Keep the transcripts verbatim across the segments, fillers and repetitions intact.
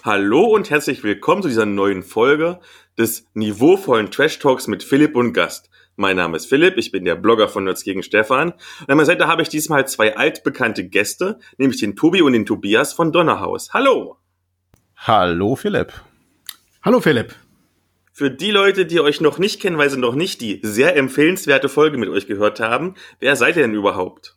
Hallo und herzlich willkommen zu dieser neuen Folge des niveauvollen Trash Talks mit Philipp und Gast. Mein Name ist Philipp, ich bin der Blogger von Nerds gegen Stefan. Und an meiner Seite habe ich diesmal zwei altbekannte Gäste, nämlich den Tobi und den Tobias von Donnerhaus. Hallo! Hallo Philipp. Hallo Philipp. Für die Leute, die euch noch nicht kennen, weil sie noch nicht die sehr empfehlenswerte Folge mit euch gehört haben, wer seid ihr denn überhaupt?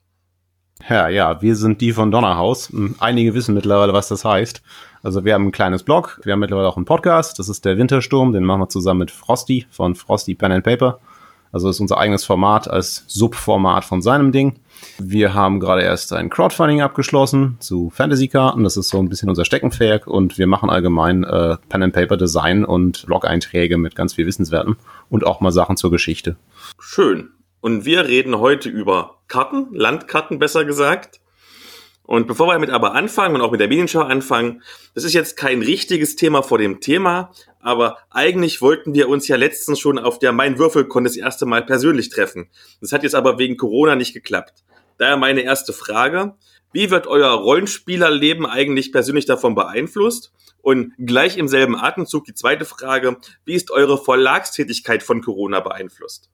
Ja, ja, wir sind die von Donnerhaus. Einige wissen mittlerweile, was das heißt. Also wir haben ein kleines Blog, wir haben mittlerweile auch einen Podcast, das ist der Wintersturm, den machen wir zusammen mit Frosty von Frosty Pen and Paper. Also das ist unser eigenes Format als Subformat von seinem Ding. Wir haben gerade erst ein Crowdfunding abgeschlossen zu Fantasy-Karten, das ist so ein bisschen unser Steckenpferd und wir machen allgemein äh, Pen and Paper Design und Blog-Einträge mit ganz viel Wissenswerten und auch mal Sachen zur Geschichte. Schön. Und wir reden heute über Karten, Landkarten besser gesagt. Und bevor wir damit aber anfangen und auch mit der Medienschau anfangen, das ist jetzt kein richtiges Thema vor dem Thema, aber eigentlich wollten wir uns ja letztens schon auf der Mein-Würfel-Con das erste Mal persönlich treffen. Das hat jetzt aber wegen Corona nicht geklappt. Daher meine erste Frage: Wie wird euer Rollenspielerleben eigentlich persönlich davon beeinflusst? Und gleich im selben Atemzug die zweite Frage: Wie ist eure Verlagstätigkeit von Corona beeinflusst?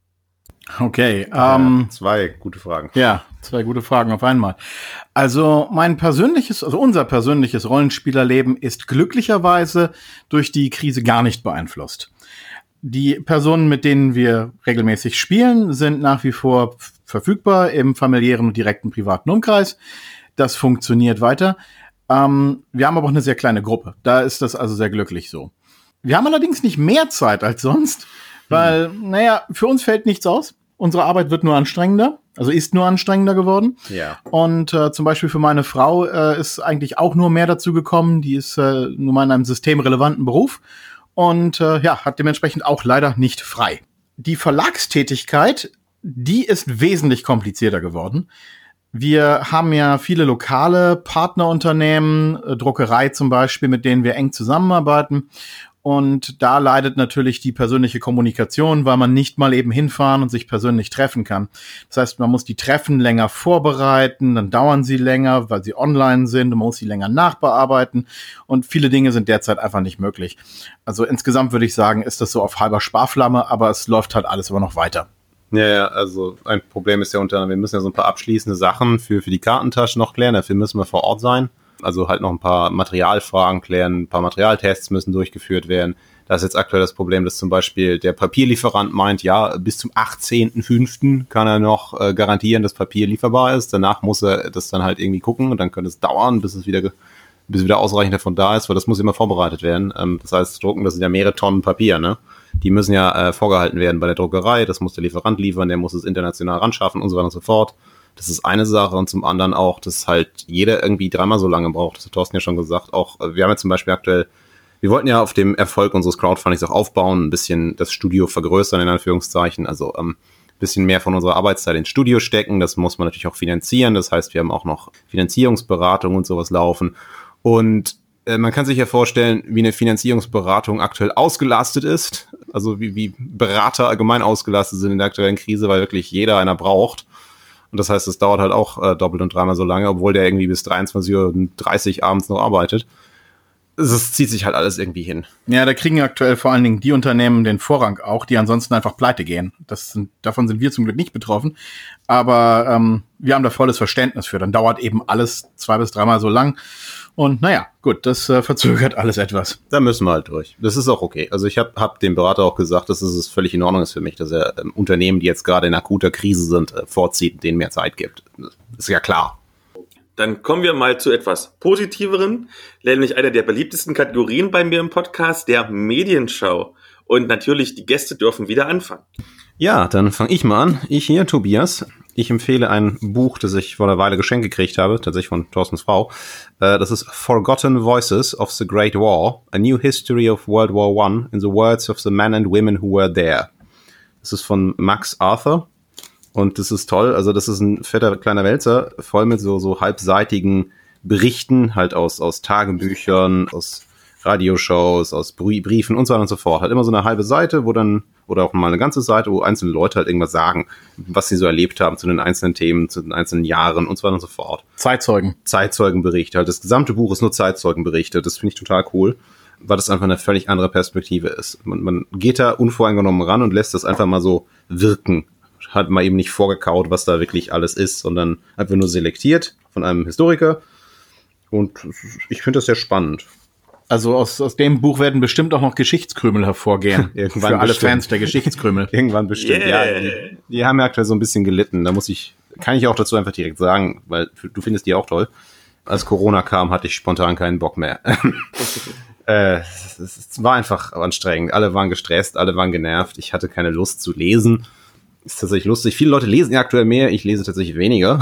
Okay, ähm, zwei gute Fragen. Ja, zwei gute Fragen auf einmal. Also mein persönliches, also unser persönliches Rollenspielerleben ist glücklicherweise durch die Krise gar nicht beeinflusst. Die Personen, mit denen wir regelmäßig spielen, sind nach wie vor f- verfügbar im familiären und direkten privaten Umkreis. Das funktioniert weiter. Ähm, wir haben aber auch eine sehr kleine Gruppe. Da ist das also sehr glücklich so. Wir haben allerdings nicht mehr Zeit als sonst. Weil, naja, für uns fällt nichts aus. Unsere Arbeit wird nur anstrengender, also ist nur anstrengender geworden. Ja. Und äh, zum Beispiel für meine Frau äh, ist eigentlich auch nur mehr dazu gekommen. Die ist äh, nun mal in einem systemrelevanten Beruf und äh, ja, hat dementsprechend auch leider nicht frei. Die Verlagstätigkeit, die ist wesentlich komplizierter geworden. Wir haben ja viele lokale Partnerunternehmen, äh, Druckerei zum Beispiel, mit denen wir eng zusammenarbeiten. Und da leidet natürlich die persönliche Kommunikation, weil man nicht mal eben hinfahren und sich persönlich treffen kann. Das heißt, man muss die Treffen länger vorbereiten, dann dauern sie länger, weil sie online sind, und man muss sie länger nachbearbeiten und viele Dinge sind derzeit einfach nicht möglich. Also insgesamt würde ich sagen, ist das so auf halber Sparflamme, aber es läuft halt alles immer noch weiter. Ja, ja, also ein Problem ist ja unter anderem, wir müssen ja so ein paar abschließende Sachen für, für die Kartentasche noch klären, dafür müssen wir vor Ort sein. Also halt noch ein paar Materialfragen klären, ein paar Materialtests müssen durchgeführt werden. Da ist jetzt aktuell das Problem, dass zum Beispiel der Papierlieferant meint, ja, bis zum achtzehnten fünften kann er noch äh, garantieren, dass Papier lieferbar ist. Danach muss er das dann halt irgendwie gucken und dann könnte es dauern, bis es wieder, bis wieder ausreichend davon da ist, weil das muss immer vorbereitet werden. Ähm, das heißt, drucken, das sind ja mehrere Tonnen Papier, ne? Die müssen ja äh, vorgehalten werden bei der Druckerei, das muss der Lieferant liefern, der muss es international ranschaffen und so weiter und so fort. Das ist eine Sache und zum anderen auch, dass halt jeder irgendwie dreimal so lange braucht. Das hat Thorsten ja schon gesagt. Auch wir haben ja zum Beispiel aktuell, wir wollten ja auf dem Erfolg unseres Crowdfundings auch aufbauen, ein bisschen das Studio vergrößern, in Anführungszeichen. Also ähm, ein bisschen mehr von unserer Arbeitszeit ins Studio stecken. Das muss man natürlich auch finanzieren. Das heißt, wir haben auch noch Finanzierungsberatung und sowas laufen. Und äh, man kann sich ja vorstellen, wie eine Finanzierungsberatung aktuell ausgelastet ist. Also wie, wie Berater allgemein ausgelastet sind in der aktuellen Krise, weil wirklich jeder einer braucht. Und das heißt, es dauert halt auch äh, doppelt und dreimal so lange, obwohl der irgendwie bis dreiundzwanzig Uhr dreißig abends noch arbeitet. Es zieht sich halt alles irgendwie hin. Ja, da kriegen aktuell vor allen Dingen die Unternehmen den Vorrang auch, die ansonsten einfach pleite gehen. Das sind, davon sind wir zum Glück nicht betroffen. Aber ähm, wir haben da volles Verständnis für. Dann dauert eben alles zwei bis dreimal so lang. Und naja, gut, das äh, verzögert alles etwas. Da müssen wir halt durch. Das ist auch okay. Also ich habe hab dem Berater auch gesagt, dass es völlig in Ordnung ist für mich, dass er ähm, Unternehmen, die jetzt gerade in akuter Krise sind, äh, vorzieht und denen mehr Zeit gibt. Das ist ja klar. Dann kommen wir mal zu etwas Positiveren, nämlich einer der beliebtesten Kategorien bei mir im Podcast, der Medienschau. Und natürlich, die Gäste dürfen wieder anfangen. Ja, dann fange ich mal an. Ich hier, Tobias. Ich empfehle ein Buch, das ich vor einer Weile geschenkt gekriegt habe, tatsächlich von Thorstens Frau. Äh, das ist Forgotten Voices of the Great War, A New History of World War One in the Words of the Men and Women who were there. Das ist von Max Arthur. Und das ist toll. Also das ist ein fetter kleiner Wälzer, voll mit so, so halbseitigen Berichten, halt aus, aus Tagebüchern, aus Radioshows, aus Briefen und so weiter und so fort. Halt immer so eine halbe Seite, wo dann oder auch mal eine ganze Seite, wo einzelne Leute halt irgendwas sagen, was sie so erlebt haben zu den einzelnen Themen, zu den einzelnen Jahren und so weiter und so fort. Zeitzeugen. Zeitzeugenberichte. Halt das gesamte Buch ist nur Zeitzeugenberichte. Das finde ich total cool, weil das einfach eine völlig andere Perspektive ist. Man, man geht da unvoreingenommen ran und lässt das einfach mal so wirken. Hat mal eben nicht vorgekaut, was da wirklich alles ist, sondern einfach nur selektiert von einem Historiker. Und ich finde das sehr spannend. Also aus, aus dem Buch werden bestimmt auch noch Geschichtskrümel hervorgehen. Irgendwann für alle bestimmt. Fans der Geschichtskrümel. Irgendwann bestimmt, Yeah. ja. Die, die haben ja aktuell so ein bisschen gelitten. Da muss ich, kann ich auch dazu einfach direkt sagen, weil du findest die auch toll. Als Corona kam, hatte ich spontan keinen Bock mehr. äh, es, es war einfach anstrengend. Alle waren gestresst, alle waren genervt. Ich hatte keine Lust zu lesen. Ist tatsächlich lustig. Viele Leute lesen ja aktuell mehr, ich lese tatsächlich weniger.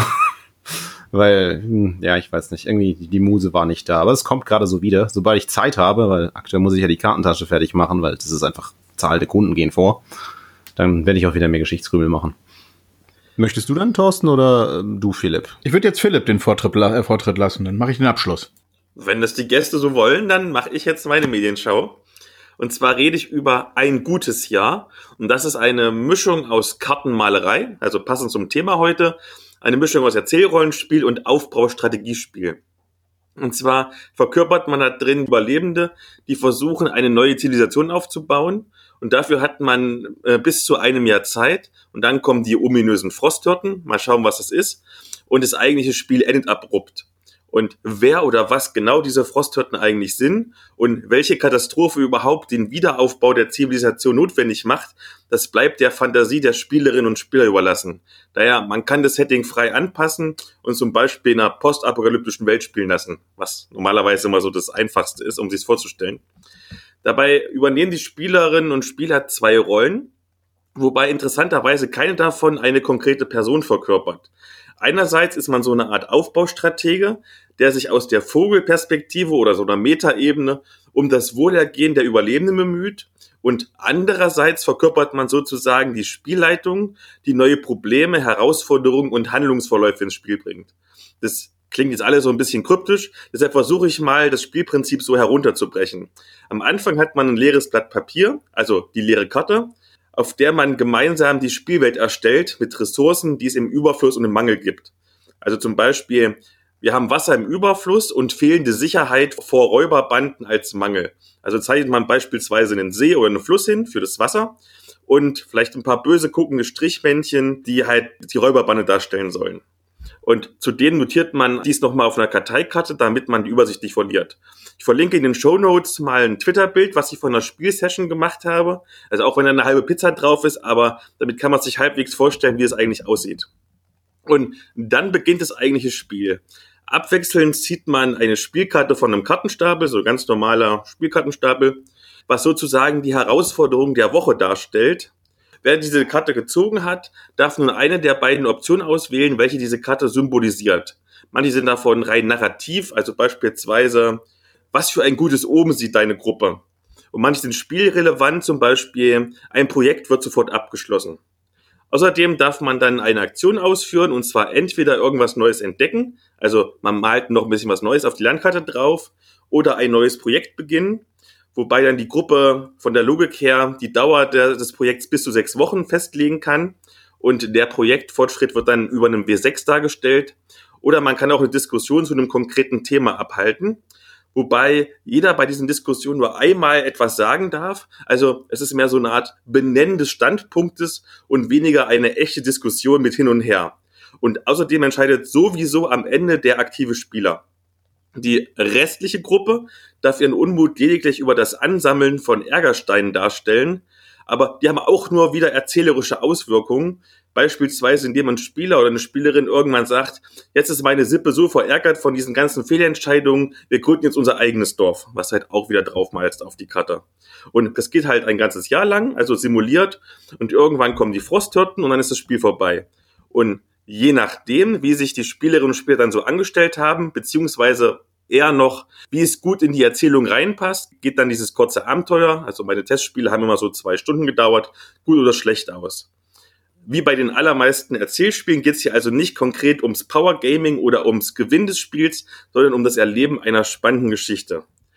Weil, ja, ich weiß nicht, irgendwie die Muse war nicht da. Aber es kommt gerade so wieder, sobald ich Zeit habe, weil aktuell muss ich ja die Kartentasche fertig machen, weil das ist einfach, Zahl der Kunden gehen vor. Dann werde ich auch wieder mehr Geschichtskrümel machen. Möchtest du dann, Thorsten, oder äh, du, Philipp? Ich würde jetzt Philipp den Vortritt, äh, Vortritt lassen, dann mache ich den Abschluss. Wenn das die Gäste so wollen, dann mache ich jetzt meine Medienschau. Und zwar rede ich über Ein gutes Jahr. Und das ist eine Mischung aus Kartenmalerei, also passend zum Thema heute, eine Mischung aus Erzählrollenspiel und Aufbaustrategiespiel. Und zwar verkörpert man da drin Überlebende, die versuchen, eine neue Zivilisation aufzubauen. Und dafür hat man äh, bis zu einem Jahr Zeit. Und dann kommen die ominösen Frosthirten. Mal schauen, was das ist. Und das eigentliche Spiel endet abrupt. Und wer oder was genau diese Frosthirten eigentlich sind und welche Katastrophe überhaupt den Wiederaufbau der Zivilisation notwendig macht, das bleibt der Fantasie der Spielerinnen und Spieler überlassen. Daher, man kann das Setting frei anpassen und zum Beispiel in einer postapokalyptischen Welt spielen lassen, was normalerweise immer so das Einfachste ist, um sich vorzustellen. Dabei übernehmen die Spielerinnen und Spieler zwei Rollen, wobei interessanterweise keine davon eine konkrete Person verkörpert. Einerseits ist man so eine Art Aufbaustratege, der sich aus der Vogelperspektive oder so einer Metaebene um das Wohlergehen der Überlebenden bemüht. Und andererseits verkörpert man sozusagen die Spielleitung, die neue Probleme, Herausforderungen und Handlungsverläufe ins Spiel bringt. Das klingt jetzt alles so ein bisschen kryptisch, deshalb versuche ich mal, das Spielprinzip so herunterzubrechen. Am Anfang hat man ein leeres Blatt Papier, also die leere Karte, auf der man gemeinsam die Spielwelt erstellt mit Ressourcen, die es im Überfluss und im Mangel gibt. Also zum Beispiel, wir haben Wasser im Überfluss und fehlende Sicherheit vor Räuberbanden als Mangel. Also zeichnet man beispielsweise einen See oder einen Fluss hin für das Wasser und vielleicht ein paar böse guckende Strichmännchen, die halt die Räuberbande darstellen sollen. Und zu denen notiert man dies nochmal auf einer Karteikarte, damit man die Übersicht nicht verliert. Ich verlinke in den Shownotes mal ein Twitter-Bild, was ich von einer Spielsession gemacht habe. Also auch wenn da eine halbe Pizza drauf ist, aber damit kann man sich halbwegs vorstellen, wie es eigentlich aussieht. Und dann beginnt das eigentliche Spiel. Abwechselnd zieht man eine Spielkarte von einem Kartenstapel, so ein ganz normaler Spielkartenstapel, was sozusagen die Herausforderung der Woche darstellt. Wer diese Karte gezogen hat, darf nun eine der beiden Optionen auswählen, welche diese Karte symbolisiert. Manche sind davon rein narrativ, also beispielsweise, was für ein gutes Omen sieht deine Gruppe? Und manche sind spielrelevant, zum Beispiel, ein Projekt wird sofort abgeschlossen. Außerdem darf man dann eine Aktion ausführen, und zwar entweder irgendwas Neues entdecken, also man malt noch ein bisschen was Neues auf die Landkarte drauf, oder ein neues Projekt beginnen, wobei dann die Gruppe von der Logik her die Dauer der, des Projekts bis zu sechs Wochen festlegen kann und der Projektfortschritt wird dann über einem W sechs dargestellt. Oder man kann auch eine Diskussion zu einem konkreten Thema abhalten, wobei jeder bei diesen Diskussionen nur einmal etwas sagen darf. Also es ist mehr so eine Art Benennen des Standpunktes und weniger eine echte Diskussion mit hin und her. Und außerdem entscheidet sowieso am Ende der aktive Spieler. Die restliche Gruppe darf ihren Unmut lediglich über das Ansammeln von Ärgersteinen darstellen, aber die haben auch nur wieder erzählerische Auswirkungen, beispielsweise indem ein Spieler oder eine Spielerin irgendwann sagt, jetzt ist meine Sippe so verärgert von diesen ganzen Fehlentscheidungen, wir gründen jetzt unser eigenes Dorf, was halt auch wieder draufmalst auf die Karte. Und das geht halt ein ganzes Jahr lang, also simuliert, und irgendwann kommen die Frosthirten und dann ist das Spiel vorbei. Und je nachdem, wie sich die Spielerinnen und Spieler dann so angestellt haben, beziehungsweise eher noch, wie es gut in die Erzählung reinpasst, geht dann dieses kurze Abenteuer, also meine Testspiele haben immer so zwei Stunden gedauert, gut oder schlecht aus. Wie bei den allermeisten Erzählspielen geht es hier also nicht konkret ums Power Gaming oder ums Gewinn des Spiels, sondern um das Erleben einer spannenden Geschichte.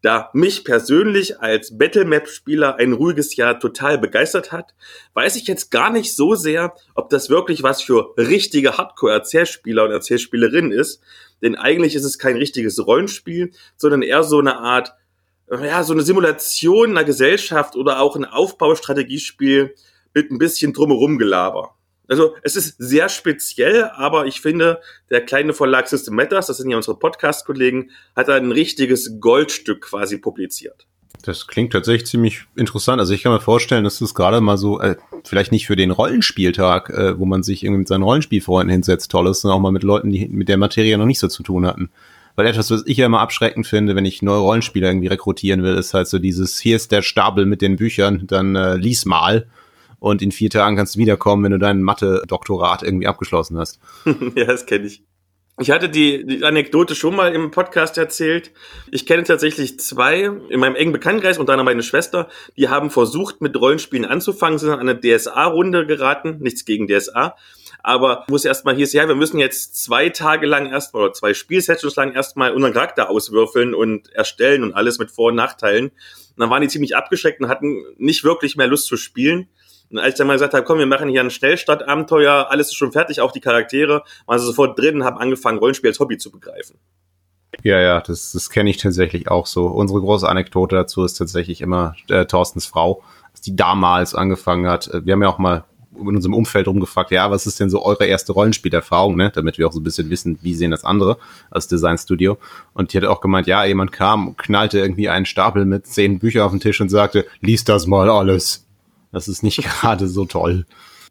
Da mich persönlich als Battlemap-Spieler ein ruhiges Jahr total begeistert hat, weiß ich jetzt gar nicht so sehr, ob das wirklich was für richtige Hardcore-Erzählspieler und Erzählspielerinnen ist. Denn eigentlich ist es kein richtiges Rollenspiel, sondern eher so eine Art, ja, so eine Simulation einer Gesellschaft oder auch ein Aufbaustrategiespiel mit ein bisschen drumherum Gelaber. Also es ist sehr speziell, aber ich finde, der kleine Verlag System Matters, das sind ja unsere Podcast-Kollegen, hat ein richtiges Goldstück quasi publiziert. Das klingt tatsächlich ziemlich interessant. Also ich kann mir vorstellen, dass das gerade mal so, äh, vielleicht nicht für den Rollenspieltag, äh, wo man sich irgendwie mit seinen Rollenspielfreunden hinsetzt, toll ist, sondern auch mal mit Leuten, die mit der Materie noch nicht so zu tun hatten. Weil etwas, was ich ja immer abschreckend finde, wenn ich neue Rollenspieler irgendwie rekrutieren will, ist halt so dieses, hier ist der Stapel mit den Büchern, dann äh, lies mal. Und in vier Tagen kannst du wiederkommen, wenn du dein Mathe-Doktorat irgendwie abgeschlossen hast. Ja, das kenne ich. Ich hatte die, die Anekdote schon mal im Podcast erzählt. Ich kenne tatsächlich zwei in meinem engen Bekanntenkreis, unter anderem meine Schwester, die haben versucht, mit Rollenspielen anzufangen, sind an eine D S A-Runde geraten, nichts gegen D S A. Aber wo es erstmal hieß, ja, wir müssen jetzt zwei Tage lang erstmal oder zwei Spielsessions lang erstmal unseren Charakter auswürfeln und erstellen und alles mit Vor- und Nachteilen. Und dann waren die ziemlich abgeschreckt und hatten nicht wirklich mehr Lust zu spielen. Und als ich dann mal gesagt habe, komm, wir machen hier ein Schnellstart-Abenteuer, alles ist schon fertig, auch die Charaktere, waren sie sofort drin und haben angefangen, Rollenspiel als Hobby zu begreifen. Ja, ja, das, das kenne ich tatsächlich auch so. Unsere große Anekdote dazu ist tatsächlich immer äh, Thorstens Frau, dass die damals angefangen hat. Wir haben ja auch mal in unserem Umfeld rumgefragt, ja, was ist denn so eure erste Rollenspielerfahrung, ne? Damit wir auch so ein bisschen wissen, wie sehen das andere als Designstudio. Und die hat auch gemeint, ja, jemand kam und knallte irgendwie einen Stapel mit zehn Büchern auf den Tisch und sagte, lies das mal alles. Das ist nicht gerade so toll.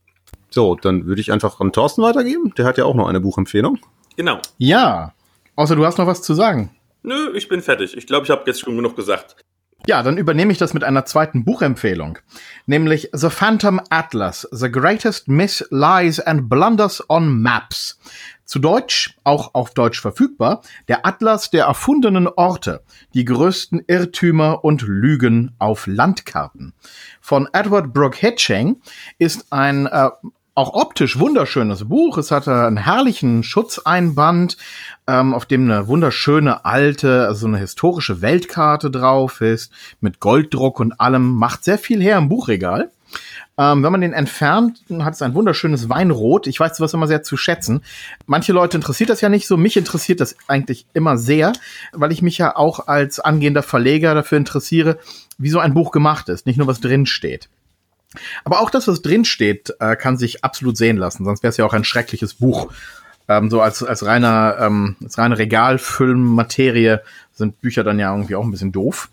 So, dann würde ich einfach an Thorsten weitergeben. Der hat ja auch noch eine Buchempfehlung. Genau. Ja, außer du hast noch was zu sagen. Nö, ich bin fertig. Ich glaube, ich habe jetzt schon genug gesagt. Ja, dann übernehme ich das mit einer zweiten Buchempfehlung, nämlich The Phantom Atlas, The Greatest Myths, Lies and Blunders on Maps. Zu Deutsch, auch auf Deutsch verfügbar, der Atlas der erfundenen Orte, die größten Irrtümer und Lügen auf Landkarten. Von Edward Brooke Hitching ist ein äh, auch optisch wunderschönes Buch. Es hatte einen herrlichen Schutzeinband, ähm, auf dem eine wunderschöne alte, also eine historische Weltkarte drauf ist, mit Golddruck und allem. Macht sehr viel her im Buchregal. Ähm, wenn man den entfernt, hat es ein wunderschönes Weinrot. Ich weiß sowas immer sehr zu schätzen. Manche Leute interessiert das ja nicht so. Mich interessiert das eigentlich immer sehr, weil ich mich ja auch als angehender Verleger dafür interessiere, wie so ein Buch gemacht ist. Nicht nur, was drin steht. Aber auch das, was drin steht, äh, kann sich absolut sehen lassen. Sonst wäre es ja auch ein schreckliches Buch. Ähm, so als, als reiner, ähm, als reine Regalfüllmaterie sind Bücher dann ja irgendwie auch ein bisschen doof.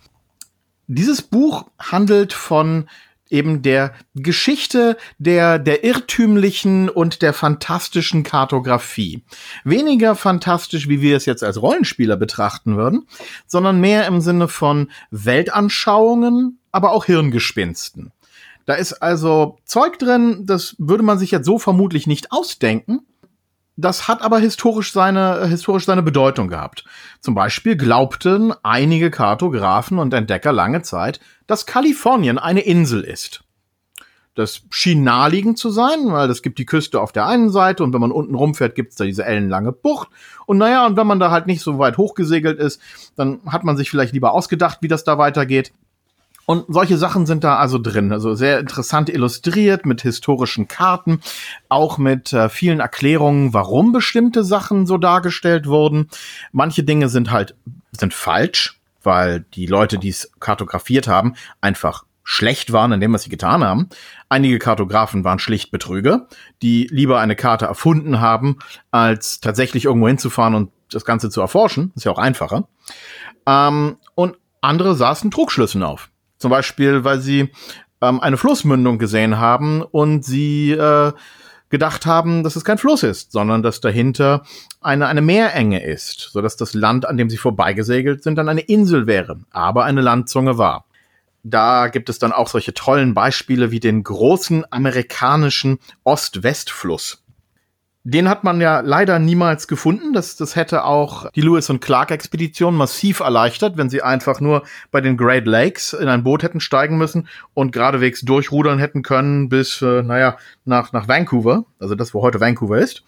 Dieses Buch handelt von eben der Geschichte der, der irrtümlichen und der fantastischen Kartografie. Weniger fantastisch, wie wir es jetzt als Rollenspieler betrachten würden, sondern mehr im Sinne von Weltanschauungen, aber auch Hirngespinsten. Da ist also Zeug drin, das würde man sich jetzt so vermutlich nicht ausdenken. Das hat aber historisch seine, historisch seine Bedeutung gehabt. Zum Beispiel glaubten einige Kartografen und Entdecker lange Zeit, dass Kalifornien eine Insel ist. Das schien naheliegend zu sein, weil es gibt die Küste auf der einen Seite und wenn man unten rumfährt, gibt's da diese ellenlange Bucht. Und naja, und wenn man da halt nicht so weit hochgesegelt ist, dann hat man sich vielleicht lieber ausgedacht, wie das da weitergeht. Und solche Sachen sind da also drin, also sehr interessant illustriert mit historischen Karten, auch mit äh, vielen Erklärungen, warum bestimmte Sachen so dargestellt wurden. Manche Dinge sind halt sind falsch, weil die Leute, die es kartografiert haben, einfach schlecht waren in dem, was sie getan haben. Einige Kartografen waren schlicht Betrüger, die lieber eine Karte erfunden haben, als tatsächlich irgendwo hinzufahren und das Ganze zu erforschen. Ist ja auch einfacher. Ähm, und andere saßen Trugschlüssen auf. Zum Beispiel, weil sie ähm, eine Flussmündung gesehen haben und sie äh, gedacht haben, dass es kein Fluss ist, sondern dass dahinter eine, eine Meerenge ist, sodass das Land, an dem sie vorbeigesegelt sind, dann eine Insel wäre, aber eine Landzunge war. Da gibt es dann auch solche tollen Beispiele wie den großen amerikanischen Ost-West-Fluss. Den hat man ja leider niemals gefunden. Das, das hätte auch die Lewis und Clark-Expedition massiv erleichtert, wenn sie einfach nur bei den Great Lakes in ein Boot hätten steigen müssen und geradewegs durchrudern hätten können bis, äh, naja, nach, nach Vancouver, also das, wo heute Vancouver ist.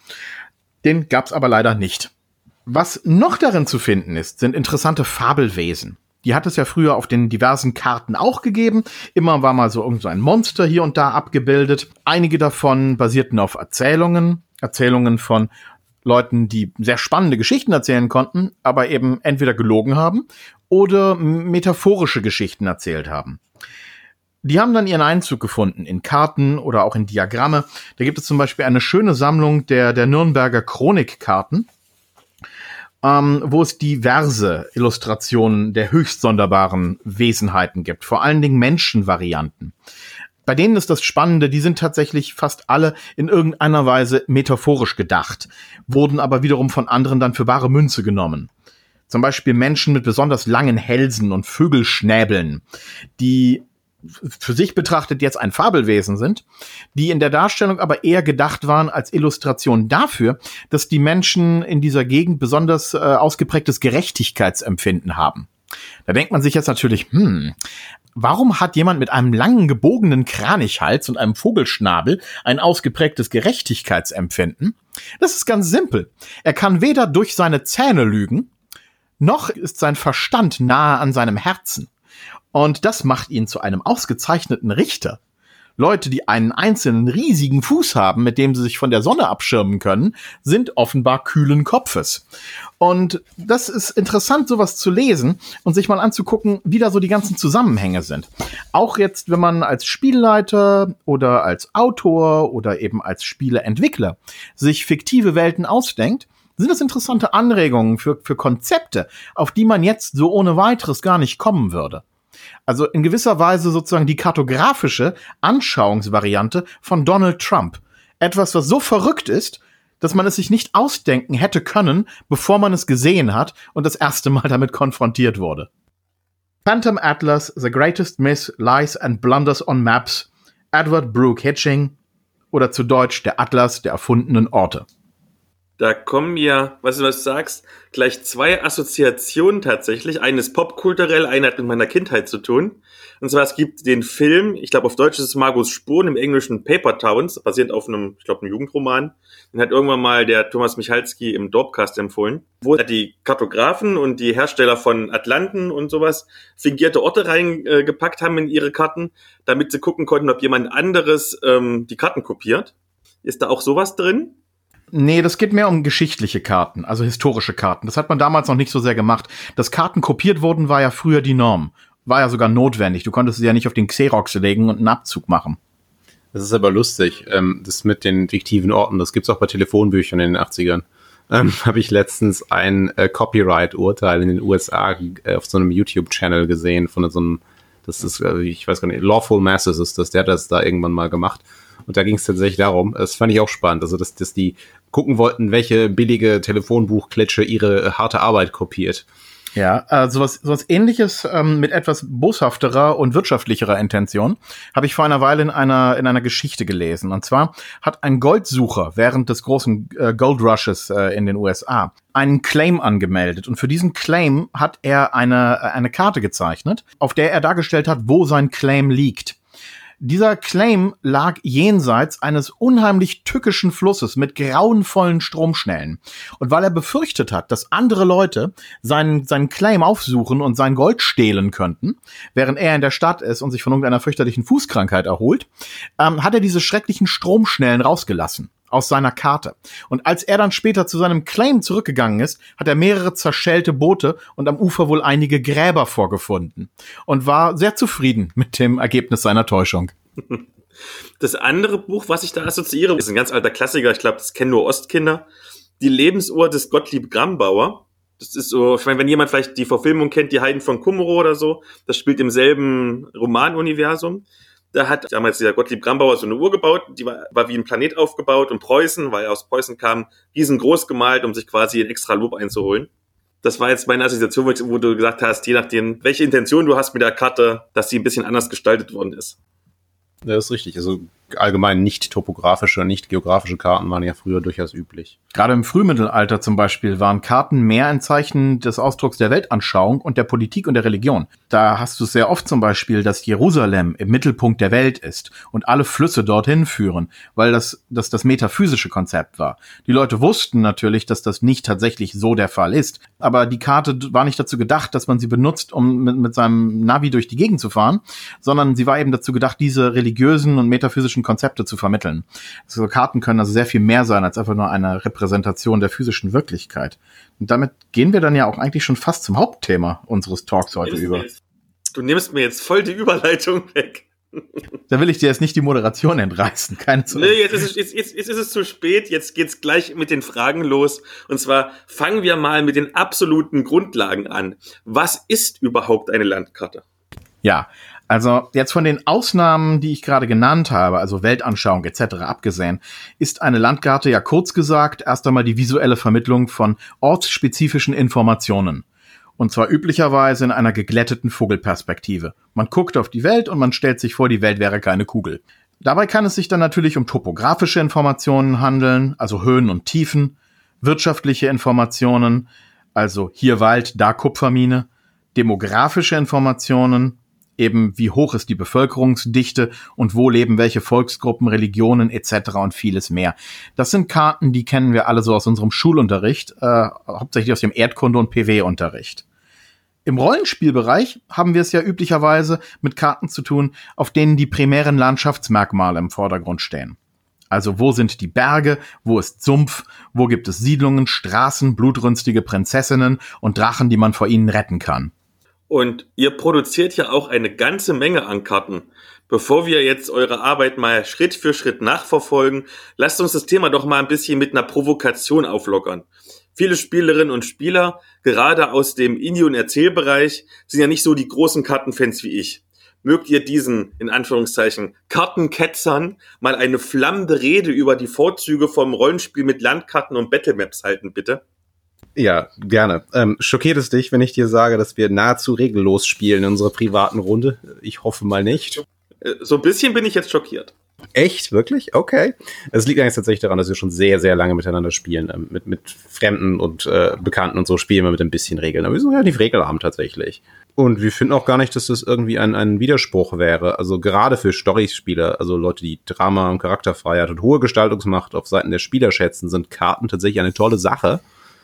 Den gab's aber leider nicht. Was noch darin zu finden ist, sind interessante Fabelwesen. Die hat es ja früher auf den diversen Karten auch gegeben. Immer war mal so irgend so ein Monster hier und da abgebildet. Einige davon basierten auf Erzählungen, Erzählungen von Leuten, die sehr spannende Geschichten erzählen konnten, aber eben entweder gelogen haben oder metaphorische Geschichten erzählt haben. Die haben dann ihren Einzug gefunden in Karten oder auch in Diagramme. Da gibt es zum Beispiel eine schöne Sammlung der, der Nürnberger Chronikkarten, ähm, wo es diverse Illustrationen der höchst sonderbaren Wesenheiten gibt, vor allen Dingen Menschenvarianten. Bei denen ist das Spannende, die sind tatsächlich fast alle in irgendeiner Weise metaphorisch gedacht, wurden aber wiederum von anderen dann für bare Münze genommen. Zum Beispiel Menschen mit besonders langen Hälsen und Vögelschnäbeln, die für sich betrachtet jetzt ein Fabelwesen sind, die in der Darstellung aber eher gedacht waren als Illustration dafür, dass die Menschen in dieser Gegend besonders äh, ausgeprägtes Gerechtigkeitsempfinden haben. Da denkt man sich jetzt natürlich, hm, warum hat jemand mit einem langen, gebogenen Kranichhals und einem Vogelschnabel ein ausgeprägtes Gerechtigkeitsempfinden? Das ist ganz simpel. Er kann weder durch seine Zähne lügen, noch ist sein Verstand nahe an seinem Herzen. Und das macht ihn zu einem ausgezeichneten Richter. Leute, die einen einzelnen riesigen Fuß haben, mit dem sie sich von der Sonne abschirmen können, sind offenbar kühlen Kopfes. Und das ist interessant, sowas zu lesen und sich mal anzugucken, wie da so die ganzen Zusammenhänge sind. Auch jetzt, wenn man als Spielleiter oder als Autor oder eben als Spieleentwickler sich fiktive Welten ausdenkt, sind das interessante Anregungen für, für Konzepte, auf die man jetzt so ohne weiteres gar nicht kommen würde. Also in gewisser Weise sozusagen die kartografische Anschauungsvariante von Donald Trump. Etwas, was so verrückt ist, dass man es sich nicht ausdenken hätte können, bevor man es gesehen hat und das erste Mal damit konfrontiert wurde. Phantom Atlas, The Greatest Myth, Lies and Blunders on Maps, Edward Brooke Hitching oder zu Deutsch der Atlas der erfundenen Orte. Da kommen mir, was du was sagst, gleich zwei Assoziationen tatsächlich. Eine ist popkulturell, eine hat mit meiner Kindheit zu tun. Und zwar, es gibt den Film, ich glaube auf Deutsch ist es Margos Spuren, im Englischen Paper Towns, basierend auf einem, ich glaube, einem Jugendroman. Den hat irgendwann mal der Thomas Michalski im Dorpcast empfohlen, wo die Kartografen und die Hersteller von Atlanten und sowas fingierte Orte reingepackt haben in ihre Karten, damit sie gucken konnten, ob jemand anderes ähm, die Karten kopiert. Ist da auch sowas drin? Nee, das geht mehr um geschichtliche Karten, also historische Karten. Das hat man damals noch nicht so sehr gemacht. Dass Karten kopiert wurden, war ja früher die Norm. War ja sogar notwendig. Du konntest sie ja nicht auf den Xerox legen und einen Abzug machen. Das ist aber lustig, ähm, das mit den fiktiven Orten. Das gibt's auch bei Telefonbüchern in den achtzigern. Ähm, habe ich letztens ein äh, Copyright-Urteil in den U S A äh, auf so einem YouTube-Channel gesehen von so einem, das ist, äh, ich weiß gar nicht, Lawful Masses ist das, der hat das da irgendwann mal gemacht. Und da ging es tatsächlich darum, das fand ich auch spannend, also dass, dass die gucken wollten, welche billige Telefonbuchklitsche ihre harte Arbeit kopiert. Ja, äh, sowas, sowas Ähnliches ähm, mit etwas boshafterer und wirtschaftlicherer Intention habe ich vor einer Weile in einer in einer Geschichte gelesen. Und zwar hat ein Goldsucher während des großen äh, Gold Rushes äh, in den U S A einen Claim angemeldet. Und für diesen Claim hat er eine eine Karte gezeichnet, auf der er dargestellt hat, wo sein Claim liegt. Dieser Claim lag jenseits eines unheimlich tückischen Flusses mit grauenvollen Stromschnellen. Und weil er befürchtet hat, dass andere Leute seinen, seinen Claim aufsuchen und sein Gold stehlen könnten, während er in der Stadt ist und sich von irgendeiner fürchterlichen Fußkrankheit erholt, ähm, hat er diese schrecklichen Stromschnellen rausgelassen aus seiner Karte. Und als er dann später zu seinem Claim zurückgegangen ist, hat er mehrere zerschellte Boote und am Ufer wohl einige Gräber vorgefunden und war sehr zufrieden mit dem Ergebnis seiner Täuschung. Das andere Buch, was ich da assoziiere, ist ein ganz alter Klassiker, ich glaube, das kennen nur Ostkinder, Die Lebensuhr des Gottlieb Grambauer. Das ist so, ich meine, wenn jemand vielleicht die Verfilmung kennt, Die Heiden von Kummero oder so, das spielt im selben Romanuniversum. Da hat damals der Gottlieb Grambauer so eine Uhr gebaut, die war, war wie ein Planet aufgebaut und Preußen, weil er aus Preußen kam, riesengroß gemalt, um sich quasi ein extra Lob einzuholen. Das war jetzt meine Assoziation, wo du gesagt hast, je nachdem, welche Intention du hast mit der Karte, dass sie ein bisschen anders gestaltet worden ist. Ja, das ist richtig. Also allgemein nicht topografische, nicht geografische Karten waren ja früher durchaus üblich. Gerade im Frühmittelalter zum Beispiel waren Karten mehr ein Zeichen des Ausdrucks der Weltanschauung und der Politik und der Religion. Da hast du sehr oft zum Beispiel, dass Jerusalem im Mittelpunkt der Welt ist und alle Flüsse dorthin führen, weil das das, das metaphysische Konzept war. Die Leute wussten natürlich, dass das nicht tatsächlich so der Fall ist, aber die Karte war nicht dazu gedacht, dass man sie benutzt, um mit, mit seinem Navi durch die Gegend zu fahren, sondern sie war eben dazu gedacht, diese religiösen und metaphysischen Konzepte zu vermitteln. So Karten können also sehr viel mehr sein als einfach nur eine Repräsentation der physischen Wirklichkeit. Und damit gehen wir dann ja auch eigentlich schon fast zum Hauptthema unseres Talks heute über. Jetzt, du nimmst mir jetzt voll die Überleitung weg. Da will ich dir jetzt nicht die Moderation entreißen. Keine Sorge. Nee, jetzt ist, es, jetzt, jetzt, jetzt ist es zu spät. Jetzt geht's gleich mit den Fragen los. Und zwar fangen wir mal mit den absoluten Grundlagen an. Was ist überhaupt eine Landkarte? Ja, also jetzt von den Ausnahmen, die ich gerade genannt habe, also Weltanschauung et cetera abgesehen, ist eine Landkarte ja kurz gesagt erst einmal die visuelle Vermittlung von ortsspezifischen Informationen. Und zwar üblicherweise in einer geglätteten Vogelperspektive. Man guckt auf die Welt und man stellt sich vor, die Welt wäre keine Kugel. Dabei kann es sich dann natürlich um topografische Informationen handeln, also Höhen und Tiefen, wirtschaftliche Informationen, also hier Wald, da Kupfermine, demografische Informationen, eben wie hoch ist die Bevölkerungsdichte und wo leben welche Volksgruppen, Religionen et cetera und vieles mehr. Das sind Karten, die kennen wir alle so aus unserem Schulunterricht, äh, hauptsächlich aus dem Erdkunde- und P W-Unterricht. Im Rollenspielbereich haben wir es ja üblicherweise mit Karten zu tun, auf denen die primären Landschaftsmerkmale im Vordergrund stehen. Also wo sind die Berge, wo ist Sumpf, wo gibt es Siedlungen, Straßen, blutrünstige Prinzessinnen und Drachen, die man vor ihnen retten kann. Und ihr produziert ja auch eine ganze Menge an Karten. Bevor wir jetzt eure Arbeit mal Schritt für Schritt nachverfolgen, lasst uns das Thema doch mal ein bisschen mit einer Provokation auflockern. Viele Spielerinnen und Spieler, gerade aus dem Indie- und Erzählbereich, sind ja nicht so die großen Kartenfans wie ich. Mögt ihr diesen, in Anführungszeichen, Kartenketzern mal eine flammende Rede über die Vorzüge vom Rollenspiel mit Landkarten und Battlemaps halten, bitte? Ja, gerne. Ähm, schockiert es dich, wenn ich dir sage, dass wir nahezu regellos spielen in unserer privaten Runde? Ich hoffe mal nicht. So ein bisschen bin ich jetzt schockiert. Echt? Wirklich? Okay. Es liegt eigentlich tatsächlich daran, dass wir schon sehr, sehr lange miteinander spielen. Ähm, mit, mit Fremden und äh, Bekannten und so spielen wir mit ein bisschen Regeln. Aber wir sind relativ regelarm tatsächlich. Und wir finden auch gar nicht, dass das irgendwie ein, ein Widerspruch wäre. Also gerade für Story-Spieler, also Leute, die Drama und Charakterfreiheit und hohe Gestaltungsmacht auf Seiten der Spieler schätzen, sind Karten tatsächlich eine tolle Sache.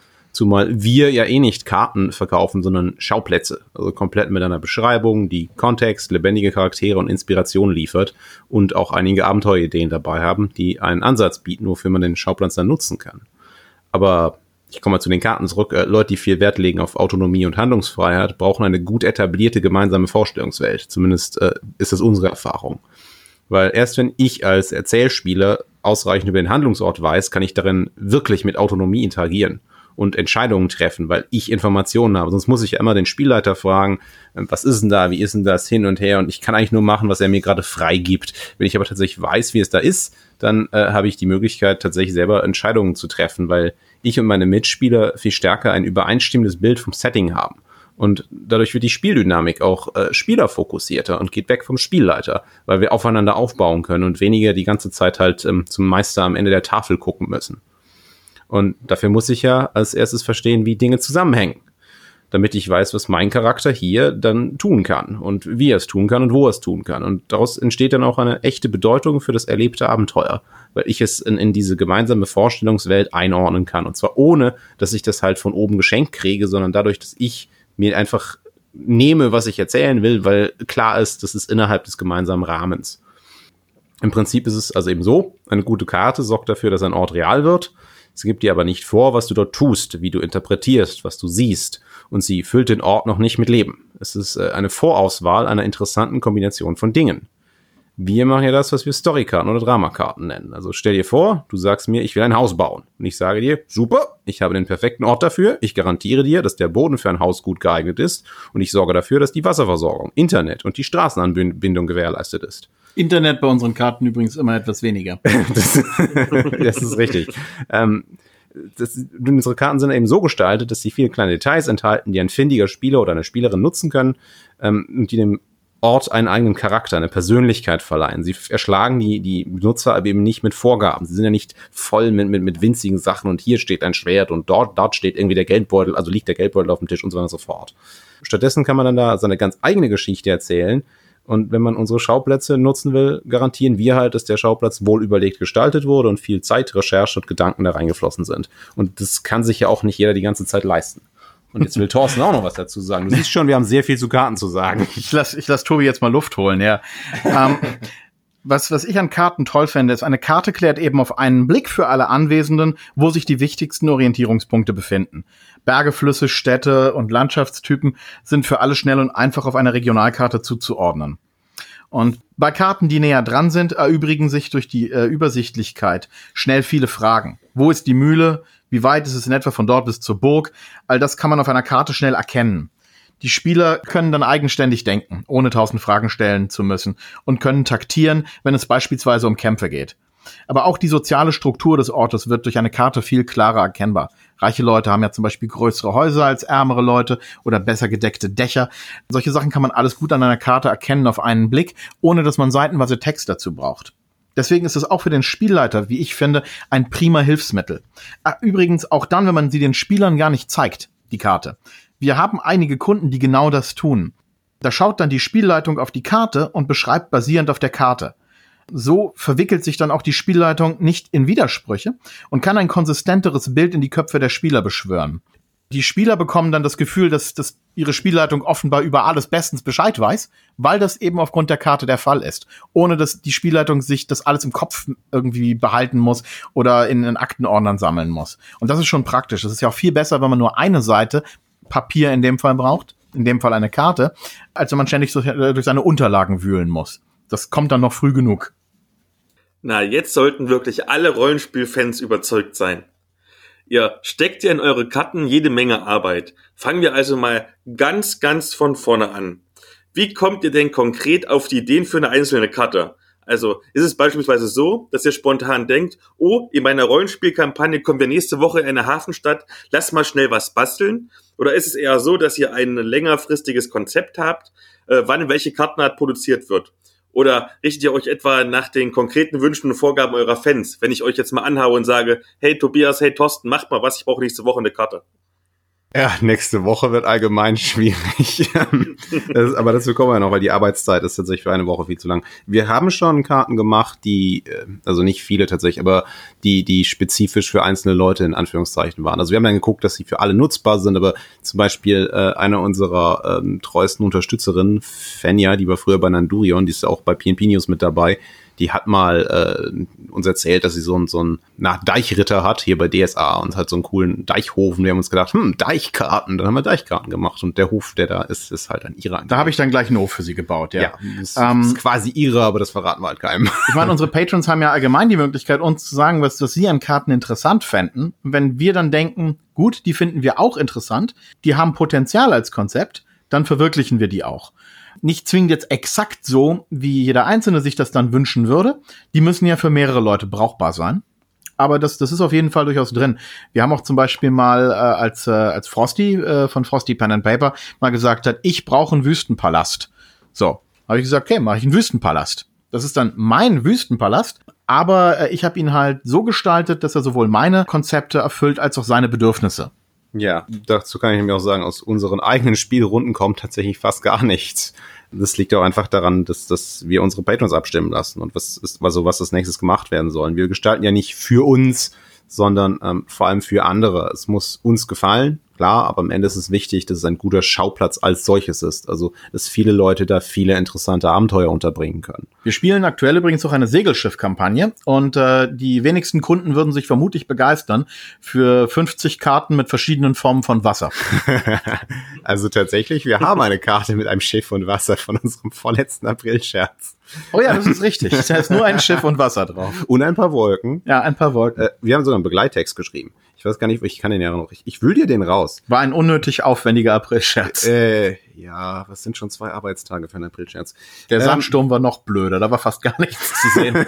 Zumal wir ja eh nicht Karten verkaufen, sondern Schauplätze. Also komplett mit einer Beschreibung, die Kontext, lebendige Charaktere und Inspiration liefert und auch einige Abenteuerideen dabei haben, die einen Ansatz bieten, wofür man den Schauplatz dann nutzen kann. Aber ich komme mal zu den Karten zurück. Äh, Leute, die viel Wert legen auf Autonomie und Handlungsfreiheit, brauchen eine gut etablierte gemeinsame Vorstellungswelt. Zumindest äh, ist das unsere Erfahrung. Weil erst wenn ich als Erzählspieler ausreichend über den Handlungsort weiß, kann ich darin wirklich mit Autonomie interagieren und Entscheidungen treffen, weil ich Informationen habe. Sonst muss ich ja immer den Spielleiter fragen, was ist denn da, wie ist denn das, hin und her, und ich kann eigentlich nur machen, was er mir gerade freigibt. Wenn ich aber tatsächlich weiß, wie es da ist, dann äh, habe ich die Möglichkeit, tatsächlich selber Entscheidungen zu treffen, weil ich und meine Mitspieler viel stärker ein übereinstimmendes Bild vom Setting haben. Und dadurch wird die Spieldynamik auch äh, spielerfokussierter und geht weg vom Spielleiter, weil wir aufeinander aufbauen können und weniger die ganze Zeit halt ähm, zum Meister am Ende der Tafel gucken müssen. Und dafür muss ich ja als erstes verstehen, wie Dinge zusammenhängen, damit ich weiß, was mein Charakter hier dann tun kann und wie er es tun kann und wo er es tun kann. Und daraus entsteht dann auch eine echte Bedeutung für das erlebte Abenteuer, weil ich es in, in diese gemeinsame Vorstellungswelt einordnen kann. Und zwar ohne, dass ich das halt von oben geschenkt kriege, sondern dadurch, dass ich mir einfach nehme, was ich erzählen will, weil klar ist, das ist innerhalb des gemeinsamen Rahmens. Im Prinzip ist es also eben so, eine gute Karte sorgt dafür, dass ein Ort real wird. Sie gibt dir aber nicht vor, was du dort tust, wie du interpretierst, was du siehst. Und sie füllt den Ort noch nicht mit Leben. Es ist äh, eine Vorauswahl einer interessanten Kombination von Dingen. Wir machen ja das, was wir Storykarten oder Dramakarten nennen. Also stell dir vor, du sagst mir, ich will ein Haus bauen. Und ich sage dir, super, ich habe den perfekten Ort dafür. Ich garantiere dir, dass der Boden für ein Haus gut geeignet ist. Und ich sorge dafür, dass die Wasserversorgung, Internet und die Straßenanbindung gewährleistet ist. Internet bei unseren Karten übrigens immer etwas weniger. das, das ist richtig. Ähm, das, unsere Karten sind eben so gestaltet, dass sie viele kleine Details enthalten, die ein findiger Spieler oder eine Spielerin nutzen können ähm, und die dem Ort einen eigenen Charakter, eine Persönlichkeit verleihen. Sie erschlagen die, die Benutzer aber eben nicht mit Vorgaben. Sie sind ja nicht voll mit, mit, mit winzigen Sachen und hier steht ein Schwert und dort, dort steht irgendwie der Geldbeutel, also liegt der Geldbeutel auf dem Tisch und so weiter und so fort. Stattdessen kann man dann da seine ganz eigene Geschichte erzählen. Und wenn man unsere Schauplätze nutzen will, garantieren wir halt, dass der Schauplatz wohl überlegt gestaltet wurde und viel Zeit, Recherche und Gedanken da reingeflossen sind. Und das kann sich ja auch nicht jeder die ganze Zeit leisten. Und jetzt will Thorsten auch noch was dazu sagen. Du siehst schon, wir haben sehr viel zu Karten zu sagen. Ich lass, ich lass Tobi jetzt mal Luft holen, ja. ähm, was, was ich an Karten toll finde, ist, eine Karte klärt eben auf einen Blick für alle Anwesenden, wo sich die wichtigsten Orientierungspunkte befinden. Berge, Flüsse, Städte und Landschaftstypen sind für alle schnell und einfach auf einer Regionalkarte zuzuordnen. Und bei Karten, die näher dran sind, erübrigen sich durch die äh, Übersichtlichkeit schnell viele Fragen. Wo ist die Mühle? Wie weit ist es in etwa von dort bis zur Burg? All das kann man auf einer Karte schnell erkennen. Die Spieler können dann eigenständig denken, ohne tausend Fragen stellen zu müssen und können taktieren, wenn es beispielsweise um Kämpfe geht. Aber auch die soziale Struktur des Ortes wird durch eine Karte viel klarer erkennbar. Reiche Leute haben ja zum Beispiel größere Häuser als ärmere Leute oder besser gedeckte Dächer. Solche Sachen kann man alles gut an einer Karte erkennen auf einen Blick, ohne dass man seitenweise Text dazu braucht. Deswegen ist es auch für den Spielleiter, wie ich finde, ein prima Hilfsmittel. Übrigens auch dann, wenn man sie den Spielern gar nicht zeigt, die Karte. Wir haben einige Kunden, die genau das tun. Da schaut dann die Spielleitung auf die Karte und beschreibt basierend auf der Karte. So verwickelt sich dann auch die Spielleitung nicht in Widersprüche und kann ein konsistenteres Bild in die Köpfe der Spieler beschwören. Die Spieler bekommen dann das Gefühl, dass, dass ihre Spielleitung offenbar über alles bestens Bescheid weiß, weil das eben aufgrund der Karte der Fall ist. Ohne dass die Spielleitung sich das alles im Kopf irgendwie behalten muss oder in den Aktenordnern sammeln muss. Und das ist schon praktisch. Das ist ja auch viel besser, wenn man nur eine Seite Papier in dem Fall braucht, in dem Fall eine Karte, als wenn man ständig durch seine Unterlagen wühlen muss. Das kommt dann noch früh genug. Na, jetzt sollten wirklich alle Rollenspielfans überzeugt sein. Ihr steckt ja in eure Karten jede Menge Arbeit. Fangen wir also mal ganz, ganz von vorne an. Wie kommt ihr denn konkret auf die Ideen für eine einzelne Karte? Also ist es beispielsweise so, dass ihr spontan denkt, oh, in meiner Rollenspielkampagne kommen wir nächste Woche in eine Hafenstadt, lass mal schnell was basteln? Oder ist es eher so, dass ihr ein längerfristiges Konzept habt, äh, wann welche Kartenart produziert wird? Oder richtet ihr euch etwa nach den konkreten Wünschen und Vorgaben eurer Fans, wenn ich euch jetzt mal anhaue und sage, hey Tobias, hey Thorsten, macht mal was, ich brauche nächste Woche eine Karte? Ja, nächste Woche wird allgemein schwierig. das, aber dazu kommen wir noch, weil die Arbeitszeit ist tatsächlich für eine Woche viel zu lang. Wir haben schon Karten gemacht, die, also nicht viele tatsächlich, aber die, die spezifisch für einzelne Leute in Anführungszeichen waren. Also wir haben dann geguckt, dass sie für alle nutzbar sind, aber zum Beispiel äh, eine unserer ähm, treuesten Unterstützerinnen, Fenja, die war früher bei Nandurion, die ist auch bei P and P News mit dabei, die hat mal äh, uns erzählt, dass sie so, ein, so einen na, Deichritter hat, hier bei D S A, und hat so einen coolen Deichhofen. Wir haben uns gedacht, hm, Deichkarten, dann haben wir Deichkarten gemacht. Und der Hof, der da ist, ist halt an ihrer. Da habe ich dann gleich einen Hof für sie gebaut, ja. Ja, das ähm, ist quasi ihre, aber das verraten wir halt keinem. Ich meine, unsere Patrons haben ja allgemein die Möglichkeit, uns zu sagen, was, was sie an Karten interessant fänden. Wenn wir dann denken, gut, die finden wir auch interessant, die haben Potenzial als Konzept, dann verwirklichen wir die auch. Nicht zwingend jetzt exakt so, wie jeder Einzelne sich das dann wünschen würde. Die müssen ja für mehrere Leute brauchbar sein. Aber das, das ist auf jeden Fall durchaus drin. Wir haben auch zum Beispiel mal, äh, als, äh, als Frosty äh, von Frosty Pen and Paper mal gesagt hat, ich brauche einen Wüstenpalast. So, habe ich gesagt, okay, mache ich einen Wüstenpalast. Das ist dann mein Wüstenpalast, aber äh, ich habe ihn halt so gestaltet, dass er sowohl meine Konzepte erfüllt, als auch seine Bedürfnisse. Ja, dazu kann ich mir auch sagen, aus unseren eigenen Spielrunden kommt tatsächlich fast gar nichts. Das liegt auch einfach daran, dass, dass wir unsere Patrons abstimmen lassen und was ist, also was als nächstes gemacht werden soll. Wir gestalten ja nicht für uns, sondern ähm, vor allem für andere. Es muss uns gefallen, klar, aber am Ende ist es wichtig, dass es ein guter Schauplatz als solches ist. Also, dass viele Leute da viele interessante Abenteuer unterbringen können. Wir spielen aktuell übrigens auch eine Segelschiff-Kampagne und äh, die wenigsten Kunden würden sich vermutlich begeistern für fünfzig Karten mit verschiedenen Formen von Wasser. Also tatsächlich, wir haben eine Karte mit einem Schiff und Wasser von unserem vorletzten April-Scherz. Oh ja, das ist richtig. Da ist nur ein Schiff und Wasser drauf. Und ein paar Wolken. Ja, ein paar Wolken. Äh, wir haben sogar einen Begleittext geschrieben. Ich weiß gar nicht, ich kann den ja noch. Ich, ich will dir den raus. War ein unnötig aufwendiger April-Scherz. Äh, Ja, was sind schon zwei Arbeitstage für einen Aprilscherz? Der Ähm, Sandsturm war noch blöder, da war fast gar nichts zu sehen.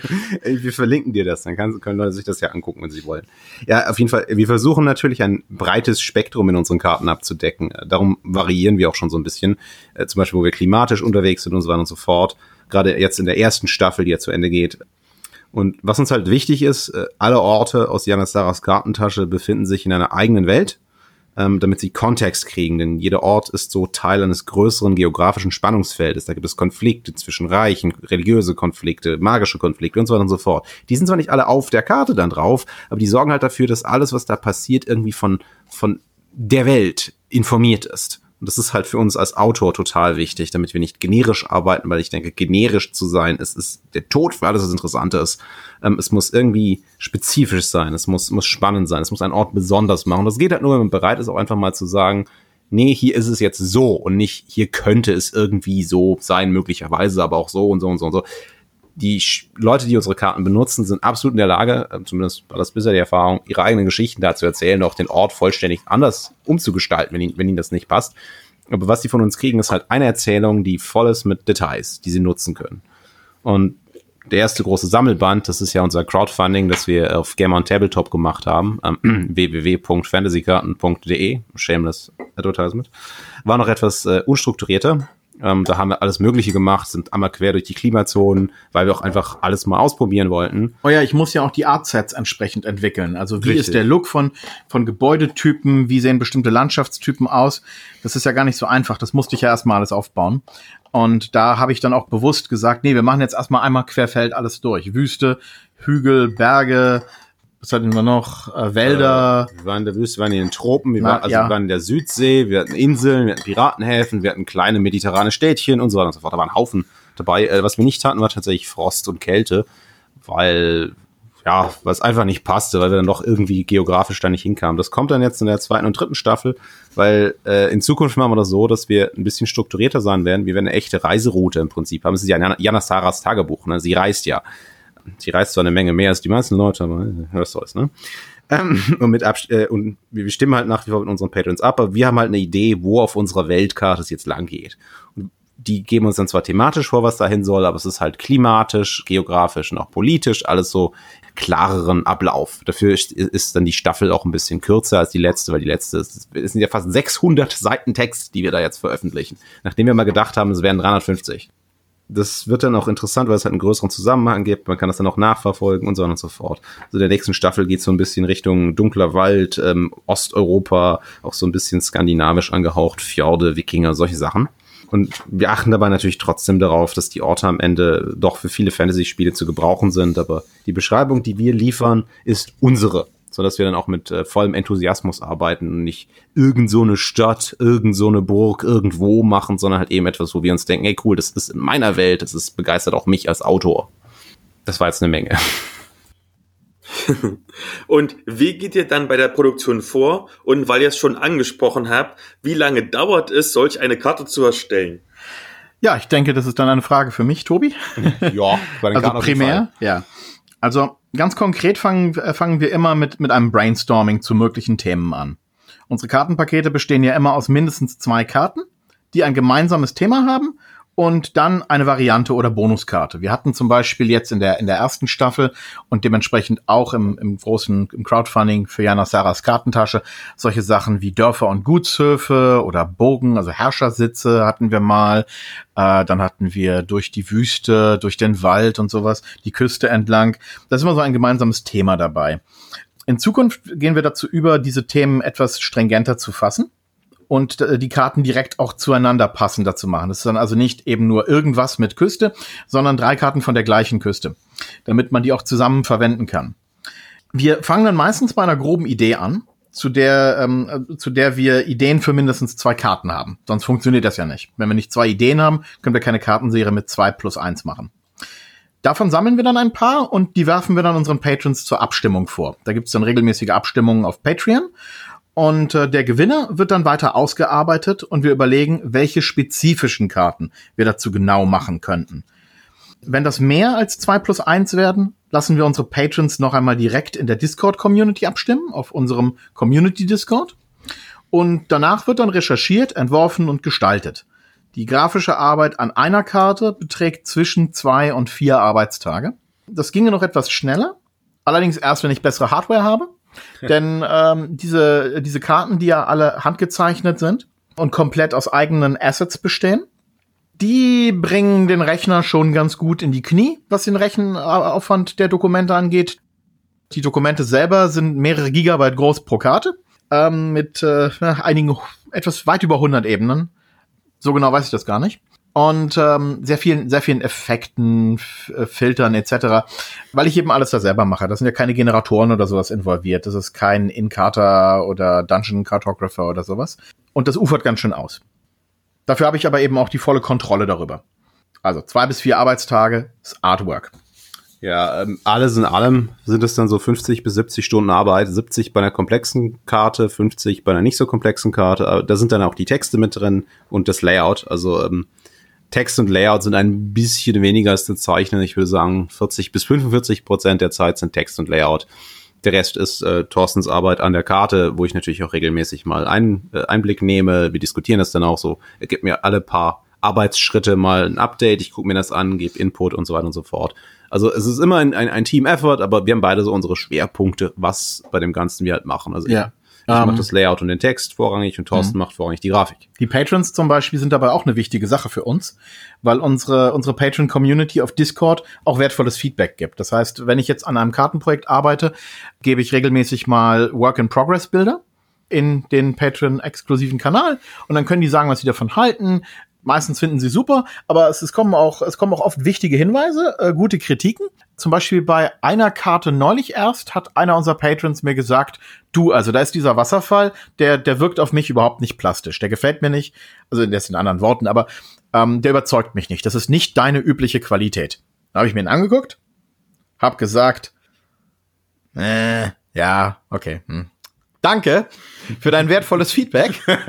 Wir verlinken dir das, dann kann, können Leute sich das ja angucken, wenn sie wollen. Ja, auf jeden Fall, wir versuchen natürlich ein breites Spektrum in unseren Karten abzudecken. Darum variieren wir auch schon so ein bisschen. Äh, zum Beispiel, wo wir klimatisch unterwegs sind und so weiter und so fort. Gerade jetzt in der ersten Staffel, die ja zu Ende geht. Und was uns halt wichtig ist, äh, alle Orte aus Janas Saras Kartentasche befinden sich in einer eigenen Welt, ähm, damit sie Kontext kriegen, denn jeder Ort ist so Teil eines größeren geografischen Spannungsfeldes. Da gibt es Konflikte zwischen Reichen, religiöse Konflikte, magische Konflikte und so weiter und so fort. Die sind zwar nicht alle auf der Karte dann drauf, aber die sorgen halt dafür, dass alles, was da passiert, irgendwie von, von der Welt informiert ist. Und das ist halt für uns als Autor total wichtig, damit wir nicht generisch arbeiten, weil ich denke, generisch zu sein, es ist der Tod für alles, was Interessante ist. Ähm, es muss irgendwie spezifisch sein, es muss, muss spannend sein, es muss einen Ort besonders machen. Und das geht halt nur, wenn man bereit ist, auch einfach mal zu sagen, nee, hier ist es jetzt so und nicht, hier könnte es irgendwie so sein, möglicherweise, aber auch so und so und so und so. Die Sch- Leute, die unsere Karten benutzen, sind absolut in der Lage, äh, zumindest war das bisher die Erfahrung, ihre eigenen Geschichten da zu erzählen, auch den Ort vollständig anders umzugestalten, wenn ihnen, wenn ihnen das nicht passt. Aber was sie von uns kriegen, ist halt eine Erzählung, die voll ist mit Details, die sie nutzen können. Und der erste große Sammelband, das ist ja unser Crowdfunding, das wir auf Gamer on Tabletop gemacht haben, ähm, w w w punkt fantasykarten punkt d e, shameless advertisement, war noch etwas äh, unstrukturierter. Ähm, da haben wir alles Mögliche gemacht, sind einmal quer durch die Klimazonen, weil wir auch einfach alles mal ausprobieren wollten. Oh ja, ich muss ja auch die Artsets entsprechend entwickeln. Also wie Richtig. ist der Look von, von Gebäudetypen, wie sehen bestimmte Landschaftstypen aus? Das ist ja gar nicht so einfach, das musste ich ja erstmal alles aufbauen. Und da habe ich dann auch bewusst gesagt, nee, wir machen jetzt erstmal einmal querfeld alles durch. Wüste, Hügel, Berge, was hatten wir noch? Äh, Wälder. Äh, wir waren in der Wüste, wir waren in den Tropen, wir, Na, waren, also ja. wir waren in der Südsee, wir hatten Inseln, wir hatten Piratenhäfen, wir hatten kleine mediterrane Städtchen und so weiter und so fort. Da waren ein Haufen dabei. Äh, was wir nicht hatten, war tatsächlich Frost und Kälte, weil, ja, weil es einfach nicht passte, weil wir dann doch irgendwie geografisch da nicht hinkamen. Das kommt dann jetzt in der zweiten und dritten Staffel, weil äh, in Zukunft machen wir das so, dass wir ein bisschen strukturierter sein werden. Wir werden eine echte Reiseroute im Prinzip haben. Es ist ja Jana, Jana Saras Tagebuch, ne? Sie reist ja. Sie reist zwar eine Menge mehr als die meisten Leute, aber was soll's, ne? Ähm, und, mit Abst- äh, und wir stimmen halt nach wie vor mit unseren Patrons ab, aber wir haben halt eine Idee, wo auf unserer Weltkarte es jetzt lang geht. Und die geben uns dann zwar thematisch vor, was dahin soll, aber es ist halt klimatisch, geografisch und auch politisch alles so klareren Ablauf. Dafür ist, ist dann die Staffel auch ein bisschen kürzer als die letzte, weil die letzte ist, es sind ja fast sechshundert Seiten Text, die wir da jetzt veröffentlichen. Nachdem wir mal gedacht haben, es wären dreihundertfünfzig. Das wird dann auch interessant, weil es halt einen größeren Zusammenhang gibt. Man kann das dann auch nachverfolgen und so weiter und so fort. Also der nächsten Staffel geht so ein bisschen Richtung dunkler Wald, ähm, Osteuropa, auch so ein bisschen skandinavisch angehaucht, Fjorde, Wikinger, solche Sachen. Und wir achten dabei natürlich trotzdem darauf, dass die Orte am Ende doch für viele Fantasy-Spiele zu gebrauchen sind. Aber die Beschreibung, die wir liefern, ist unsere, sodass wir dann auch mit äh, vollem Enthusiasmus arbeiten und nicht irgend so eine Stadt, irgend so eine Burg irgendwo machen, sondern halt eben etwas, wo wir uns denken, hey cool, das ist in meiner Welt, das ist begeistert auch mich als Autor. Das war jetzt eine Menge. Und wie geht ihr dann bei der Produktion vor? Und weil ihr es schon angesprochen habt, wie lange dauert es, solch eine Karte zu erstellen? Ja, ich denke, das ist dann eine Frage für mich, Tobi. Ja, bei den Also Karten auf jeden Fall. primär, ja. Also ganz konkret fangen, äh, fangen wir immer mit, mit einem Brainstorming zu möglichen Themen an. Unsere Kartenpakete bestehen ja immer aus mindestens zwei Karten, die ein gemeinsames Thema haben und dann eine Variante oder Bonuskarte. Wir hatten zum Beispiel jetzt in der in der ersten Staffel und dementsprechend auch im, im großen im Crowdfunding für Jana Saras Kartentasche solche Sachen wie Dörfer und Gutshöfe oder Burgen, also Herrschersitze hatten wir mal. Äh, dann hatten wir durch die Wüste, durch den Wald und sowas, die Küste entlang. Da ist immer so ein gemeinsames Thema dabei. In Zukunft gehen wir dazu über, diese Themen etwas stringenter zu fassen und äh, die Karten direkt auch zueinander passender zu machen. Das ist dann also nicht eben nur irgendwas mit Küste, sondern drei Karten von der gleichen Küste, damit man die auch zusammen verwenden kann. Wir fangen dann meistens bei einer groben Idee an, zu der ähm, zu der wir Ideen für mindestens zwei Karten haben. Sonst funktioniert das ja nicht. Wenn wir nicht zwei Ideen haben, können wir keine Kartenserie mit zwei plus eins machen. Davon sammeln wir dann ein paar und die werfen wir dann unseren Patrons zur Abstimmung vor. Da gibt es dann regelmäßige Abstimmungen auf Patreon. Und äh, der Gewinner wird dann weiter ausgearbeitet und wir überlegen, welche spezifischen Karten wir dazu genau machen könnten. Wenn das mehr als zwei plus eins werden, lassen wir unsere Patrons noch einmal direkt in der Discord-Community abstimmen, auf unserem Community-Discord. Und danach wird dann recherchiert, entworfen und gestaltet. Die grafische Arbeit an einer Karte beträgt zwischen zwei und vier Arbeitstage. Das ginge noch etwas schneller, allerdings erst, wenn ich bessere Hardware habe. Denn ähm, diese, diese Karten, die ja alle handgezeichnet sind und komplett aus eigenen Assets bestehen, die bringen den Rechner schon ganz gut in die Knie, was den Rechenaufwand der Dokumente angeht. Die Dokumente selber sind mehrere Gigabyte groß pro Karte, ähm, mit äh, einigen, etwas weit über hundert Ebenen. So genau weiß ich das gar nicht. Und ähm, sehr vielen, sehr vielen Effekten, F- Filtern et cetera, weil ich eben alles da selber mache. Das sind ja keine Generatoren oder sowas involviert. Das ist kein Incata oder Dungeon Cartographer oder sowas. Und das ufert ganz schön aus. Dafür habe ich aber eben auch die volle Kontrolle darüber. Also zwei bis vier Arbeitstage ist Artwork. Ja, ähm, alles in allem sind es dann so fünfzig bis siebzig Stunden Arbeit, siebzig bei einer komplexen Karte, fünfzig bei einer nicht so komplexen Karte. Da sind dann auch die Texte mit drin und das Layout. Also ähm, Text und Layout sind ein bisschen weniger als zu zeichnen. Ich würde sagen, vierzig bis fünfundvierzig Prozent der Zeit sind Text und Layout. Der Rest ist äh, Thorstens Arbeit an der Karte, wo ich natürlich auch regelmäßig mal einen äh, Einblick nehme. Wir diskutieren das dann auch so. Er gibt mir alle paar Arbeitsschritte mal ein Update. Ich gucke mir das an, gebe Input und so weiter und so fort. Also es ist immer ein, ein, ein Team-Effort, aber wir haben beide so unsere Schwerpunkte, was bei dem Ganzen wir halt machen. Also ja. ich, ich um, mache das Layout und den Text vorrangig und Thorsten m- macht vorrangig die Grafik. Die Patrons zum Beispiel sind dabei auch eine wichtige Sache für uns, weil unsere, unsere Patron-Community auf Discord auch wertvolles Feedback gibt. Das heißt, wenn ich jetzt an einem Kartenprojekt arbeite, gebe ich regelmäßig mal Work-in-Progress-Bilder in den Patron-exklusiven Kanal und dann können die sagen, was sie davon halten. Meistens finden sie super, aber es, es kommen auch, es kommen auch oft wichtige Hinweise, äh, gute Kritiken. Zum Beispiel bei einer Karte neulich erst hat einer unserer Patrons mir gesagt, du, also da ist dieser Wasserfall, der, der wirkt auf mich überhaupt nicht plastisch. Der gefällt mir nicht, also der ist in anderen Worten, aber ähm, der überzeugt mich nicht. Das ist nicht deine übliche Qualität. Da habe ich mir ihn angeguckt, hab gesagt, äh, ja, okay, hm. Danke für dein wertvolles Feedback.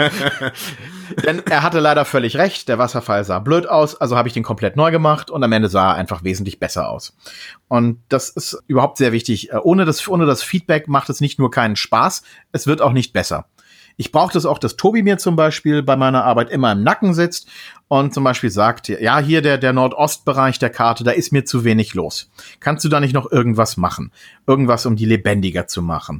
Denn er hatte leider völlig recht. Der Wasserfall sah blöd aus, also habe ich den komplett neu gemacht und am Ende sah er einfach wesentlich besser aus. Und das ist überhaupt sehr wichtig. Ohne das, ohne das Feedback macht es nicht nur keinen Spaß, es wird auch nicht besser. Ich brauche das auch, dass Tobi mir zum Beispiel bei meiner Arbeit immer im Nacken sitzt und zum Beispiel sagt, ja, hier der, der Nordostbereich der Karte, da ist mir zu wenig los. Kannst du da nicht noch irgendwas machen? Irgendwas, um die lebendiger zu machen?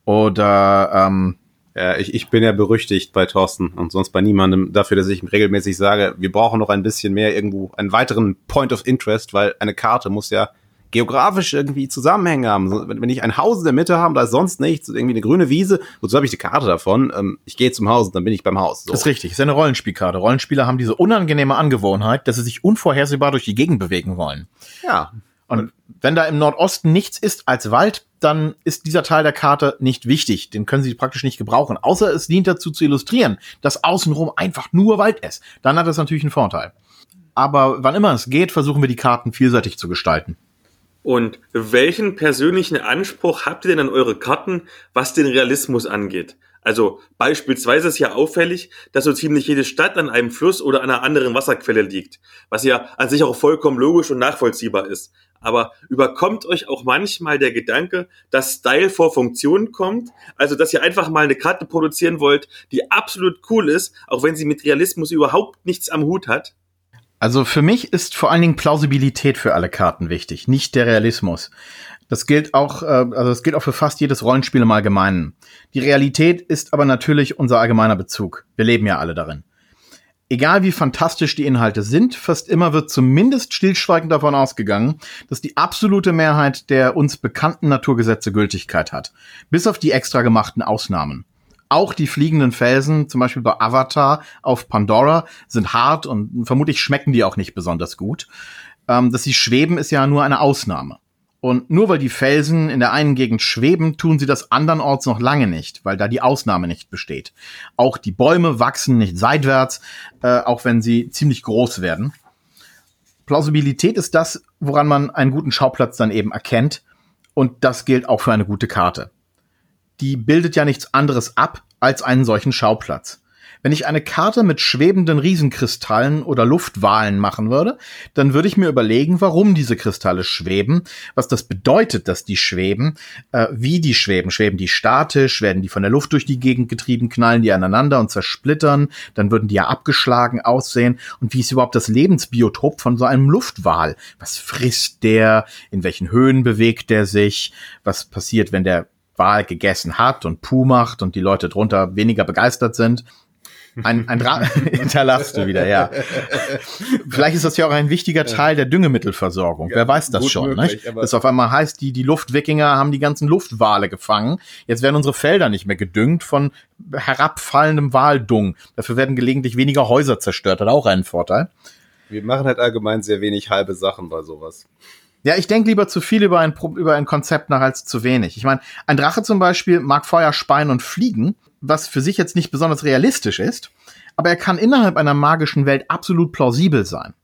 Oder, ähm, Ja, ich, ich bin ja berüchtigt bei Thorsten und sonst bei niemandem dafür, dass ich regelmäßig sage, wir brauchen noch ein bisschen mehr irgendwo, einen weiteren Point of Interest, weil eine Karte muss ja geografisch irgendwie Zusammenhänge haben. Wenn ich ein Haus in der Mitte habe, da ist sonst nichts, irgendwie eine grüne Wiese, wozu habe ich die Karte davon? Ähm, ich gehe zum Haus und dann bin ich beim Haus. So. Das ist richtig, das ist eine Rollenspielkarte. Rollenspieler haben diese unangenehme Angewohnheit, dass sie sich unvorhersehbar durch die Gegend bewegen wollen. Ja. Und wenn da im Nordosten nichts ist als Wald, dann ist dieser Teil der Karte nicht wichtig. Den können sie praktisch nicht gebrauchen. Außer es dient dazu zu illustrieren, dass außenrum einfach nur Wald ist. Dann hat das natürlich einen Vorteil. Aber wann immer es geht, versuchen wir die Karten vielseitig zu gestalten. Und welchen persönlichen Anspruch habt ihr denn an eure Karten, was den Realismus angeht? Also beispielsweise ist ja auffällig, dass so ziemlich jede Stadt an einem Fluss oder einer anderen Wasserquelle liegt, was ja an sich auch vollkommen logisch und nachvollziehbar ist. Aber überkommt euch auch manchmal der Gedanke, dass Style vor Funktion kommt? Also dass ihr einfach mal eine Karte produzieren wollt, die absolut cool ist, auch wenn sie mit Realismus überhaupt nichts am Hut hat? Also für mich ist vor allen Dingen Plausibilität für alle Karten wichtig, nicht der Realismus. Das gilt auch, also das gilt auch für fast jedes Rollenspiel im Allgemeinen. Die Realität ist aber natürlich unser allgemeiner Bezug. Wir leben ja alle darin. Egal wie fantastisch die Inhalte sind, fast immer wird zumindest stillschweigend davon ausgegangen, dass die absolute Mehrheit der uns bekannten Naturgesetze Gültigkeit hat. Bis auf die extra gemachten Ausnahmen. Auch die fliegenden Felsen, zum Beispiel bei Avatar auf Pandora, sind hart und vermutlich schmecken die auch nicht besonders gut. Ähm, dass sie schweben, ist ja nur eine Ausnahme. Und nur weil die Felsen in der einen Gegend schweben, tun sie das andernorts noch lange nicht, weil da die Ausnahme nicht besteht. Auch die Bäume wachsen nicht seitwärts, äh, auch wenn sie ziemlich groß werden. Plausibilität ist das, woran man einen guten Schauplatz dann eben erkennt. Und das gilt auch für eine gute Karte. Die bildet ja nichts anderes ab als einen solchen Schauplatz. Wenn ich eine Karte mit schwebenden Riesenkristallen oder Luftwalen machen würde, dann würde ich mir überlegen, warum diese Kristalle schweben, was das bedeutet, dass die schweben, äh, wie die schweben. Schweben die statisch, werden die von der Luft durch die Gegend getrieben, knallen die aneinander und zersplittern, dann würden die ja abgeschlagen aussehen. Und wie ist überhaupt das Lebensbiotop von so einem Luftwal? Was frisst der? In welchen Höhen bewegt der sich? Was passiert, wenn der Wal gegessen hat und Puh macht und die Leute drunter weniger begeistert sind? Ein, ein Dra- hinterlachst du wieder, ja. Vielleicht ist das ja auch ein wichtiger Teil der Düngemittelversorgung. Ja, wer weiß das schon, möglich, nicht? Dass auf einmal heißt, die, die Luftwikinger haben die ganzen Luftwale gefangen. Jetzt werden unsere Felder nicht mehr gedüngt von herabfallendem Waldung. Dafür werden gelegentlich weniger Häuser zerstört. Hat auch einen Vorteil. Wir machen halt allgemein sehr wenig halbe Sachen bei sowas. Ja, ich denke lieber zu viel über ein, über ein Konzept nach als zu wenig. Ich meine, ein Drache zum Beispiel mag Feuer, Speien und Fliegen, was für sich jetzt nicht besonders realistisch ist, aber er kann innerhalb einer magischen Welt absolut plausibel sein.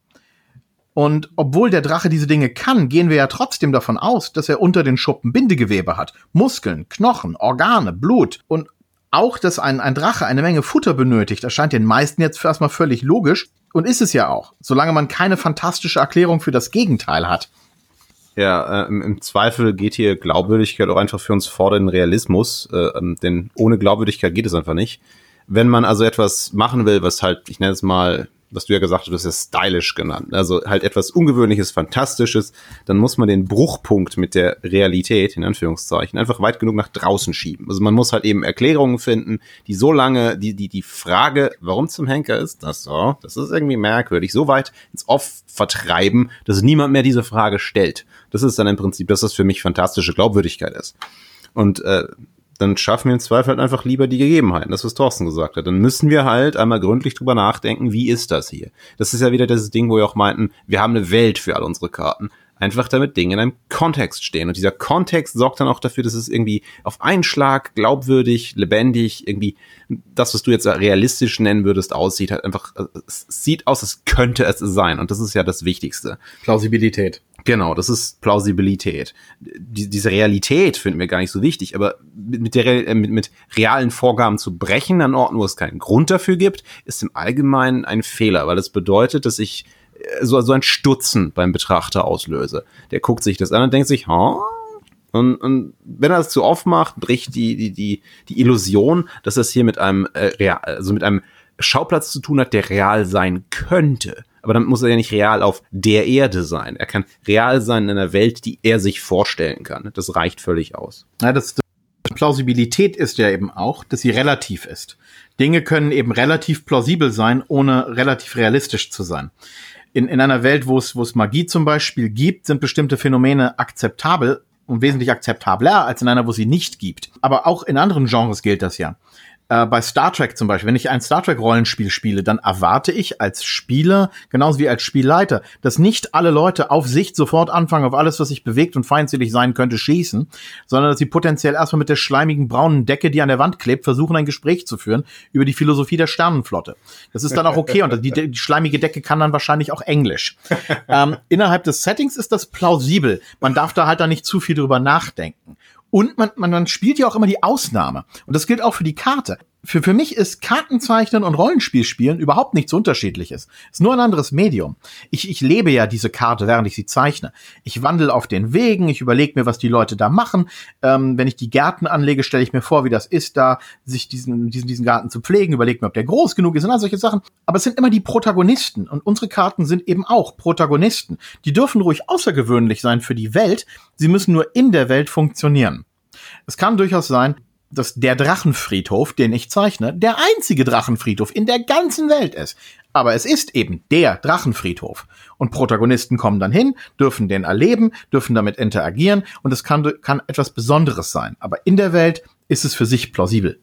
Und obwohl der Drache diese Dinge kann, gehen wir ja trotzdem davon aus, dass er unter den Schuppen Bindegewebe hat. Muskeln, Knochen, Organe, Blut. Und auch, dass ein, ein Drache eine Menge Futter benötigt, erscheint den meisten jetzt erstmal völlig logisch. Und ist es ja auch, solange man keine fantastische Erklärung für das Gegenteil hat. Ja, äh, im, im Zweifel geht hier Glaubwürdigkeit auch einfach für uns vor den Realismus, äh, denn ohne Glaubwürdigkeit geht es einfach nicht. Wenn man also etwas machen will, was halt, ich nenne es mal, was du ja gesagt hast, du hast es stylisch genannt, also halt etwas Ungewöhnliches, Fantastisches, dann muss man den Bruchpunkt mit der Realität, in Anführungszeichen, einfach weit genug nach draußen schieben. Also man muss halt eben Erklärungen finden, die so lange, die die die Frage, warum zum Henker ist das so, das ist irgendwie merkwürdig, so weit ins Off vertreiben, dass niemand mehr diese Frage stellt. Das ist dann im Prinzip, dass das für mich fantastische Glaubwürdigkeit ist. Und äh, dann schaffen wir im Zweifel halt einfach lieber die Gegebenheiten, das was Thorsten gesagt hat. Dann müssen wir halt einmal gründlich drüber nachdenken, wie ist das hier? Das ist ja wieder das Ding, wo wir auch meinten, wir haben eine Welt für all unsere Karten. Einfach damit Dinge in einem Kontext stehen. Und dieser Kontext sorgt dann auch dafür, dass es irgendwie auf einen Schlag glaubwürdig, lebendig, irgendwie das, was du jetzt realistisch nennen würdest, aussieht. Halt einfach, es sieht aus, als könnte es sein. Und das ist ja das Wichtigste. Plausibilität. Genau, das ist Plausibilität. Die, diese Realität finden wir gar nicht so wichtig, aber mit, der, äh, mit, mit realen Vorgaben zu brechen an Orten, wo es keinen Grund dafür gibt, ist im Allgemeinen ein Fehler, weil das bedeutet, dass ich so, so ein Stutzen beim Betrachter auslöse. Der guckt sich das an und denkt sich, ha? Und, und wenn er das zu oft macht, bricht die, die, die, die Illusion, dass das hier mit einem, äh, real, also mit einem Schauplatz zu tun hat, der real sein könnte. Aber dann muss er ja nicht real auf der Erde sein. Er kann real sein in einer Welt, die er sich vorstellen kann. Das reicht völlig aus. Ja, das, das Plausibilität ist ja eben auch, dass sie relativ ist. Dinge können eben relativ plausibel sein, ohne relativ realistisch zu sein. In, in einer Welt, wo es, wo es Magie zum Beispiel gibt, sind bestimmte Phänomene akzeptabel und wesentlich akzeptabler als in einer, wo sie nicht gibt. Aber auch in anderen Genres gilt das ja. Äh, bei Star Trek zum Beispiel, wenn ich ein Star Trek-Rollenspiel spiele, dann erwarte ich als Spieler, genauso wie als Spielleiter, dass nicht alle Leute auf Sicht sofort anfangen, auf alles, was sich bewegt und feindselig sein könnte, schießen, sondern dass sie potenziell erstmal mit der schleimigen braunen Decke, die an der Wand klebt, versuchen, ein Gespräch zu führen über die Philosophie der Sternenflotte. Das ist dann auch okay und die, die schleimige Decke kann dann wahrscheinlich auch Englisch. Ähm, innerhalb des Settings ist das plausibel. Man darf da halt dann nicht zu viel drüber nachdenken. Und man, man, man spielt ja auch immer die Ausnahme. Und das gilt auch für die Karte. Für, für mich ist Kartenzeichnen und Rollenspielspielen überhaupt nichts Unterschiedliches. Es ist nur ein anderes Medium. Ich, ich lebe ja diese Karte, während ich sie zeichne. Ich wandle auf den Wegen, ich überlege mir, was die Leute da machen. Ähm, wenn ich die Gärten anlege, stelle ich mir vor, wie das ist, da sich diesen, diesen, diesen Garten zu pflegen, überlege mir, ob der groß genug ist und all solche Sachen. Aber es sind immer die Protagonisten. Und unsere Karten sind eben auch Protagonisten. Die dürfen ruhig außergewöhnlich sein für die Welt. Sie müssen nur in der Welt funktionieren. Es kann durchaus sein, dass der Drachenfriedhof, den ich zeichne, der einzige Drachenfriedhof in der ganzen Welt ist. Aber es ist eben der Drachenfriedhof. Und Protagonisten kommen dann hin, dürfen den erleben, dürfen damit interagieren und es kann, kann etwas Besonderes sein. Aber in der Welt ist es für sich plausibel.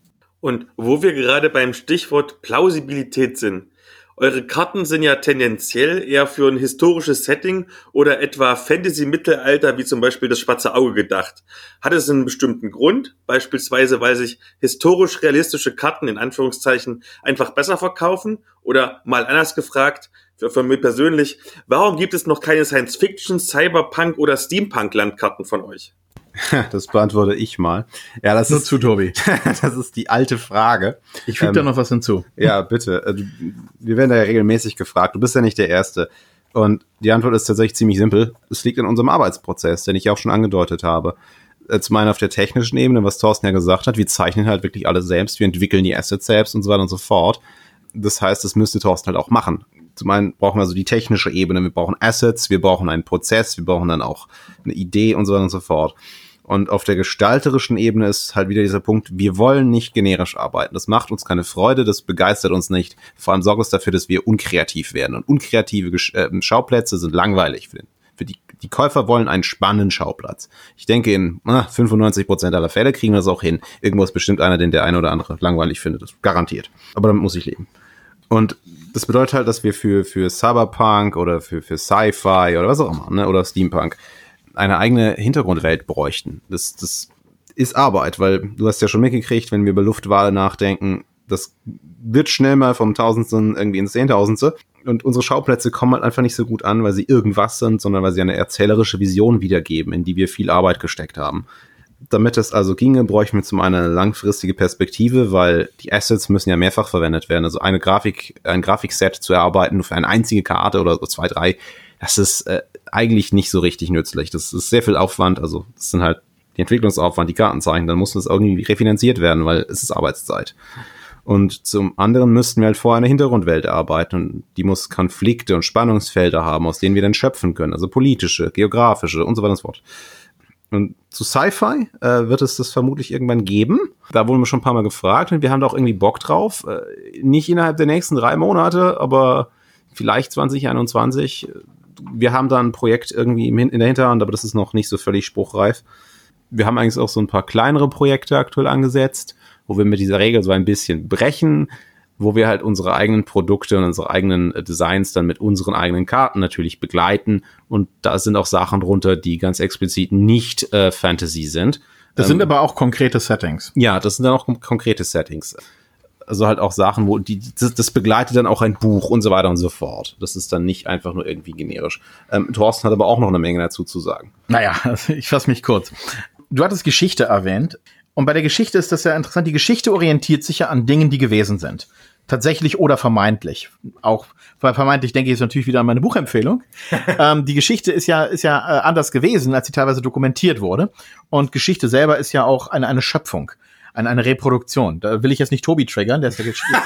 Und wo wir gerade beim Stichwort Plausibilität sind, eure Karten sind ja tendenziell eher für ein historisches Setting oder etwa Fantasy-Mittelalter, wie zum Beispiel das Schwarze Auge gedacht. Hat es einen bestimmten Grund? Beispielsweise, weil sich historisch-realistische Karten in Anführungszeichen einfach besser verkaufen? Oder mal anders gefragt, für, für mich persönlich, warum gibt es noch keine Science-Fiction, Cyberpunk oder Steampunk-Landkarten von euch? Das beantworte ich mal. Ja, das Nur ist, zu, Tobi. Das ist die alte Frage. Ich füge ähm, da noch was hinzu. Ja, bitte. Wir werden da ja regelmäßig gefragt. Du bist ja nicht der Erste. Und die Antwort ist tatsächlich ziemlich simpel. Es liegt in unserem Arbeitsprozess, den ich auch schon angedeutet habe. Zum einen auf der technischen Ebene, was Thorsten ja gesagt hat, wir zeichnen halt wirklich alles selbst, wir entwickeln die Assets selbst und so weiter und so fort. Das heißt, das müsste Thorsten halt auch machen. Zum einen brauchen wir also die technische Ebene, wir brauchen Assets, wir brauchen einen Prozess, wir brauchen dann auch eine Idee und so weiter und so fort. Und auf der gestalterischen Ebene ist halt wieder dieser Punkt, wir wollen nicht generisch arbeiten. Das macht uns keine Freude, das begeistert uns nicht. Vor allem sorgt es dafür, dass wir unkreativ werden. Und unkreative Gesch- äh, Schauplätze sind langweilig für den Für die, die Käufer wollen einen spannenden Schauplatz. Ich denke, in ah, fünfundneunzig Prozent aller Fälle kriegen wir das auch hin. Irgendwo ist bestimmt einer, den der eine oder andere langweilig findet. Das garantiert. Aber damit muss ich leben. Und das bedeutet halt, dass wir für, für Cyberpunk oder für, für Sci-Fi oder was auch immer, ne, oder Steampunk eine eigene Hintergrundwelt bräuchten. Das, das ist Arbeit, weil du hast ja schon mitgekriegt, wenn wir über Luftwale nachdenken, das wird schnell mal vom Tausendsten irgendwie ins Zehntausendste. Und unsere Schauplätze kommen halt einfach nicht so gut an, weil sie irgendwas sind, sondern weil sie eine erzählerische Vision wiedergeben, in die wir viel Arbeit gesteckt haben. Damit es also ginge, bräuchten wir zum einen eine langfristige Perspektive, weil die Assets müssen ja mehrfach verwendet werden. Also eine Grafik, ein Grafikset zu erarbeiten nur für eine einzige Karte oder so zwei, drei, das ist äh, eigentlich nicht so richtig nützlich. Das ist sehr viel Aufwand, also das sind halt die Entwicklungsaufwand, die Kartenzeichen, dann muss das irgendwie refinanziert werden, weil es ist Arbeitszeit. Und zum anderen müssten wir halt vorher eine Hintergrundwelt erarbeiten und die muss Konflikte und Spannungsfelder haben, aus denen wir dann schöpfen können, also politische, geografische und so weiter und so fort. Und zu Sci-Fi äh, wird es das vermutlich irgendwann geben. Da wurden wir schon ein paar Mal gefragt und wir haben da auch irgendwie Bock drauf. Äh, nicht innerhalb der nächsten drei Monate, aber vielleicht zwanzig einundzwanzig. Wir haben da ein Projekt irgendwie in der Hinterhand, aber das ist noch nicht so völlig spruchreif. Wir haben eigentlich auch so ein paar kleinere Projekte aktuell angesetzt, wo wir mit dieser Regel so ein bisschen brechen, wo wir halt unsere eigenen Produkte und unsere eigenen Designs dann mit unseren eigenen Karten natürlich begleiten. Und da sind auch Sachen drunter, die ganz explizit nicht äh, Fantasy sind. Das ähm, sind aber auch konkrete Settings. Ja, das sind dann auch konkrete Settings. Also halt auch Sachen, wo die das, das begleitet dann auch ein Buch und so weiter und so fort. Das ist dann nicht einfach nur irgendwie generisch. Ähm, Thorsten hat aber auch noch eine Menge dazu zu sagen. Naja, ich fasse mich kurz. Du hattest Geschichte erwähnt. Und bei der Geschichte ist das ja interessant. Die Geschichte orientiert sich ja an Dingen, die gewesen sind. Tatsächlich oder vermeintlich. Auch weil vermeintlich denke ich jetzt natürlich wieder an meine Buchempfehlung. ähm, die Geschichte ist ja ist ja äh, anders gewesen, als sie teilweise dokumentiert wurde. Und Geschichte selber ist ja auch eine eine Schöpfung, eine eine Reproduktion. Da will ich jetzt nicht Tobi triggern, der ist ja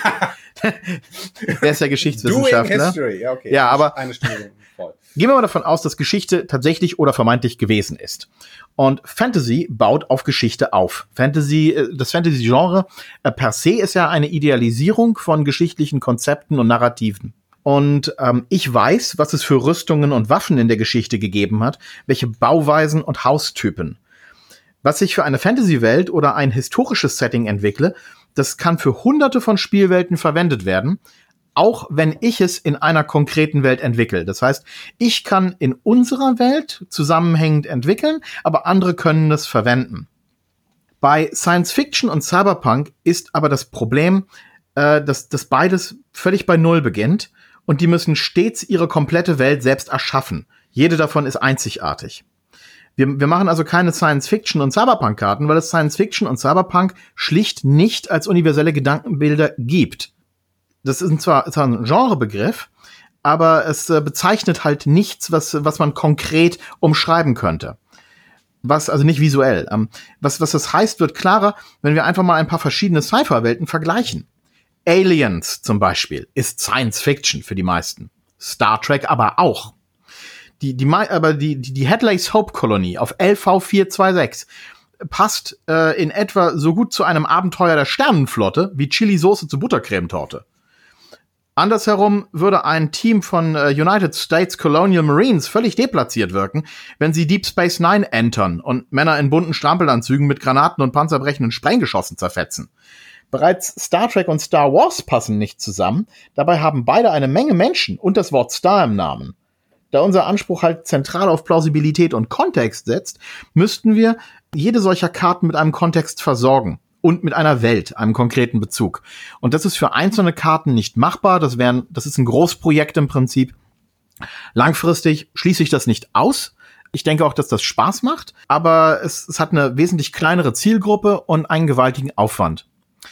Geschichts- der ist ja Geschichtswissenschaftler. Doing history. Ja, okay. Ja, aber eine Stunde voll. Gehen wir mal davon aus, dass Geschichte tatsächlich oder vermeintlich gewesen ist. Und Fantasy baut auf Geschichte auf. Fantasy, das Fantasy-Genre äh, per se ist ja eine Idealisierung von geschichtlichen Konzepten und Narrativen. Und ähm, ich weiß, was es für Rüstungen und Waffen in der Geschichte gegeben hat, welche Bauweisen und Haustypen. Was ich für eine Fantasy-Welt oder ein historisches Setting entwickle, das kann für hunderte von Spielwelten verwendet werden, auch wenn ich es in einer konkreten Welt entwickle. Das heißt, ich kann in unserer Welt zusammenhängend entwickeln, aber andere können es verwenden. Bei Science Fiction und Cyberpunk ist aber das Problem, äh, dass, dass beides völlig bei Null beginnt und die müssen stets ihre komplette Welt selbst erschaffen. Jede davon ist einzigartig. Wir, wir machen also keine Science Fiction und Cyberpunk-Karten, weil es Science Fiction und Cyberpunk schlicht nicht als universelle Gedankenbilder gibt. Das ist zwar, zwar ein Genrebegriff, aber es äh, bezeichnet halt nichts, was, was man konkret umschreiben könnte. Was, also nicht visuell. Ähm, was, was das heißt, wird klarer, wenn wir einfach mal ein paar verschiedene Sci-Fi-Welten vergleichen. Aliens zum Beispiel ist Science Fiction für die meisten. Star Trek aber auch. Die, die, aber die, die, die Hadley's Hope Kolonie auf L V vier zwei sechs passt äh, in etwa so gut zu einem Abenteuer der Sternenflotte wie Chili-Soße zu Buttercremetorte. Andersherum würde ein Team von äh, United States Colonial Marines völlig deplatziert wirken, wenn sie Deep Space Nine entern und Männer in bunten Strampelanzügen mit Granaten und panzerbrechenden Sprenggeschossen zerfetzen. Bereits Star Trek und Star Wars passen nicht zusammen, dabei haben beide eine Menge Menschen und das Wort Star im Namen. Da unser Anspruch halt zentral auf Plausibilität und Kontext setzt, müssten wir jede solcher Karten mit einem Kontext versorgen. Und mit einer Welt, einem konkreten Bezug. Und das ist für einzelne Karten nicht machbar. Das wären, das ist ein Großprojekt im Prinzip. Langfristig schließe ich das nicht aus. Ich denke auch, dass das Spaß macht, aber es, es hat eine wesentlich kleinere Zielgruppe und einen gewaltigen Aufwand.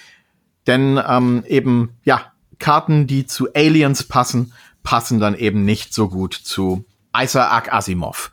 Denn ähm, eben, ja, Karten, die zu Aliens passen, passen dann eben nicht so gut zu Isaac Asimov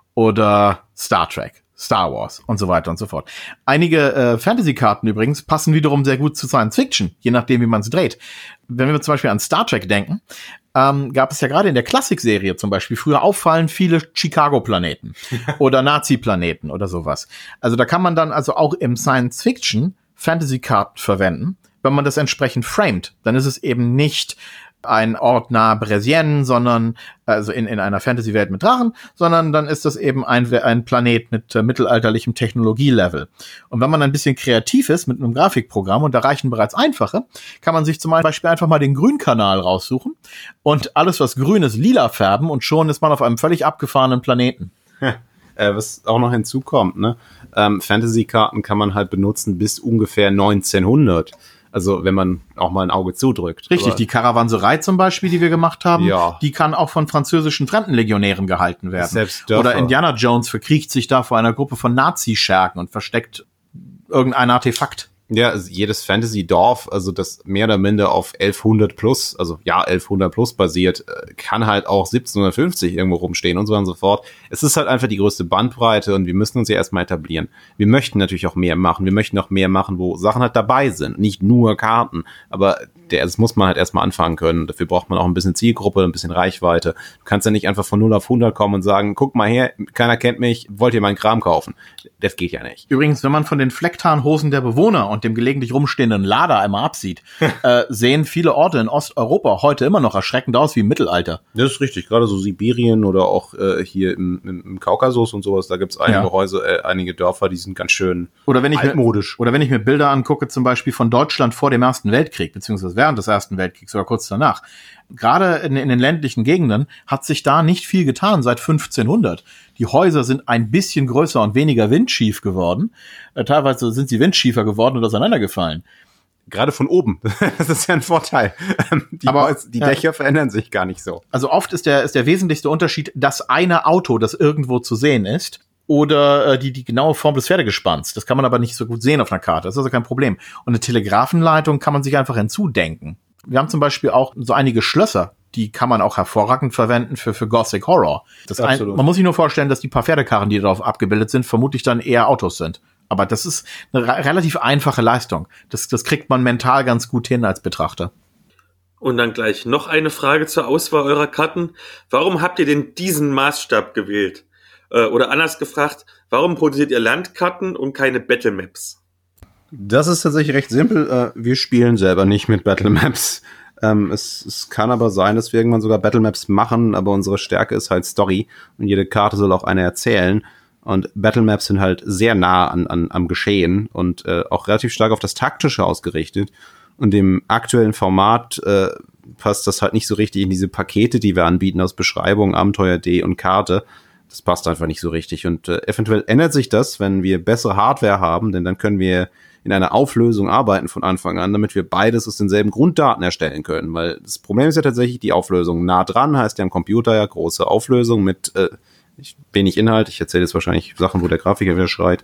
oder Star Trek, Star Wars und so weiter und so fort. Einige äh, Fantasy-Karten übrigens passen wiederum sehr gut zu Science Fiction, je nachdem, wie man es dreht. Wenn wir zum Beispiel an Star Trek denken, ähm, gab es ja gerade in der Klassikserie zum Beispiel früher auffallend viele Chicago-Planeten oder Nazi-Planeten oder sowas. Also da kann man dann also auch im Science Fiction Fantasy-Karten verwenden. Wenn man das entsprechend framet, dann ist es eben nicht ein Ort nahe Bresien, sondern also in, in einer Fantasy-Welt mit Drachen, sondern dann ist das eben ein, ein Planet mit äh, mittelalterlichem Technologielevel. Und wenn man ein bisschen kreativ ist mit einem Grafikprogramm, und da reichen bereits einfache, kann man sich zum Beispiel einfach mal den Grünkanal raussuchen und alles, was grün ist, lila färben und schon ist man auf einem völlig abgefahrenen Planeten. Äh, was auch noch hinzukommt, ne? Ähm, Fantasy-Karten kann man halt benutzen bis ungefähr neunzehnhundert. Also wenn man auch mal ein Auge zudrückt. Richtig, Aber die Karawanserei zum Beispiel, die wir gemacht haben, ja. die kann auch von französischen Fremdenlegionären gehalten werden. Selbst Dörfer. Oder Indiana Jones verkriecht sich da vor einer Gruppe von Nazi-Schergen und versteckt irgendein Artefakt. Ja, also jedes Fantasy-Dorf, also das mehr oder minder auf elfhundert plus, also ja, elfhundert plus basiert, kann halt auch siebzehnhundertfünfzig irgendwo rumstehen und so und so fort. Es ist halt einfach die größte Bandbreite und wir müssen uns ja erstmal etablieren. Wir möchten natürlich auch mehr machen. Wir möchten auch mehr machen, wo Sachen halt dabei sind. Nicht nur Karten, aber der, das muss man halt erstmal anfangen können. Dafür braucht man auch ein bisschen Zielgruppe, ein bisschen Reichweite. Du kannst ja nicht einfach von null auf hundert kommen und sagen, guck mal her, keiner kennt mich, wollt ihr meinen Kram kaufen? Das geht ja nicht. Übrigens, wenn man von den Flecktarnhosen der Bewohner und dem gelegentlich rumstehenden Lader einmal absieht, äh, sehen viele Orte in Osteuropa heute immer noch erschreckend aus wie im Mittelalter. Das ist richtig, gerade so Sibirien oder auch äh, hier im, im, im Kaukasus und sowas, da gibt's einige Ja. Häuser, äh, einige Dörfer, die sind ganz schön Oder wenn ich mir, altmodisch. oder wenn ich mir Bilder angucke, zum Beispiel von Deutschland vor dem Ersten Weltkrieg, beziehungsweise während des Ersten Weltkriegs oder kurz danach. Gerade in, in den ländlichen Gegenden hat sich da nicht viel getan seit fünfzehnhundert. Die Häuser sind ein bisschen größer und weniger windschief geworden. Äh, teilweise sind sie windschiefer geworden und auseinandergefallen. Gerade von oben. Das ist ja ein Vorteil. Die, Aber, Häus- die ja. Dächer verändern sich gar nicht so. Also oft ist der, ist der wesentlichste Unterschied das eine Auto, das irgendwo zu sehen ist. Oder äh, die, die genaue Form des Pferdegespanns. Das kann man aber nicht so gut sehen auf einer Karte. Das ist also kein Problem. Und eine Telegrafenleitung kann man sich einfach hinzudenken. Wir haben zum Beispiel auch so einige Schlösser, die kann man auch hervorragend verwenden für, für Gothic Horror. Das ein, Absolut. man muss sich nur vorstellen, dass die paar Pferdekarren, die darauf abgebildet sind, vermutlich dann eher Autos sind. Aber das ist eine re- relativ einfache Leistung. Das, das kriegt man mental ganz gut hin als Betrachter. Und dann gleich noch eine Frage zur Auswahl eurer Karten. Warum habt ihr denn diesen Maßstab gewählt? Äh, oder anders gefragt, warum produziert ihr Landkarten und keine Battle Maps? Das ist tatsächlich recht simpel. Äh, Wir spielen selber nicht mit Battle Maps. Ähm, es, es kann aber sein, dass wir irgendwann sogar Battle Maps machen, aber unsere Stärke ist halt Story und jede Karte soll auch eine erzählen. Und Battle Maps sind halt sehr nah an, an, am Geschehen und äh, auch relativ stark auf das Taktische ausgerichtet. Und im aktuellen Format äh, passt das halt nicht so richtig in diese Pakete, die wir anbieten aus Beschreibung, Abenteuer D und Karte. Das passt einfach nicht so richtig. Und äh, eventuell ändert sich das, wenn wir bessere Hardware haben, denn dann können wir in einer Auflösung arbeiten von Anfang an, damit wir beides aus denselben Grunddaten erstellen können. Weil das Problem ist ja tatsächlich die Auflösung. Nah dran heißt ja am Computer ja große Auflösung mit äh, wenig Inhalt. Ich erzähle jetzt wahrscheinlich Sachen, wo der Grafiker wieder schreit.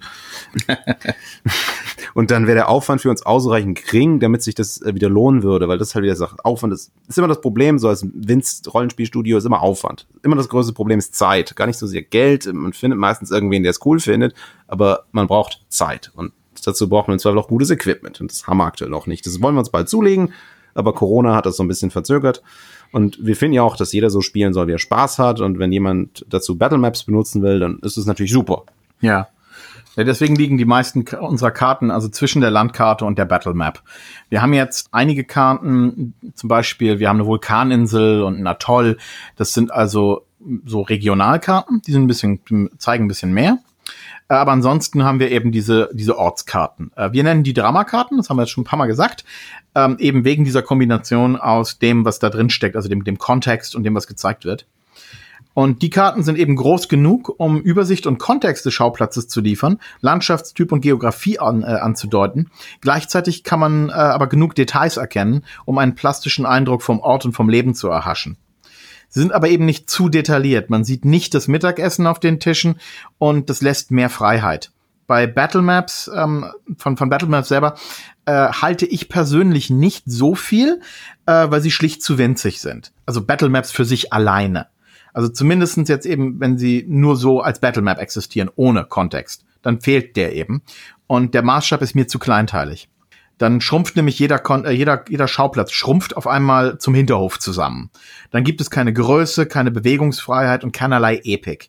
Und dann wäre der Aufwand für uns ausreichend gering, damit sich das äh, wieder lohnen würde, weil das halt wieder sagt, Aufwand ist, ist immer das Problem, so als Winz-Rollenspielstudio ist immer Aufwand. Immer das größte Problem ist Zeit. Gar nicht so sehr Geld. Man findet meistens irgendwen, der es cool findet, aber man braucht Zeit. Und dazu braucht man im Zweifel auch gutes Equipment. Und das haben wir aktuell noch nicht. Das wollen wir uns bald zulegen, aber Corona hat das so ein bisschen verzögert. Und wir finden ja auch, dass jeder so spielen soll, wie er Spaß hat. Und wenn jemand dazu Battle Maps benutzen will, dann ist es natürlich super. Ja. Ja, deswegen liegen die meisten K- unserer Karten also zwischen der Landkarte und der Battle Map. Wir haben jetzt einige Karten, zum Beispiel, wir haben eine Vulkaninsel und ein Atoll. Das sind also so Regionalkarten, die sind ein bisschen, zeigen ein bisschen mehr. Aber ansonsten haben wir eben diese, diese Ortskarten. Wir nennen die Dramakarten, das haben wir jetzt schon ein paar Mal gesagt, ähm, eben wegen dieser Kombination aus dem, was da drin steckt, also dem, dem Kontext und dem, was gezeigt wird. Und die Karten sind eben groß genug, um Übersicht und Kontext des Schauplatzes zu liefern, Landschaftstyp und Geografie an, äh, anzudeuten. Gleichzeitig kann man äh, aber genug Details erkennen, um einen plastischen Eindruck vom Ort und vom Leben zu erhaschen. Sie sind aber eben nicht zu detailliert. Man sieht nicht das Mittagessen auf den Tischen und das lässt mehr Freiheit. Bei Battlemaps, ähm, von, von Battlemaps selber, äh, halte ich persönlich nicht so viel, äh, weil sie schlicht zu winzig sind. Also Battlemaps für sich alleine. Also zumindestens jetzt eben, wenn sie nur so als Battlemap existieren, ohne Kontext. Dann fehlt der eben. Und der Maßstab ist mir zu kleinteilig. Dann schrumpft nämlich jeder, Kon- äh, jeder, jeder Schauplatz schrumpft auf einmal zum Hinterhof zusammen. Dann gibt es keine Größe, keine Bewegungsfreiheit und keinerlei Epik.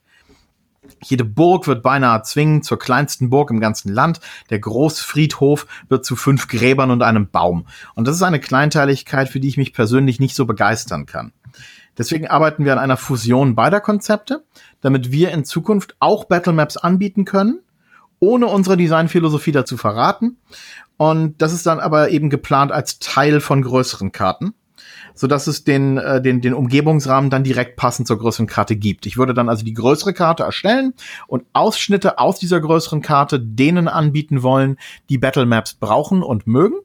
Jede Burg wird beinahe zwingend zur kleinsten Burg im ganzen Land. Der Großfriedhof wird zu fünf Gräbern und einem Baum. Und das ist eine Kleinteiligkeit, für die ich mich persönlich nicht so begeistern kann. Deswegen arbeiten wir an einer Fusion beider Konzepte, damit wir in Zukunft auch Battlemaps anbieten können, ohne unsere Designphilosophie dazu verraten. Und das ist dann aber eben geplant als Teil von größeren Karten, sodass es den, äh, den, den Umgebungsrahmen dann direkt passend zur größeren Karte gibt. Ich würde dann also die größere Karte erstellen und Ausschnitte aus dieser größeren Karte denen anbieten wollen, die Battlemaps brauchen und mögen.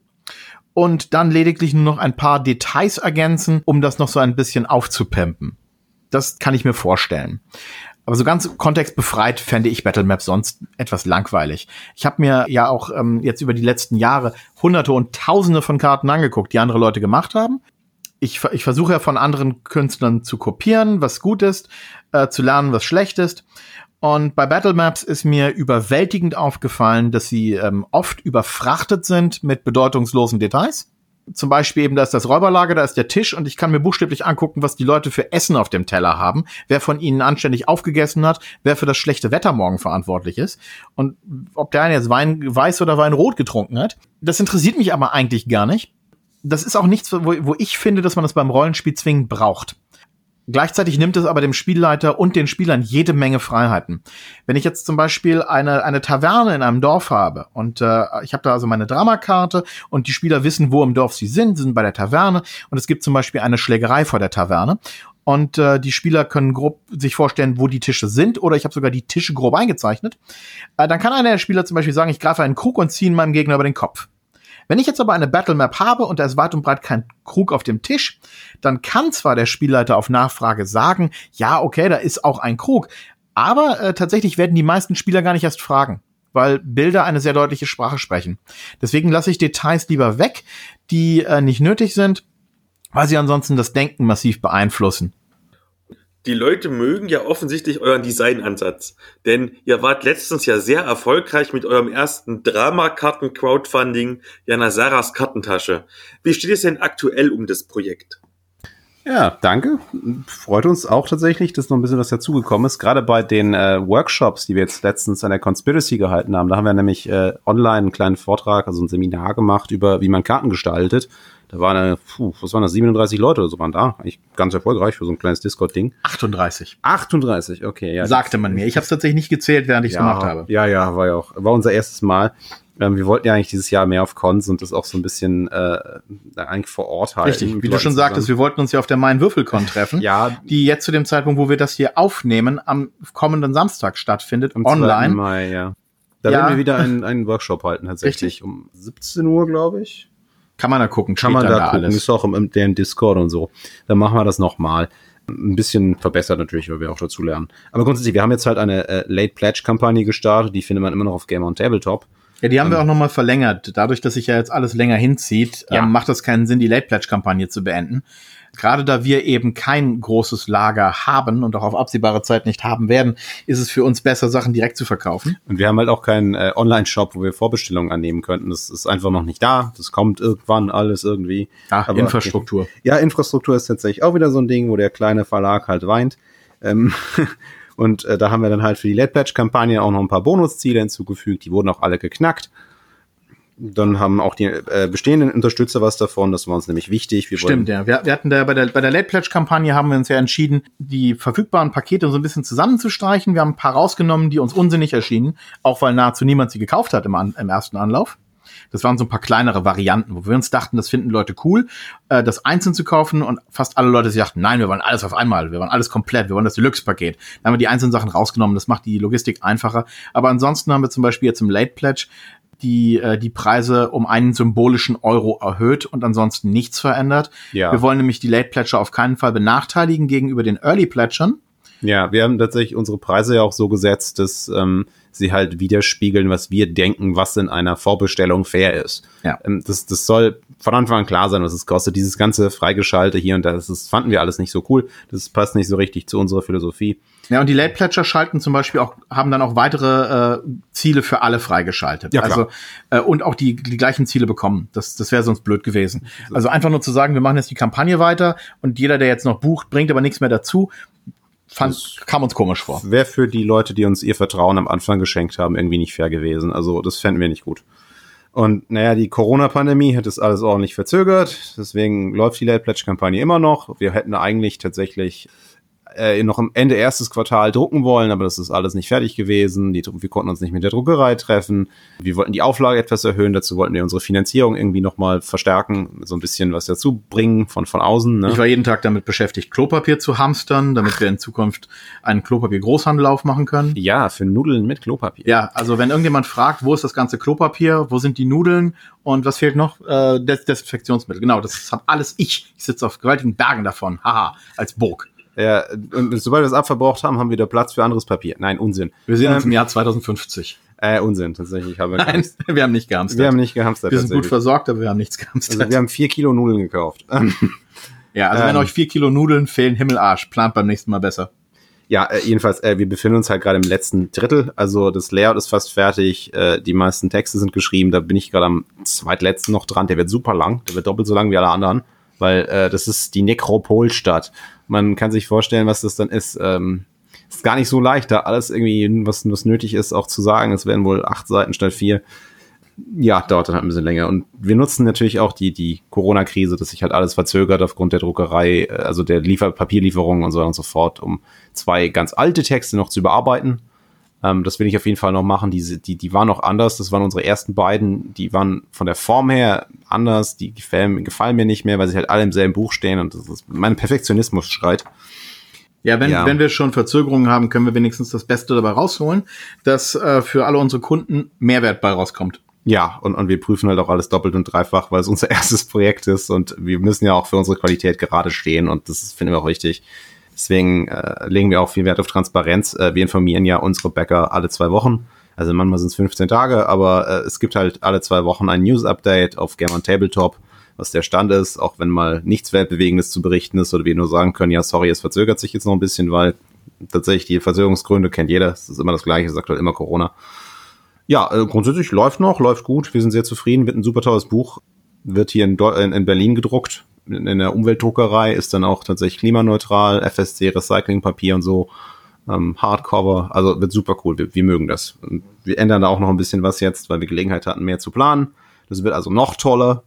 Und dann lediglich nur noch ein paar Details ergänzen, um das noch so ein bisschen aufzupimpen. Das kann ich mir vorstellen. Aber so ganz kontextbefreit fände ich Battlemaps sonst etwas langweilig. Ich habe mir ja auch ähm, jetzt über die letzten Jahre hunderte und tausende von Karten angeguckt, die andere Leute gemacht haben. Ich, ich versuche ja von anderen Künstlern zu kopieren, was gut ist, äh, zu lernen, was schlecht ist. Und bei Battlemaps ist mir überwältigend aufgefallen, dass sie ähm, oft überfrachtet sind mit bedeutungslosen Details. Zum Beispiel eben, da ist das Räuberlager, da ist der Tisch und ich kann mir buchstäblich angucken, was die Leute für Essen auf dem Teller haben, wer von ihnen anständig aufgegessen hat, wer für das schlechte Wetter morgen verantwortlich ist und ob der eine jetzt Wein weiß oder Wein rot getrunken hat. Das interessiert mich aber eigentlich gar nicht. Das ist auch nichts, wo, wo ich finde, dass man das beim Rollenspiel zwingend braucht. Gleichzeitig nimmt es aber dem Spielleiter und den Spielern jede Menge Freiheiten. Wenn ich jetzt zum Beispiel eine eine Taverne in einem Dorf habe und äh, ich habe da also meine Dramakarte und die Spieler wissen, wo im Dorf sie sind, sie sind bei der Taverne und es gibt zum Beispiel eine Schlägerei vor der Taverne und äh, die Spieler können grob sich vorstellen, wo die Tische sind oder ich habe sogar die Tische grob eingezeichnet, äh, dann kann einer der Spieler zum Beispiel sagen, ich greife einen Krug und ziehe meinem Gegner über den Kopf. Wenn ich jetzt aber eine Battlemap habe und da ist weit und breit kein Krug auf dem Tisch, dann kann zwar der Spielleiter auf Nachfrage sagen, ja, okay, da ist auch ein Krug, aber äh, tatsächlich werden die meisten Spieler gar nicht erst fragen, weil Bilder eine sehr deutliche Sprache sprechen. Deswegen lasse ich Details lieber weg, die äh, nicht nötig sind, weil sie ansonsten das Denken massiv beeinflussen. Die Leute mögen ja offensichtlich euren Designansatz, denn ihr wart letztens ja sehr erfolgreich mit eurem ersten Drama-Karten-Crowdfunding Jana Sarahs Kartentasche. Wie steht es denn aktuell um das Projekt? Ja, danke. Freut uns auch tatsächlich, dass noch ein bisschen was dazugekommen ist. Gerade bei den äh, Workshops, die wir jetzt letztens an der Conspiracy gehalten haben, da haben wir nämlich äh, online einen kleinen Vortrag, also ein Seminar gemacht über, wie man Karten gestaltet. Da waren, eine, puh, was waren das, siebenunddreißig Leute oder so waren da. Eigentlich ganz erfolgreich für so ein kleines Discord-Ding. achtunddreißig. achtunddreißig, okay. Ja, sagte man mir. Ich habe es tatsächlich nicht gezählt, während ich es ja, gemacht habe. Ja, ja, war ja auch. War unser erstes Mal. Ähm, wir wollten ja eigentlich dieses Jahr mehr auf Cons und das auch so ein bisschen äh, eigentlich vor Ort halten. Richtig, wie du schon sagtest, wir wollten uns ja auf der Main-Würfel-Con treffen, ja, die jetzt zu dem Zeitpunkt, wo wir das hier aufnehmen, am kommenden Samstag stattfindet, am online. zweiten Mai, ja. Da ja. werden wir wieder einen, einen Workshop halten, tatsächlich. Richtig. Um siebzehn Uhr, glaube ich. Kann man da gucken, Kann man da, da gucken, alles. Ist auch im, im, im Discord und so. Dann machen wir das nochmal. Ein bisschen verbessert natürlich, weil wir auch dazu lernen. Aber grundsätzlich, wir haben jetzt halt eine äh, Late Pledge-Kampagne gestartet, die findet man immer noch auf Gamer on Tabletop. Ja, die haben ähm, wir auch nochmal verlängert. Dadurch, dass sich ja jetzt alles länger hinzieht, Ja. ähm, macht das keinen Sinn, die Late Pledge-Kampagne zu beenden. Gerade da wir eben kein großes Lager haben und auch auf absehbare Zeit nicht haben werden, ist es für uns besser, Sachen direkt zu verkaufen. Und wir haben halt auch keinen äh, Online-Shop, wo wir Vorbestellungen annehmen könnten. Das ist einfach noch nicht da. Das kommt irgendwann alles irgendwie. Ja, Aber, Infrastruktur. Okay. Ja, Infrastruktur ist tatsächlich auch wieder so ein Ding, wo der kleine Verlag halt weint. Ähm, und äh, da haben wir dann halt für die Late Pledge-Kampagne auch noch ein paar Bonusziele hinzugefügt. Die wurden auch alle geknackt. Dann haben auch die äh, bestehenden Unterstützer was davon. Das war uns nämlich wichtig. Wir Stimmt, ja. Wir, wir hatten da bei der, bei der Late Pledge-Kampagne haben wir uns ja entschieden, die verfügbaren Pakete so ein bisschen zusammenzustreichen. Wir haben ein paar rausgenommen, die uns unsinnig erschienen, auch weil nahezu niemand sie gekauft hat im, An- im ersten Anlauf. Das waren so ein paar kleinere Varianten, wo wir uns dachten, das finden Leute cool, äh, das einzeln zu kaufen und fast alle Leute sich dachten, nein, wir wollen alles auf einmal, wir wollen alles komplett, wir wollen das Deluxe-Paket. Dann haben wir die einzelnen Sachen rausgenommen, das macht die Logistik einfacher. Aber ansonsten haben wir zum Beispiel jetzt im Late Pledge die äh, die Preise um einen symbolischen Euro erhöht und ansonsten nichts verändert. Ja. Wir wollen nämlich die Late Pledger auf keinen Fall benachteiligen gegenüber den Early Pledgern. Ja, wir haben tatsächlich unsere Preise ja auch so gesetzt, dass ähm, sie halt widerspiegeln, was wir denken, was in einer Vorbestellung fair ist. Ja. Ähm, das, das soll von Anfang an klar sein, was es kostet. Dieses ganze Freigeschalte hier und da, das, das fanden wir alles nicht so cool. Das passt nicht so richtig zu unserer Philosophie. Ja, und die Late Pledger schalten zum Beispiel auch, haben dann auch weitere äh, Ziele für alle freigeschaltet. Ja, klar. Also äh, und auch die die gleichen Ziele bekommen. Das das wäre sonst blöd gewesen. Also einfach nur zu sagen, wir machen jetzt die Kampagne weiter und jeder, der jetzt noch bucht, bringt aber nichts mehr dazu, fand, Das kam uns komisch vor. Wäre für die Leute, die uns ihr Vertrauen am Anfang geschenkt haben, irgendwie nicht fair gewesen. Also das fänden wir nicht gut. Und naja, die Corona-Pandemie hat das alles ordentlich verzögert. Deswegen läuft die Late Pledge-Kampagne immer noch. Wir hätten eigentlich tatsächlich äh, noch am Ende erstes Quartal drucken wollen, aber das ist alles nicht fertig gewesen. Die, wir konnten uns nicht mit der Druckerei treffen. Wir wollten die Auflage etwas erhöhen. Dazu wollten wir unsere Finanzierung irgendwie nochmal verstärken, so ein bisschen was dazu bringen von, von außen. Ne? Ich war jeden Tag damit beschäftigt, Klopapier zu hamstern, damit wir in Zukunft einen Klopapier-Großhandel aufmachen können. Ja, für Nudeln mit Klopapier. Ja, also wenn irgendjemand fragt, wo ist das ganze Klopapier, wo sind die Nudeln und was fehlt noch? Äh, Des- Desinfektionsmittel. Genau, das habe alles ich. Ich sitze auf gewaltigen Bergen davon. Haha, als Burg. Ja, und sobald wir es abverbraucht haben, haben wir wieder Platz für anderes Papier. Nein, Unsinn. Wir sehen uns Ähm, im Jahr zweitausendfünfzig. Äh, Unsinn, tatsächlich. Haben wir, Nein, wir haben nicht gehamstert. wir haben nicht gehamstert. Wir sind gut tatsächlich. versorgt, aber wir haben nichts gehamstert. Also wir haben vier Kilo Nudeln gekauft. ja, also wenn ähm, euch vier Kilo Nudeln fehlen, Himmelarsch, plant beim nächsten Mal besser. Ja, äh, jedenfalls, äh, wir befinden uns halt gerade im letzten Drittel. Also das Layout ist fast fertig. Äh, die meisten Texte sind geschrieben. Da bin ich gerade am zweitletzten noch dran. Der wird super lang. Der wird doppelt so lang wie alle anderen. Weil äh, das ist die Nekropolstadt. Man kann sich vorstellen, was das dann ist. Ähm, ist gar nicht so leicht, da alles irgendwie, was, was nötig ist, auch zu sagen. Es werden wohl acht Seiten statt vier. Ja, dauert dann halt ein bisschen länger. Und wir nutzen natürlich auch die, die Corona-Krise, dass sich halt alles verzögert aufgrund der Druckerei, also der Liefer Papierlieferungen und so weiter und so fort, um zwei ganz alte Texte noch zu überarbeiten. Ähm, das will ich auf jeden Fall noch machen. Diese, die, die waren noch anders. Das waren unsere ersten beiden. Die waren von der Form her anders. Die gefallen, gefallen mir nicht mehr, weil sie halt alle im selben Buch stehen. Und das ist mein Perfektionismus schreit. Ja, wenn, Ja. wenn wir schon Verzögerungen haben, können wir wenigstens das Beste dabei rausholen, dass äh, für alle unsere Kunden Mehrwert bei rauskommt. Ja, und, und wir prüfen halt auch alles doppelt und dreifach, weil es unser erstes Projekt ist. Und wir müssen ja auch für unsere Qualität gerade stehen. Und das finden wir auch wichtig. Deswegen äh, legen wir auch viel Wert auf Transparenz. Äh, wir informieren ja unsere Bäcker alle zwei Wochen. Also manchmal sind es fünfzehn Tage, aber äh, es gibt halt alle zwei Wochen ein News-Update auf Game on Tabletop, was der Stand ist, auch wenn mal nichts Weltbewegendes zu berichten ist oder wir nur sagen können, ja, sorry, es verzögert sich jetzt noch ein bisschen, weil tatsächlich die Verzögerungsgründe kennt jeder. Es ist immer das Gleiche, sagt halt immer Corona. Ja, äh, grundsätzlich läuft noch, läuft gut. Wir sind sehr zufrieden, wird ein super tolles Buch, wird hier in, Deu- in, in Berlin gedruckt. In der Umweltdruckerei ist dann auch tatsächlich klimaneutral, F S C, Recyclingpapier und so, ähm, Hardcover, also wird super cool, wir, wir mögen das. Und wir ändern da auch noch ein bisschen was jetzt, weil wir Gelegenheit hatten, mehr zu planen. Das wird also noch toller.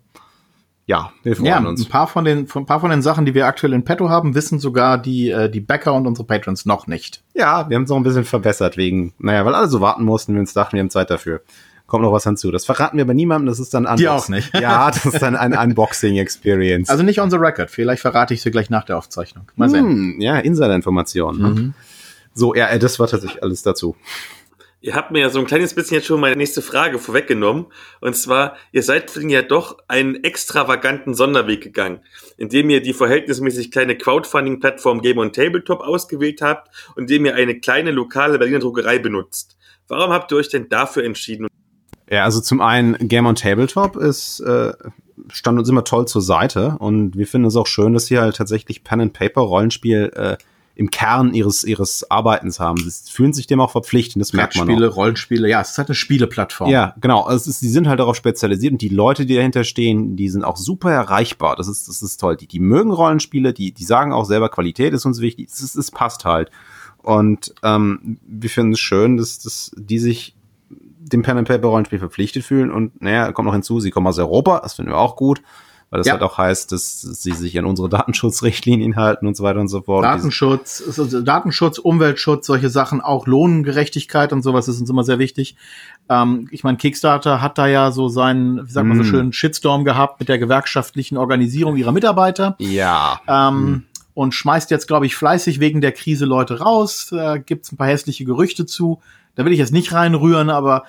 Ja, wir freuen Ja, uns. ein paar von den, ein paar von den Sachen, die wir aktuell in petto haben, wissen sogar die, äh, die Bäcker und unsere Patrons noch nicht. Ja, wir haben es noch ein bisschen verbessert wegen, naja, weil alle so warten mussten, wir uns dachten, wir haben Zeit dafür. Kommt noch was hinzu. Das verraten wir bei niemandem, das ist dann Die Unbox- auch nicht. Ja, das ist dann eine Unboxing-Experience. Also nicht on the record. Vielleicht verrate ich sie gleich nach der Aufzeichnung. Mal sehen. Hm, ja, Insider-Informationen. Mhm. Ne? So, ja, das war tatsächlich alles dazu. Ihr habt mir ja so ein kleines bisschen jetzt schon meine nächste Frage vorweggenommen. Und zwar, ihr seid ja doch einen extravaganten Sonderweg gegangen, indem ihr die verhältnismäßig kleine Crowdfunding-Plattform Game on Tabletop ausgewählt habt und indem ihr eine kleine lokale Berliner Druckerei benutzt. Warum habt ihr euch denn dafür entschieden? Ja, also zum einen, Game on Tabletop ist, äh, stand uns immer toll zur Seite und wir finden es auch schön, dass sie halt tatsächlich Pen-and-Paper-Rollenspiel äh, im Kern ihres ihres Arbeitens haben. Sie fühlen sich dem auch verpflichtet, das merkt man auch. Brettspiele, Rollenspiele, ja, es ist halt eine Spieleplattform. Ja, genau. Also es ist, die sind halt darauf spezialisiert und die Leute, die dahinter stehen, die sind auch super erreichbar. Das ist, das ist toll. Die, die mögen Rollenspiele, die, die sagen auch selber, Qualität ist uns wichtig. Es, ist, es passt halt. Und ähm, wir finden es schön, dass, dass die sich dem Pen-and-Paper-Rollenspiel verpflichtet fühlen. Und naja, kommt noch hinzu, sie kommen aus Europa. Das finden wir auch gut. Weil das Ja. halt auch heißt, dass sie sich an unsere Datenschutzrichtlinien halten und so weiter und so fort. Datenschutz, also Datenschutz, Umweltschutz, solche Sachen, auch Lohngerechtigkeit und sowas ist uns immer sehr wichtig. Ähm, ich meine, Kickstarter hat da ja so seinen, wie sagt man so Mm. schön, Shitstorm gehabt mit der gewerkschaftlichen Organisierung ihrer Mitarbeiter. Ja. Ähm, und schmeißt jetzt, glaube ich, fleißig wegen der Krise Leute raus. Da gibt's ein paar hässliche Gerüchte zu. Da will ich jetzt nicht reinrühren, aber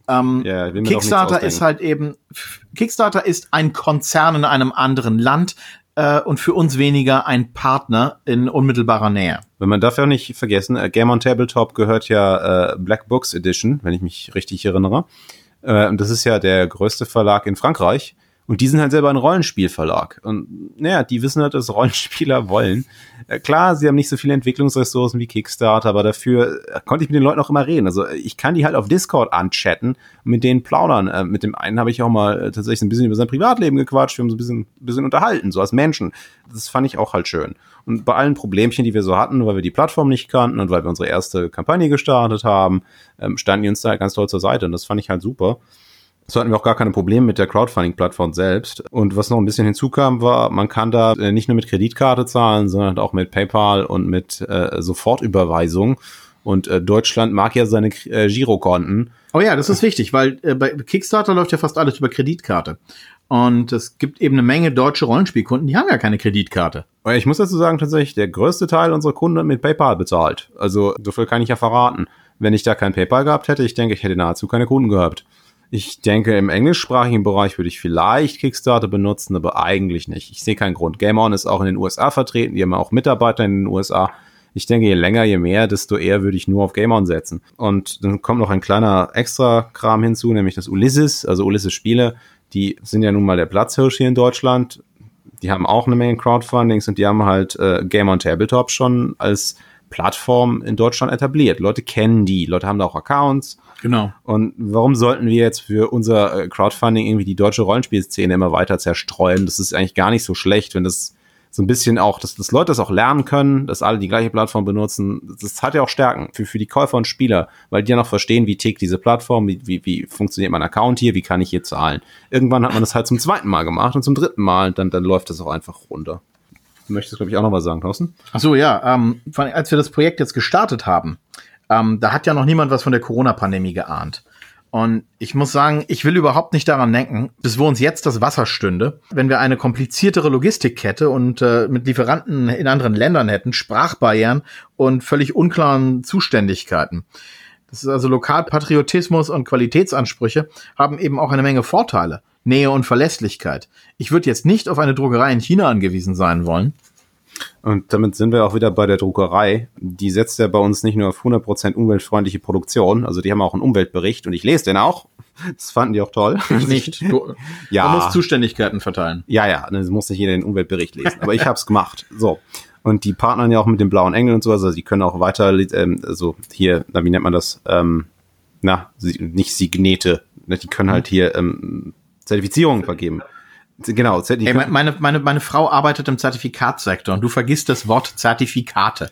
Ähm, Ja, will mir doch nichts Kickstarter ausdenken. ist halt eben, Kickstarter ist ein Konzern in einem anderen Land äh, und für uns weniger ein Partner in unmittelbarer Nähe. Wenn man darf ja auch nicht vergessen, äh, Game on Tabletop gehört ja äh, Black Books Edition, wenn ich mich richtig erinnere. Äh, und das ist ja der größte Verlag in Frankreich. Und die sind halt selber ein Rollenspielverlag. Und naja, die wissen halt, dass Rollenspieler wollen. Äh, klar, sie haben nicht so viele Entwicklungsressourcen wie Kickstarter, aber dafür äh, konnte ich mit den Leuten auch immer reden. Also ich kann die halt auf Discord anchatten und mit denen plaudern. Äh, mit dem einen habe ich auch mal äh, tatsächlich ein bisschen über sein Privatleben gequatscht. Wir haben so ein bisschen, bisschen unterhalten, so als Menschen. Das fand ich auch halt schön. Und bei allen Problemchen, die wir so hatten, weil wir die Plattform nicht kannten und weil wir unsere erste Kampagne gestartet haben, ähm, standen die uns da ganz toll zur Seite. Und das fand ich halt super. So hatten wir auch gar keine Probleme mit der Crowdfunding-Plattform selbst. Und was noch ein bisschen hinzukam, war, man kann da nicht nur mit Kreditkarte zahlen, sondern auch mit PayPal und mit äh, Sofortüberweisung. Und äh, Deutschland mag ja seine äh, Girokonten. Oh ja, das ist wichtig, weil äh, bei Kickstarter läuft ja fast alles über Kreditkarte. Und es gibt eben eine Menge deutsche Rollenspielkunden, die haben ja keine Kreditkarte. Ich muss dazu sagen, tatsächlich, der größte Teil unserer Kunden hat mit PayPal bezahlt. Also so viel kann ich ja verraten. Wenn ich da kein PayPal gehabt hätte, ich denke, ich hätte nahezu keine Kunden gehabt. Ich denke, im englischsprachigen Bereich würde ich vielleicht Kickstarter benutzen, aber eigentlich nicht. Ich sehe keinen Grund. Game On ist auch in den U S A vertreten, die haben auch Mitarbeiter in den U S A. Ich denke, je länger, je mehr, desto eher würde ich nur auf Game On setzen. Und dann kommt noch ein kleiner Extra-Kram hinzu, nämlich das Ulysses, also Ulysses Spiele. Die sind ja nun mal der Platzhirsch hier in Deutschland. Die haben auch eine Menge Crowdfundings und die haben halt äh, Game on Tabletop schon als Plattform in Deutschland etabliert. Leute kennen die, Leute haben da auch Accounts. Genau. Und warum sollten wir jetzt für unser äh, Crowdfunding irgendwie die deutsche Rollenspielszene immer weiter zerstreuen? Das ist eigentlich gar nicht so schlecht, wenn das so ein bisschen auch, dass, dass Leute das auch lernen können, dass alle die gleiche Plattform benutzen. Das hat ja auch Stärken für, für die Käufer und Spieler, weil die ja noch verstehen, wie tickt diese Plattform, wie, wie, wie funktioniert mein Account hier, wie kann ich hier zahlen. Irgendwann hat man das halt zum zweiten Mal gemacht und zum dritten Mal, dann, dann läuft das auch einfach runter. Du möchtest, glaube ich, auch noch was sagen, Thorsten? Ach so, ja. Ähm, als wir das Projekt jetzt gestartet haben, ähm, da hat ja noch niemand was von der Corona-Pandemie geahnt. Und ich muss sagen, ich will überhaupt nicht daran denken, bis wo uns jetzt das Wasser stünde, wenn wir eine kompliziertere Logistikkette und äh, mit Lieferanten in anderen Ländern hätten, Sprachbarrieren und völlig unklaren Zuständigkeiten. Das ist also Lokalpatriotismus und Qualitätsansprüche haben eben auch eine Menge Vorteile. Nähe und Verlässlichkeit. Ich würde jetzt nicht auf eine Druckerei in China angewiesen sein wollen. Und damit sind wir auch wieder bei der Druckerei. Die setzt ja bei uns nicht nur auf hundert Prozent umweltfreundliche Produktion, also die haben auch einen Umweltbericht und ich lese den auch. Das fanden die auch toll. Ich nicht. Du, ja. Man muss Zuständigkeiten verteilen. Ja, ja, dann muss nicht jeder den Umweltbericht lesen. Aber ich habe es gemacht. So. Und die partnern ja auch mit dem Blauen Engel und so, also die können auch weiter, ähm, also hier, na, wie nennt man das? Ähm, na, nicht Signete. Die können halt hier ähm, Zertifizierungen vergeben. Genau. Ey, meine, meine, meine Frau arbeitet im Zertifikatssektor und du vergisst das Wort Zertifikate.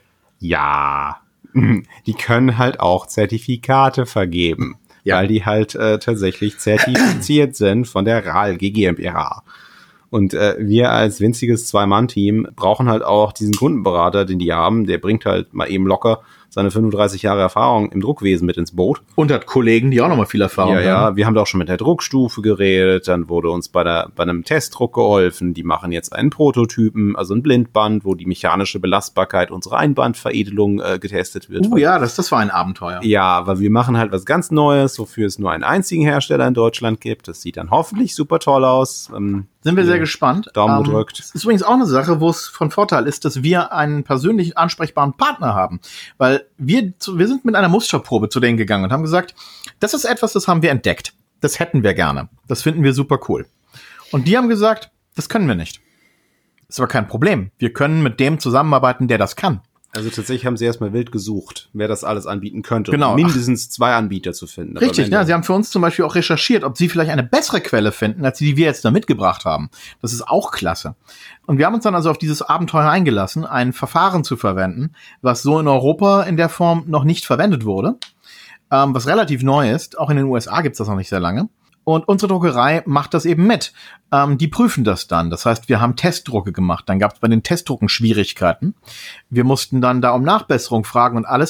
Ja, die können halt auch Zertifikate vergeben, ja. Weil die halt äh, tatsächlich zertifiziert sind von der R A L GmbH. Und äh, wir als winziges Zwei-Mann-Team brauchen halt auch diesen Kundenberater, den die haben. Der bringt halt mal eben locker seine fünfunddreißig Jahre Erfahrung im Druckwesen mit ins Boot. Und hat Kollegen, die auch nochmal viel Erfahrung ja, haben. Ja, ja, wir haben da auch schon mit der Druckstufe geredet. Dann wurde uns bei, der, bei einem Testdruck geholfen. Die machen jetzt einen Prototypen, also ein Blindband, wo die mechanische Belastbarkeit unserer Einbandveredelung äh, getestet wird. Uh, ja, das, das war ein Abenteuer. Ja, weil wir machen halt was ganz Neues, wofür es nur einen einzigen Hersteller in Deutschland gibt. Das sieht dann hoffentlich super toll aus. Ähm, Sind wir sehr gespannt. Daumen ähm, gedrückt. Das ist übrigens auch eine Sache, wo es von Vorteil ist, dass wir einen persönlich ansprechbaren Partner haben. Weil wir, wir sind mit einer Musterprobe zu denen gegangen und haben gesagt, das ist etwas, das haben wir entdeckt. Das hätten wir gerne. Das finden wir super cool. Und die haben gesagt, das können wir nicht. Ist aber kein Problem. Wir können mit dem zusammenarbeiten, der das kann. Also tatsächlich haben sie erstmal wild gesucht, wer das alles anbieten könnte. Genau. Um mindestens zwei Anbieter zu finden. Richtig, ja. Sie haben für uns zum Beispiel auch recherchiert, ob sie vielleicht eine bessere Quelle finden, als die, die wir jetzt da mitgebracht haben. Das ist auch klasse. Und wir haben uns dann also auf dieses Abenteuer eingelassen, ein Verfahren zu verwenden, was so in Europa in der Form noch nicht verwendet wurde, ähm, was relativ neu ist. Auch in den U S A gibt's das noch nicht sehr lange. Und unsere Druckerei macht das eben mit. Ähm, die prüfen das dann. Das heißt, wir haben Testdrucke gemacht. Dann gab es bei den Testdrucken Schwierigkeiten. Wir mussten dann da um Nachbesserung fragen und alles.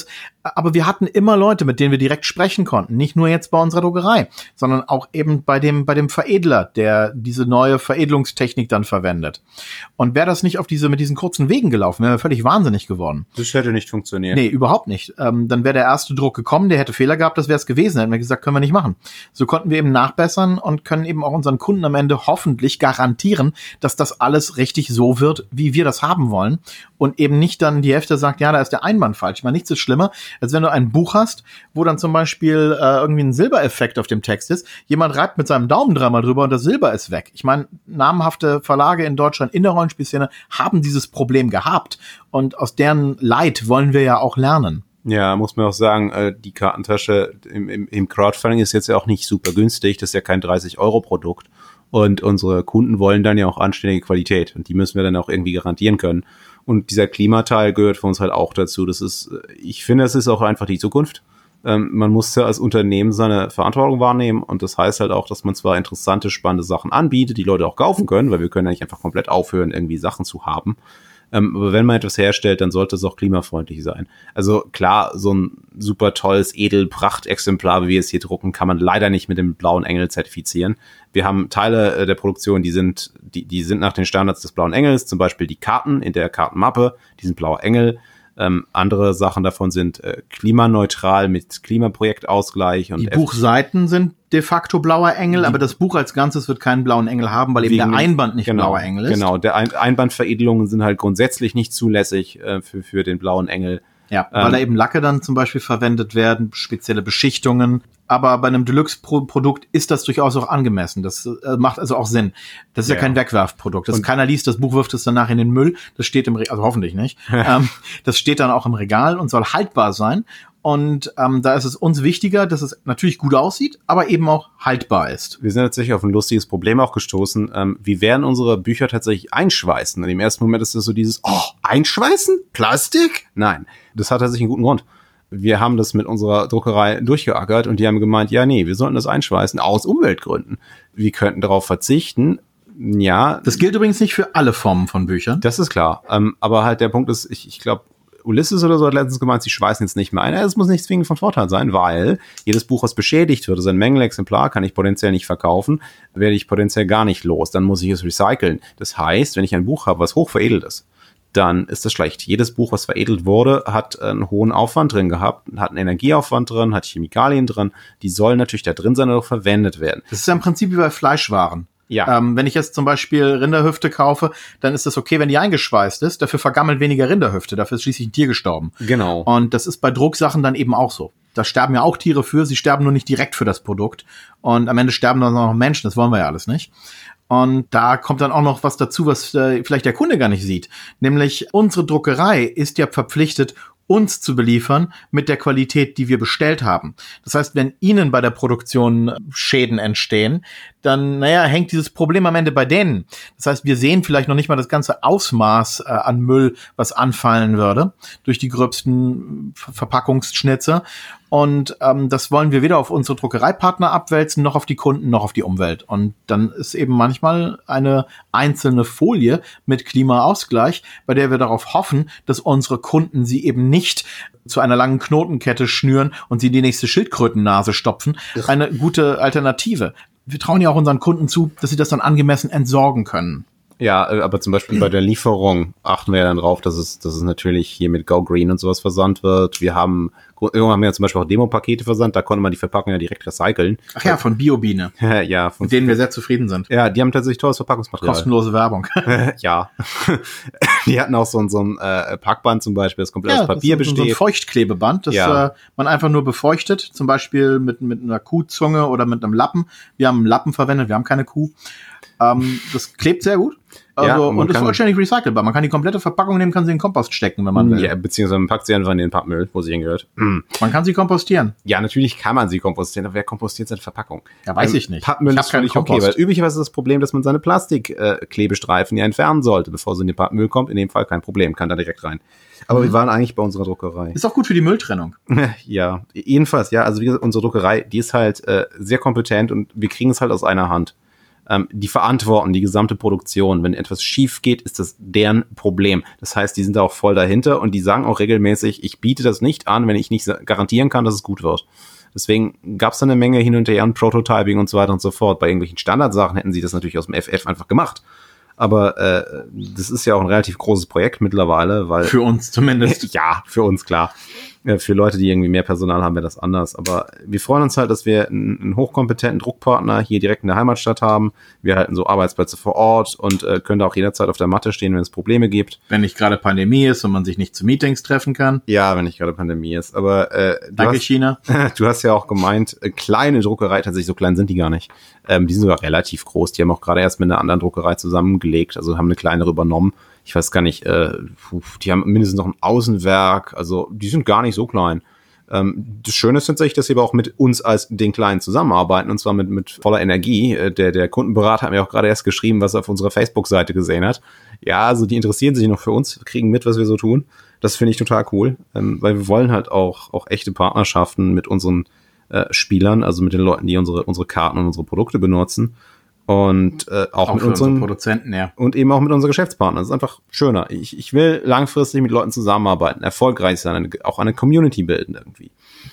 Aber wir hatten immer Leute, mit denen wir direkt sprechen konnten. Nicht nur jetzt bei unserer Druckerei, sondern auch eben bei dem, bei dem Veredler, der diese neue Veredelungstechnik dann verwendet. Und wäre das nicht auf diese, mit diesen kurzen Wegen gelaufen, wären wir völlig wahnsinnig geworden. Das hätte nicht funktioniert. Nee, überhaupt nicht. Ähm, dann wäre der erste Druck gekommen, der hätte Fehler gehabt, das wäre es gewesen. Dann hätten wir gesagt, können wir nicht machen. So konnten wir eben nachbessern und können eben auch unseren Kunden am Ende hoffentlich garantieren, dass das alles richtig so wird, wie wir das haben wollen. Und eben nicht dann die Hälfte sagt, ja, da ist der Einband falsch. Ich meine, nichts ist schlimmer, als wenn du ein Buch hast, wo dann zum Beispiel äh, irgendwie ein Silbereffekt auf dem Text ist. Jemand reibt mit seinem Daumen dreimal drüber und das Silber ist weg. Ich meine, namhafte Verlage in Deutschland in der Rollenspielszene haben dieses Problem gehabt. Und aus deren Leid wollen wir ja auch lernen. Ja, muss man auch sagen, äh, die Kartentasche im, im, im Crowdfunding ist jetzt ja auch nicht super günstig. Das ist ja kein dreißig-Euro-Produkt. Und unsere Kunden wollen dann ja auch anständige Qualität. Und die müssen wir dann auch irgendwie garantieren können. Und dieser Klimateil gehört für uns halt auch dazu. Das ist, ich finde, es ist auch einfach die Zukunft. Ähm, man muss ja als Unternehmen seine Verantwortung wahrnehmen. Und das heißt halt auch, dass man zwar interessante, spannende Sachen anbietet, die Leute auch kaufen können, weil wir können ja nicht einfach komplett aufhören, irgendwie Sachen zu haben. Ähm, aber wenn man etwas herstellt, dann sollte es auch klimafreundlich sein. Also klar, so ein super tolles Edelprachtexemplar, wie wir es hier drucken, kann man leider nicht mit dem Blauen Engel zertifizieren. Wir haben Teile äh, der Produktion, die sind, die, die sind nach den Standards des Blauen Engels, zum Beispiel die Karten in der Kartenmappe, die sind Blauer Engel. Ähm, andere Sachen davon sind äh, klimaneutral mit Klimaprojektausgleich. Und die Buchseiten sind de facto blauer Engel, die, aber das Buch als Ganzes wird keinen blauen Engel haben, weil eben der Einband nicht genau, blauer Engel ist. Genau, der Ein- Einbandveredelungen sind halt grundsätzlich nicht zulässig äh, für, für den blauen Engel. Ja, weil ähm, da eben Lacke dann zum Beispiel verwendet werden, spezielle Beschichtungen. Aber bei einem Deluxe-Produkt ist das durchaus auch angemessen. Das äh, macht also auch Sinn. Das ist ja, ja kein Wegwerfprodukt. Das keiner liest, das Buch wirft es danach in den Müll. Das steht im Regal, also hoffentlich nicht. ähm, das steht dann auch im Regal und soll haltbar sein. Und ähm, da ist es uns wichtiger, dass es natürlich gut aussieht, aber eben auch haltbar ist. Wir sind tatsächlich auf ein lustiges Problem auch gestoßen. Ähm, wie werden unsere Bücher tatsächlich einschweißen? Und im ersten Moment ist das so dieses, oh, einschweißen? Plastik? Nein, das hat tatsächlich einen guten Grund. Wir haben das mit unserer Druckerei durchgeackert und die haben gemeint, ja, nee, wir sollten das einschweißen aus Umweltgründen. Wir könnten darauf verzichten. Ja. Das gilt übrigens nicht für alle Formen von Büchern. Das ist klar. Ähm, aber halt der Punkt ist, ich, ich glaube, Ulysses oder so hat letztens gemeint, sie schweißen jetzt nicht mehr ein. Es muss nicht zwingend von Vorteil sein, weil jedes Buch, was beschädigt wird, also ein Mängelexemplar, kann ich potenziell nicht verkaufen, werde ich potenziell gar nicht los. Dann muss ich es recyceln. Das heißt, wenn ich ein Buch habe, was hoch veredelt ist, dann ist das schlecht. Jedes Buch, was veredelt wurde, hat einen hohen Aufwand drin gehabt, hat einen Energieaufwand drin, hat Chemikalien drin. Die sollen natürlich da drin sein und auch verwendet werden. Das ist ja im Prinzip wie bei Fleischwaren. Ja. Ähm, wenn ich jetzt zum Beispiel Rinderhüfte kaufe, dann ist das okay, wenn die eingeschweißt ist. Dafür vergammelt weniger Rinderhüfte. Dafür ist schließlich ein Tier gestorben. Genau. Und das ist bei Drucksachen dann eben auch so. Da sterben ja auch Tiere für. Sie sterben nur nicht direkt für das Produkt. Und am Ende sterben dann noch Menschen. Das wollen wir ja alles nicht. Und da kommt dann auch noch was dazu, was äh, vielleicht der Kunde gar nicht sieht. Nämlich unsere Druckerei ist ja verpflichtet, uns zu beliefern mit der Qualität, die wir bestellt haben. Das heißt, wenn Ihnen bei der Produktion Schäden entstehen, dann, naja, hängt dieses Problem am Ende bei denen. Das heißt, wir sehen vielleicht noch nicht mal das ganze Ausmaß äh, an Müll, was anfallen würde durch die gröbsten Ver- Verpackungsschnitze. Und ähm, das wollen wir weder auf unsere Druckereipartner abwälzen, noch auf die Kunden, noch auf die Umwelt. Und dann ist eben manchmal eine einzelne Folie mit Klimaausgleich, bei der wir darauf hoffen, dass unsere Kunden sie eben nicht zu einer langen Knotenkette schnüren und sie in die nächste Schildkrötennase stopfen. Eine gute Alternative. Wir trauen ja auch unseren Kunden zu, dass sie das dann angemessen entsorgen können. Ja, aber zum Beispiel bei der Lieferung achten wir ja dann drauf, dass es, dass es natürlich hier mit Go Green und sowas versandt wird. Wir haben, irgendwann haben wir ja zum Beispiel auch Demo-Pakete versandt, da konnte man die Verpackung ja direkt recyceln. Ach ja, von Biobiene. Ja, von mit denen wir sehr zufrieden sind. Ja, die haben tatsächlich tolles Verpackungsmaterial. Kostenlose Werbung. Ja. Die hatten auch so ein, so ein äh, Packband zum Beispiel, das komplett ja, aus Papier das ist besteht. So ein Feuchtklebeband, das ja. äh, man einfach nur befeuchtet, zum Beispiel mit, mit einer Kuhzunge oder mit einem Lappen. Wir haben einen Lappen verwendet, wir haben keine Kuh. Ähm, das klebt sehr gut. Also, ja, und ist vollständig recycelbar. Man kann die komplette Verpackung nehmen, kann sie in den Kompost stecken, wenn man will. Ja, beziehungsweise man packt sie einfach in den Pappmüll, wo sie hingehört. Mm. Man kann sie kompostieren. Ja, natürlich kann man sie kompostieren, aber wer kompostiert seine Verpackung? Ja, weiß ähm, ich nicht. Pappmüll ich ist völlig okay, weil üblicherweise ist das Problem, dass man seine Plastikklebestreifen äh, ja entfernen sollte, bevor sie in den Pappmüll kommt. In dem Fall kein Problem, kann da direkt rein. Aber mhm. wir waren eigentlich bei unserer Druckerei. Ist auch gut für die Mülltrennung. Ja, jedenfalls, ja, also wie gesagt, unsere Druckerei, die ist halt äh, sehr kompetent und wir kriegen es halt aus einer Hand. Ähm, die verantworten die gesamte Produktion. Wenn etwas schief geht, ist das deren Problem. Das heißt, die sind da auch voll dahinter und die sagen auch regelmäßig, ich biete das nicht an, wenn ich nicht garantieren kann, dass es gut wird. Deswegen gab es da eine Menge hin und her an Prototyping und so weiter und so fort. Bei irgendwelchen Standardsachen hätten sie das natürlich aus dem F F einfach gemacht. Aber äh, das ist ja auch ein relativ großes Projekt mittlerweile, weil... Für uns zumindest. Ja, für uns, klar. Für Leute, die irgendwie mehr Personal haben, wäre das anders. Aber wir freuen uns halt, dass wir einen, einen hochkompetenten Druckpartner hier direkt in der Heimatstadt haben. Wir halten so Arbeitsplätze vor Ort und äh, können da auch jederzeit auf der Matte stehen, wenn es Probleme gibt. Wenn nicht gerade Pandemie ist und man sich nicht zu Meetings treffen kann. Ja, wenn nicht gerade Pandemie ist. Aber äh, du Danke, hast, China. Du hast ja auch gemeint, äh, kleine Druckerei, tatsächlich so klein sind die gar nicht. Ähm, die sind sogar relativ groß. Die haben auch gerade erst mit einer anderen Druckerei zusammengelegt, also haben eine kleinere übernommen. Ich weiß gar nicht, äh, die haben mindestens noch ein Außenwerk, also die sind gar nicht so klein. Ähm, das Schöne ist tatsächlich, dass sie aber auch mit uns als den Kleinen zusammenarbeiten und zwar mit, mit voller Energie. Äh, der, der Kundenberater hat mir auch gerade erst geschrieben, was er auf unserer Facebook-Seite gesehen hat. Ja, also die interessieren sich noch für uns, kriegen mit, was wir so tun. Das finde ich total cool, ähm, weil wir wollen halt auch, auch echte Partnerschaften mit unseren äh, Spielern, also mit den Leuten, die unsere, unsere Karten und unsere Produkte benutzen. Und äh, auch, auch mit unseren unsere Produzenten, ja. Und eben auch mit unseren Geschäftspartnern. Das ist einfach schöner. Ich, ich will langfristig mit Leuten zusammenarbeiten, erfolgreich sein, eine, auch eine Community bilden irgendwie.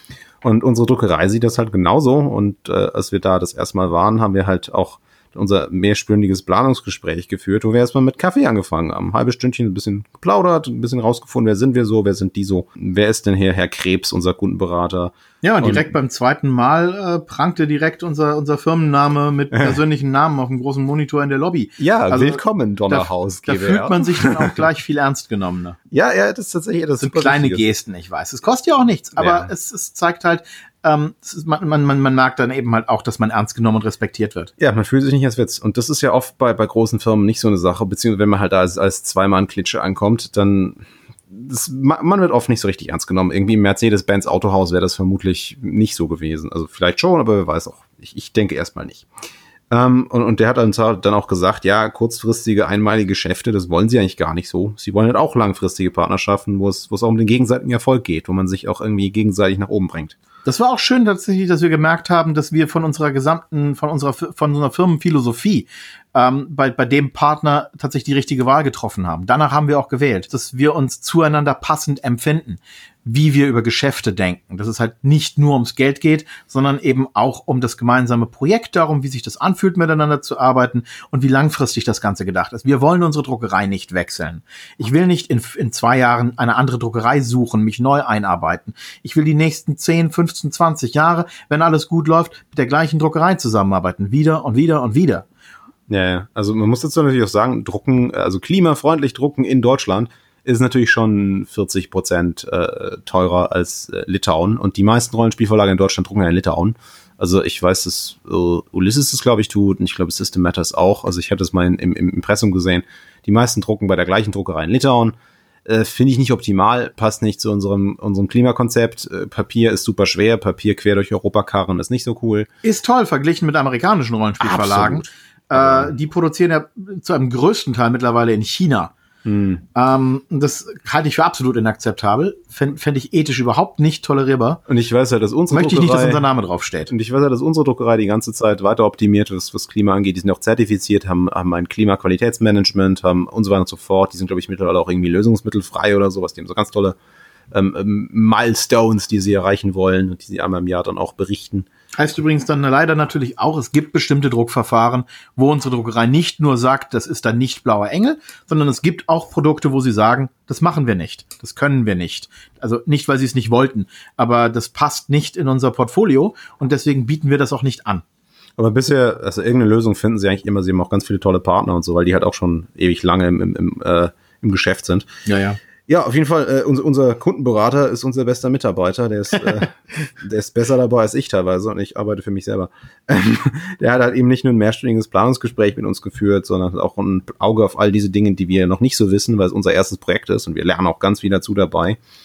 Und unsere Druckerei sieht das halt genauso. Und äh, als wir da das erste Mal waren, haben wir halt auch unser mehrstündiges Planungsgespräch geführt, wo wir erstmal mit Kaffee angefangen haben. Ein halbes Stündchen ein bisschen geplaudert, ein bisschen rausgefunden, wer sind wir so, wer sind die so, wer ist denn hier Herr Krebs, unser Kundenberater. Ja, und direkt und, beim zweiten Mal äh, prangte direkt unser unser Firmenname mit persönlichen Namen auf dem großen Monitor in der Lobby. Ja, also, willkommen, Donnerhaus. Da, da fühlt man sich dann auch gleich viel ernst genommener. Ja, ja, das ist tatsächlich das sind kleine Gesten, ich weiß. Es kostet ja auch nichts, aber ja. es, es zeigt halt, ähm, es ist, man, man, man merkt dann eben halt auch, dass man ernst genommen und respektiert wird. Ja, man fühlt sich nicht als Witz. Und das ist ja oft bei bei großen Firmen nicht so eine Sache, beziehungsweise wenn man halt da als, als Zweimann-Klitsche ankommt, dann Das, man wird oft nicht so richtig ernst genommen. Irgendwie im Mercedes-Benz Autohaus wäre das vermutlich nicht so gewesen. Also vielleicht schon, aber wer weiß auch. Ich, ich denke erstmal nicht. Ähm, und, und der hat dann, dann auch gesagt, ja, kurzfristige, einmalige Geschäfte, das wollen sie eigentlich gar nicht so. Sie wollen halt auch langfristige Partnerschaften, wo es, wo es auch um den gegenseitigen Erfolg geht, wo man sich auch irgendwie gegenseitig nach oben bringt. Das war auch schön tatsächlich, dass wir gemerkt haben, dass wir von unserer gesamten, von unserer, von unserer Firmenphilosophie ähm, bei, bei dem Partner tatsächlich die richtige Wahl getroffen haben. Danach haben wir auch gewählt, dass wir uns zueinander passend empfinden, wie wir über Geschäfte denken. Dass es halt nicht nur ums Geld geht, sondern eben auch um das gemeinsame Projekt, darum, wie sich das anfühlt, miteinander zu arbeiten und wie langfristig das Ganze gedacht ist. Wir wollen unsere Druckerei nicht wechseln. Ich will nicht in, in zwei Jahren eine andere Druckerei suchen, mich neu einarbeiten. Ich will die nächsten zehn, fünfzehn, zwanzig Jahre, wenn alles gut läuft, mit der gleichen Druckerei zusammenarbeiten. Wieder und wieder und wieder. Ja, ja. Also man muss dazu natürlich auch sagen, drucken, also klimafreundlich drucken in Deutschland ist natürlich schon vierzig Prozent äh, teurer als äh, Litauen. Und die meisten Rollenspielverlage in Deutschland drucken ja in Litauen. Also ich weiß, dass uh, Ulysses das, glaube ich, tut. Und ich glaube, System Matters auch. Also ich habe das mal in, im, im Impressum gesehen. Die meisten drucken bei der gleichen Druckerei in Litauen. Äh, Finde ich nicht optimal. Passt nicht zu unserem unserem Klimakonzept. Äh, Papier ist super schwer. Papier quer durch Europa karren ist nicht so cool. Ist toll, verglichen mit amerikanischen Rollenspielverlagen. Absolut. Äh, die produzieren ja zu einem größten Teil mittlerweile in China. Hm. Ähm, das halte ich für absolut inakzeptabel. Fände fänd ich ethisch überhaupt nicht tolerierbar. Und ich weiß ja, dass unsere Möchte Druckerei, ich nicht, dass unser Name draufsteht. Und ich weiß ja, dass unsere Druckerei die ganze Zeit weiter optimiert, was, was Klima angeht. Die sind auch zertifiziert, haben, haben ein Klimaqualitätsmanagement, haben und so weiter und so fort. Die sind, glaube ich, mittlerweile auch irgendwie lösungsmittelfrei oder sowas. Die haben so ganz tolle ähm, Milestones, die sie erreichen wollen und die sie einmal im Jahr dann auch berichten. Heißt übrigens dann leider natürlich auch, es gibt bestimmte Druckverfahren, wo unsere Druckerei nicht nur sagt, das ist dann nicht blauer Engel, sondern es gibt auch Produkte, wo sie sagen, das machen wir nicht, das können wir nicht. Also nicht, weil sie es nicht wollten, aber das passt nicht in unser Portfolio und deswegen bieten wir das auch nicht an. Aber bisher, also irgendeine Lösung finden sie eigentlich immer. Sie haben auch ganz viele tolle Partner und so, weil die halt auch schon ewig lange im, im, im, äh, im Geschäft sind. Ja, ja. Ja, auf jeden Fall, äh, unser, unser Kundenberater ist unser bester Mitarbeiter. Der ist, äh, der ist besser dabei als ich teilweise und ich arbeite für mich selber. Ähm, der hat halt eben nicht nur ein mehrstündiges Planungsgespräch mit uns geführt, sondern auch ein Auge auf all diese Dinge, die wir noch nicht so wissen, weil es unser erstes Projekt ist und wir lernen auch ganz viel dazu dabei.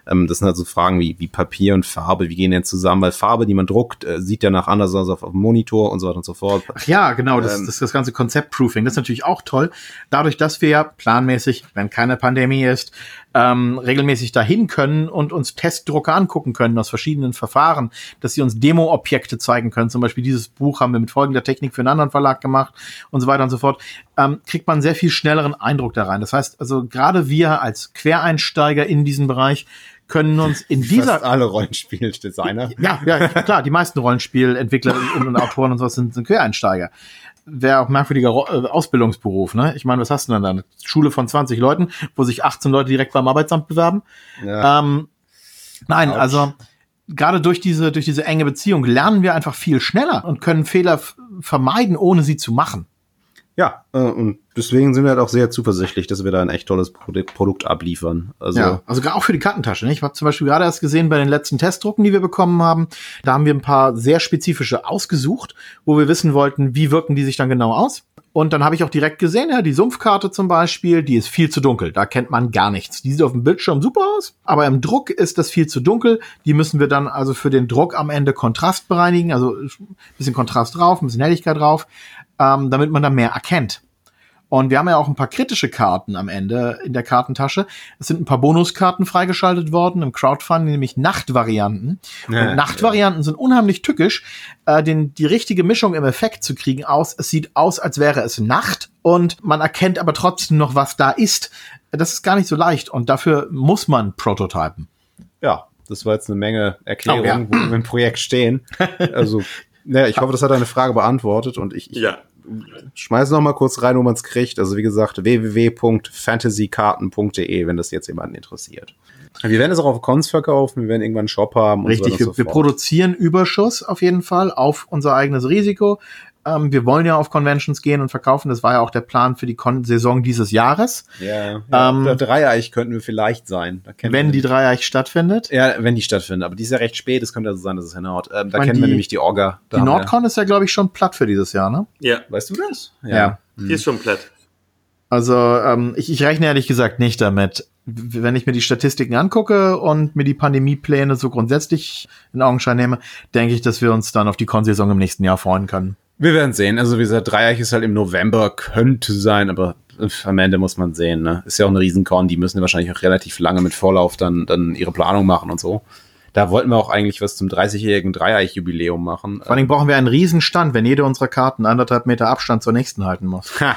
Ähm, das sind halt so Fragen wie, wie Papier und Farbe, wie gehen denn zusammen? Weil Farbe, die man druckt, äh, sieht ja nach anders aus auf, auf dem Monitor und so weiter und so fort. Ach ja, genau, das, Ähm, das, das ganze Konzept-Proofing, das ist natürlich auch toll. Dadurch, dass wir ja planmäßig, wenn keine Pandemie ist, ähm, regelmäßig dahin können und uns Testdrucke angucken können aus verschiedenen Verfahren, dass sie uns Demo-Objekte zeigen können. Zum Beispiel dieses Buch haben wir mit folgender Technik für einen anderen Verlag gemacht und so weiter und so fort. Ähm, kriegt man einen sehr viel schnelleren Eindruck da rein. Das heißt, also gerade wir als Quereinsteiger in diesen Bereich können uns in dieser... Fast alle Rollenspieldesigner. Ja, ja, klar, die meisten Rollenspielentwickler und, und Autoren und sowas sind, sind Quereinsteiger. Wäre auch ein merkwürdiger Ro- Ausbildungsberuf, ne? Ich meine, was hast du denn da? Eine Schule von zwanzig Leuten, wo sich achtzehn Leute direkt beim Arbeitsamt bewerben? Ja. Ähm, nein, Ouch. also gerade durch diese, durch diese enge Beziehung lernen wir einfach viel schneller und können Fehler f- vermeiden, ohne sie zu machen. Ja, äh, und deswegen sind wir halt auch sehr zuversichtlich, dass wir da ein echt tolles Produkt, Produkt abliefern. Also, Ja, also gra- auch für die Kartentasche. Ne? Ich habe zum Beispiel gerade erst gesehen bei den letzten Testdrucken, die wir bekommen haben, da haben wir ein paar sehr spezifische ausgesucht, wo wir wissen wollten, wie wirken die sich dann genau aus. Und dann habe ich auch direkt gesehen, ja, die Sumpfkarte zum Beispiel, die ist viel zu dunkel. Da kennt man gar nichts. Die sieht auf dem Bildschirm super aus, aber im Druck ist das viel zu dunkel. Die müssen wir dann also für den Druck am Ende Kontrast bereinigen, also ein bisschen Kontrast drauf, ein bisschen Helligkeit drauf, ähm, damit man da mehr erkennt. Und wir haben ja auch ein paar kritische Karten am Ende in der Kartentasche. Es sind ein paar Bonuskarten freigeschaltet worden im Crowdfunding, nämlich Nachtvarianten. Ja, und Nachtvarianten ja. sind unheimlich tückisch, äh, den, die richtige Mischung im Effekt zu kriegen aus. Es sieht aus, als wäre es Nacht und man erkennt aber trotzdem noch, was da ist. Das ist gar nicht so leicht und dafür muss man prototypen. ja, das war jetzt eine Menge Erklärungen, Oh, ja. wo wir im Projekt stehen. Also, naja, ich hoffe, das hat deine Frage beantwortet und ich, ich Ja. schmeiß noch mal kurz rein, wo man es kriegt. Also wie gesagt, w w w punkt fantasykarten punkt d e, wenn das jetzt jemanden interessiert. Wir werden es auch auf Cons verkaufen, wir werden irgendwann einen Shop haben. Und Richtig, so wir, und so wir fort. produzieren Überschuss auf jeden Fall auf unser eigenes Risiko. Ähm, wir wollen ja auf Conventions gehen und verkaufen. Das war ja auch der Plan für die Con-Saison dieses Jahres. Ja, ja Ähm, der Dreieich könnten wir vielleicht sein. Da kennen Wenn wir die Dreieich stattfindet. Ja, wenn die stattfinden. Aber die ist ja recht spät. Es könnte also sein, dass es hinhaut. Ähm, da meine, kennen wir die- nämlich die Orga. Da Die haben wir- Nordcon ist ja, glaube ich, schon platt für dieses Jahr, ne? Ja, Weißt du das? Ja. die ist schon platt. Also ähm, ich, ich rechne ehrlich gesagt nicht damit. W- Wenn ich mir die Statistiken angucke und mir die Pandemiepläne so grundsätzlich in Augenschein nehme, denke ich, dass wir uns dann auf die Con-Saison im nächsten Jahr freuen können. Wir werden sehen. Also wie gesagt, Dreieich ist halt im November, könnte sein, aber am Ende muss man sehen. Ne? Ist ja auch eine Riesencon. Die müssen ja wahrscheinlich auch relativ lange mit Vorlauf dann, dann ihre Planung machen und so. Da wollten wir auch eigentlich was zum dreißigjährigen Dreieich-Jubiläum machen. Vor allem brauchen wir einen Riesenstand, wenn jede unserer Karten anderthalb Meter Abstand zur nächsten halten muss. Ha.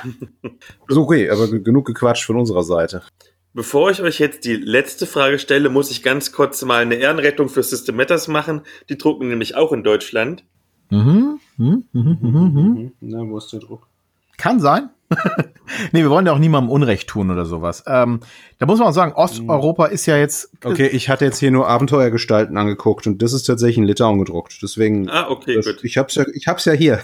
So, okay, aber g- genug gequatscht von unserer Seite. Bevor ich euch jetzt die letzte Frage stelle, muss ich ganz kurz mal eine Ehrenrettung für System Matters machen. Die drucken nämlich auch in Deutschland. Mhm. Mhm. Mhm. Mhm. Mhm. Na, wo ist der Druck? Kann sein. Nee, wir wollen ja auch niemandem Unrecht tun oder sowas. Ähm, da muss man auch sagen, Osteuropa ist ja jetzt... Okay, ich hatte jetzt hier nur Abenteuergestalten angeguckt und das ist tatsächlich in Litauen gedruckt. Deswegen, Ah, okay, das, gut. ich hab's ja, ich hab's ja hier.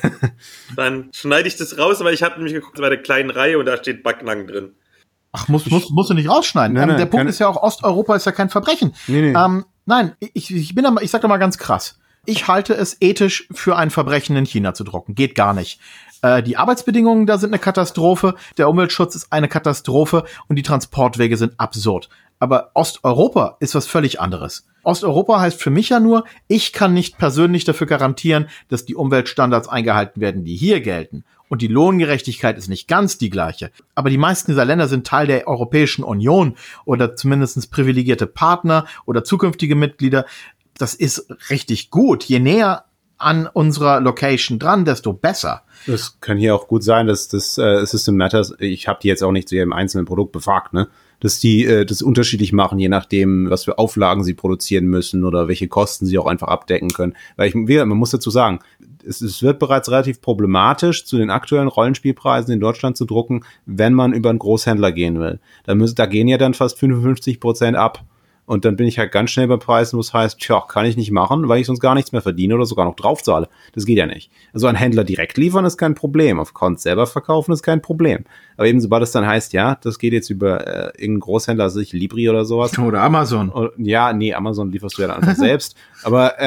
Dann schneide ich das raus, aber ich habe nämlich geguckt bei der kleinen Reihe und da steht Backnang drin. Ach, muss, muss, musst du nicht rausschneiden. Nein, ähm, nein, der Punkt kann- ist ja auch, Osteuropa ist ja kein Verbrechen. Nee, nee. Ähm, nein, ich, ich bin da mal, ich sag da mal ganz krass. Ich halte es ethisch für ein Verbrechen, in China zu drucken. Geht gar nicht. Äh, die Arbeitsbedingungen da sind eine Katastrophe, der Umweltschutz ist eine Katastrophe und die Transportwege sind absurd. Aber Osteuropa ist was völlig anderes. Osteuropa heißt für mich ja nur, ich kann nicht persönlich dafür garantieren, dass die Umweltstandards eingehalten werden, die hier gelten. Und die Lohngerechtigkeit ist nicht ganz die gleiche. Aber die meisten dieser Länder sind Teil der Europäischen Union oder zumindest privilegierte Partner oder zukünftige Mitglieder. Das ist richtig gut. Je näher an unserer Location dran, desto besser. Es kann hier auch gut sein, dass das äh, System Matters, ich habe die jetzt auch nicht zu jedem einzelnen Produkt befragt, ne? Dass die äh, das unterschiedlich machen, je nachdem, was für Auflagen sie produzieren müssen oder welche Kosten sie auch einfach abdecken können. Weil ich, wie, man muss dazu sagen, es, es wird bereits relativ problematisch, zu den aktuellen Rollenspielpreisen in Deutschland zu drucken, wenn man über einen Großhändler gehen will. Da, müssen, da gehen ja dann fast fünfundfünfzig Prozent ab. Und dann bin ich halt ganz schnell bei Preisen, wo es heißt, tja, kann ich nicht machen, weil ich sonst gar nichts mehr verdiene oder sogar noch draufzahle. Das geht ja nicht. Also ein Händler direkt liefern ist kein Problem. Auf Cons selber verkaufen ist kein Problem. Aber eben sobald es dann heißt, ja, das geht jetzt über äh, irgendeinen Großhändler, also ich Libri oder sowas. Oder Amazon. Oder, ja, nee, Amazon lieferst du ja dann einfach selbst. Aber ähm,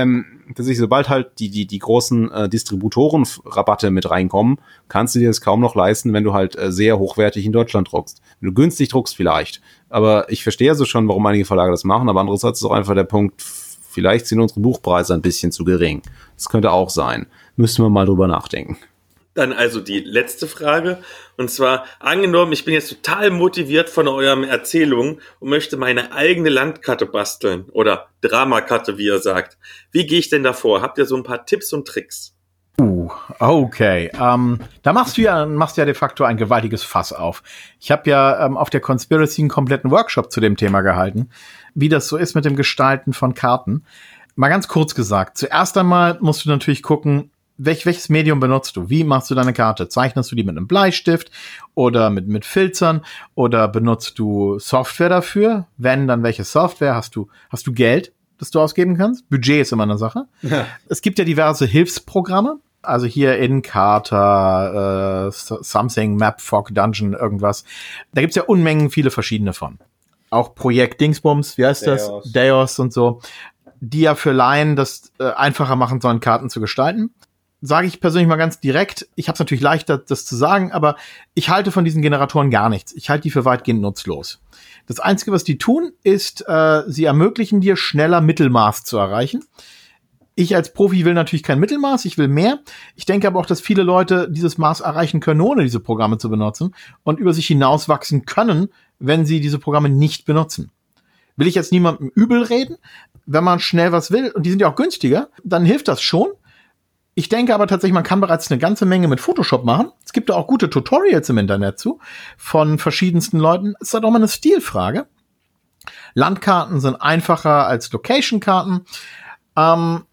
dass ich, sobald halt die, die, die großen äh, Distributorenrabatte mit reinkommen, kannst du dir das kaum noch leisten, wenn du halt äh, sehr hochwertig in Deutschland druckst. Wenn du günstig druckst vielleicht. Aber ich verstehe also schon, warum einige Verlage das machen, aber andererseits ist auch einfach der Punkt, vielleicht sind unsere Buchpreise ein bisschen zu gering. Das könnte auch sein. Müssten wir mal drüber nachdenken. Dann also die letzte Frage, und zwar, angenommen, ich bin jetzt total motiviert von euren Erzählungen und möchte meine eigene Landkarte basteln oder Dramakarte, wie ihr sagt. Wie gehe ich denn davor? Habt ihr so ein paar Tipps und Tricks? Uh, okay. Ähm, da machst du ja machst ja de facto ein gewaltiges Fass auf. Ich habe ja ähm, auf der Conspiracy einen kompletten Workshop zu dem Thema gehalten, wie das so ist mit dem Gestalten von Karten. Mal ganz kurz gesagt, zuerst einmal musst du natürlich gucken, Welch, welches Medium benutzt du? Wie machst du deine Karte? Zeichnest du die mit einem Bleistift oder mit, mit Filzern oder benutzt du Software dafür? Wenn, dann welche Software? Hast du, hast du Geld, das du ausgeben kannst? Budget ist immer eine Sache. Ja. Es gibt ja diverse Hilfsprogramme. Also hier Encarta, äh, Something, Mapfog, Dungeon, irgendwas. Da gibt's ja Unmengen viele verschiedene von. Auch Projekt Dingsbums, wie heißt das? Deos, Deos und so. Die ja für Laien das äh, einfacher machen sollen, Karten zu gestalten. Sage ich persönlich mal ganz direkt, ich habe es natürlich leichter, das zu sagen, aber ich halte von diesen Generatoren gar nichts. Ich halte die für weitgehend nutzlos. Das Einzige, was die tun, ist, äh, sie ermöglichen dir, schneller Mittelmaß zu erreichen. Ich als Profi will natürlich kein Mittelmaß, ich will mehr. Ich denke aber auch, dass viele Leute dieses Maß erreichen können, ohne diese Programme zu benutzen und über sich hinauswachsen können, wenn sie diese Programme nicht benutzen. Will ich jetzt niemandem übel reden? Wenn man schnell was will, und die sind ja auch günstiger, dann hilft das schon. Ich denke aber tatsächlich, man kann bereits eine ganze Menge mit Photoshop machen. Es gibt da auch gute Tutorials im Internet zu, von verschiedensten Leuten. Es ist halt auch mal eine Stilfrage. Landkarten sind einfacher als Location-Karten. Ähm,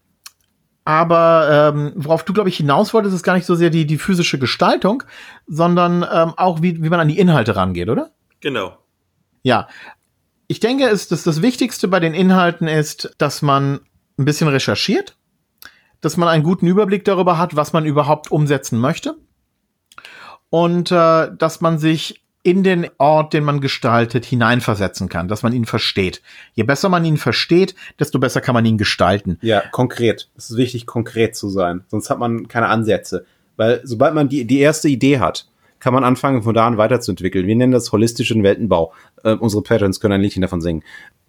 aber ähm, worauf du, glaube ich, hinaus wolltest, ist gar nicht so sehr die, die physische Gestaltung, sondern ähm, auch, wie, wie man an die Inhalte rangeht, oder? Genau. Ja. Ich denke, es, dass das Wichtigste bei den Inhalten ist, dass man ein bisschen recherchiert, dass man einen guten Überblick darüber hat, was man überhaupt umsetzen möchte und äh, dass man sich in den Ort, den man gestaltet, hineinversetzen kann, dass man ihn versteht. Je besser man ihn versteht, desto besser kann man ihn gestalten. Ja, konkret. Es ist wichtig, konkret zu sein, sonst hat man keine Ansätze. Weil sobald man die, die erste Idee hat, kann man anfangen, von da an weiterzuentwickeln. Wir nennen das holistischen Weltenbau. Äh, unsere Patrons können ein Liedchen davon singen.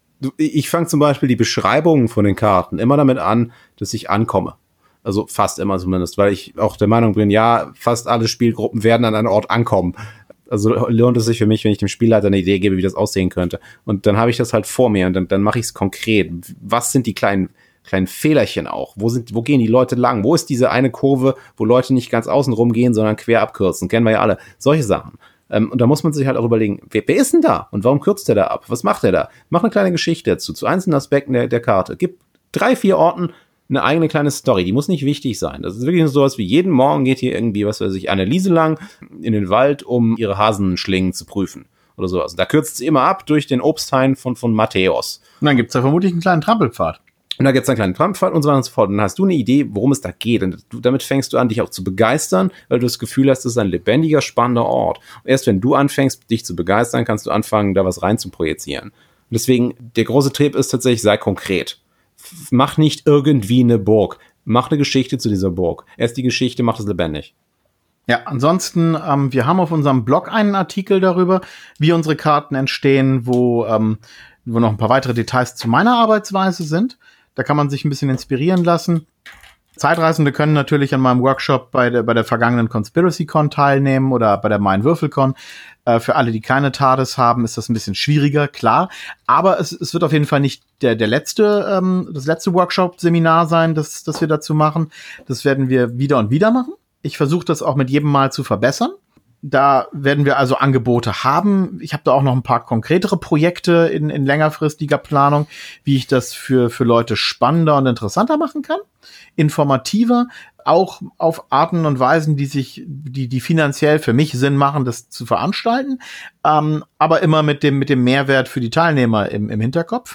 Ich fange zum Beispiel die Beschreibungen von den Karten immer damit an, dass ich ankomme. Also fast immer zumindest, weil ich auch der Meinung bin, ja, fast alle Spielgruppen werden an einen Ort ankommen. Also lohnt es sich für mich, wenn ich dem Spielleiter eine Idee gebe, wie das aussehen könnte. Und dann habe ich das halt vor mir und dann, dann mache ich es konkret. Was sind die kleinen kleinen Fehlerchen auch? Wo sind, wo gehen die Leute lang? Wo ist diese eine Kurve, wo Leute nicht ganz außen rum gehen, sondern quer abkürzen? Kennen wir ja alle. Solche Sachen. Ähm, und da muss man sich halt auch überlegen, wer, wer ist denn da? Und warum kürzt der da ab? Was macht der da? Mach eine kleine Geschichte dazu, zu einzelnen Aspekten der, der Karte. Gib drei, vier Orten eine eigene kleine Story. Die muss nicht wichtig sein. Das ist wirklich so was wie jeden Morgen geht hier irgendwie, was weiß ich, Anneliese lang in den Wald, um ihre Hasenschlingen zu prüfen. Oder sowas. Da kürzt sie immer ab durch den Obsthain von, von Matthäus. Und dann gibt's da vermutlich einen kleinen Trampelpfad. Und da gibt's einen kleinen Trampelpfad und so weiter und so fort. Und dann hast du eine Idee, worum es da geht. Und du, damit fängst du an, dich auch zu begeistern, weil du das Gefühl hast, es ist ein lebendiger, spannender Ort. Und erst wenn du anfängst, dich zu begeistern, kannst du anfangen, da was rein zu projizieren. Und deswegen, der große Trieb ist tatsächlich, sei konkret. Mach nicht irgendwie eine Burg. Mach eine Geschichte zu dieser Burg. Erst die Geschichte macht es lebendig. Ja, ansonsten, ähm, wir haben auf unserem Blog einen Artikel darüber, wie unsere Karten entstehen, wo, ähm, wo noch ein paar weitere Details zu meiner Arbeitsweise sind. Da kann man sich ein bisschen inspirieren lassen. Zeitreisende können natürlich an meinem Workshop bei der, bei der vergangenen ConspiracyCon teilnehmen oder bei der Mein Würfelcon. Äh, für alle, die keine TARDIS haben, ist das ein bisschen schwieriger, klar. Aber es, es wird auf jeden Fall nicht der, der letzte, ähm, das letzte Workshop-Seminar sein, das, das wir dazu machen. Das werden wir wieder und wieder machen. Ich versuche das auch mit jedem Mal zu verbessern. Da werden wir also Angebote haben. Ich habe da auch noch ein paar konkretere Projekte in, in längerfristiger Planung, wie ich das für, für Leute spannender und interessanter machen kann, informativer, auch auf Arten und Weisen, die sich, die, die finanziell für mich Sinn machen, das zu veranstalten, ähm, aber immer mit dem, mit dem Mehrwert für die Teilnehmer im, im Hinterkopf.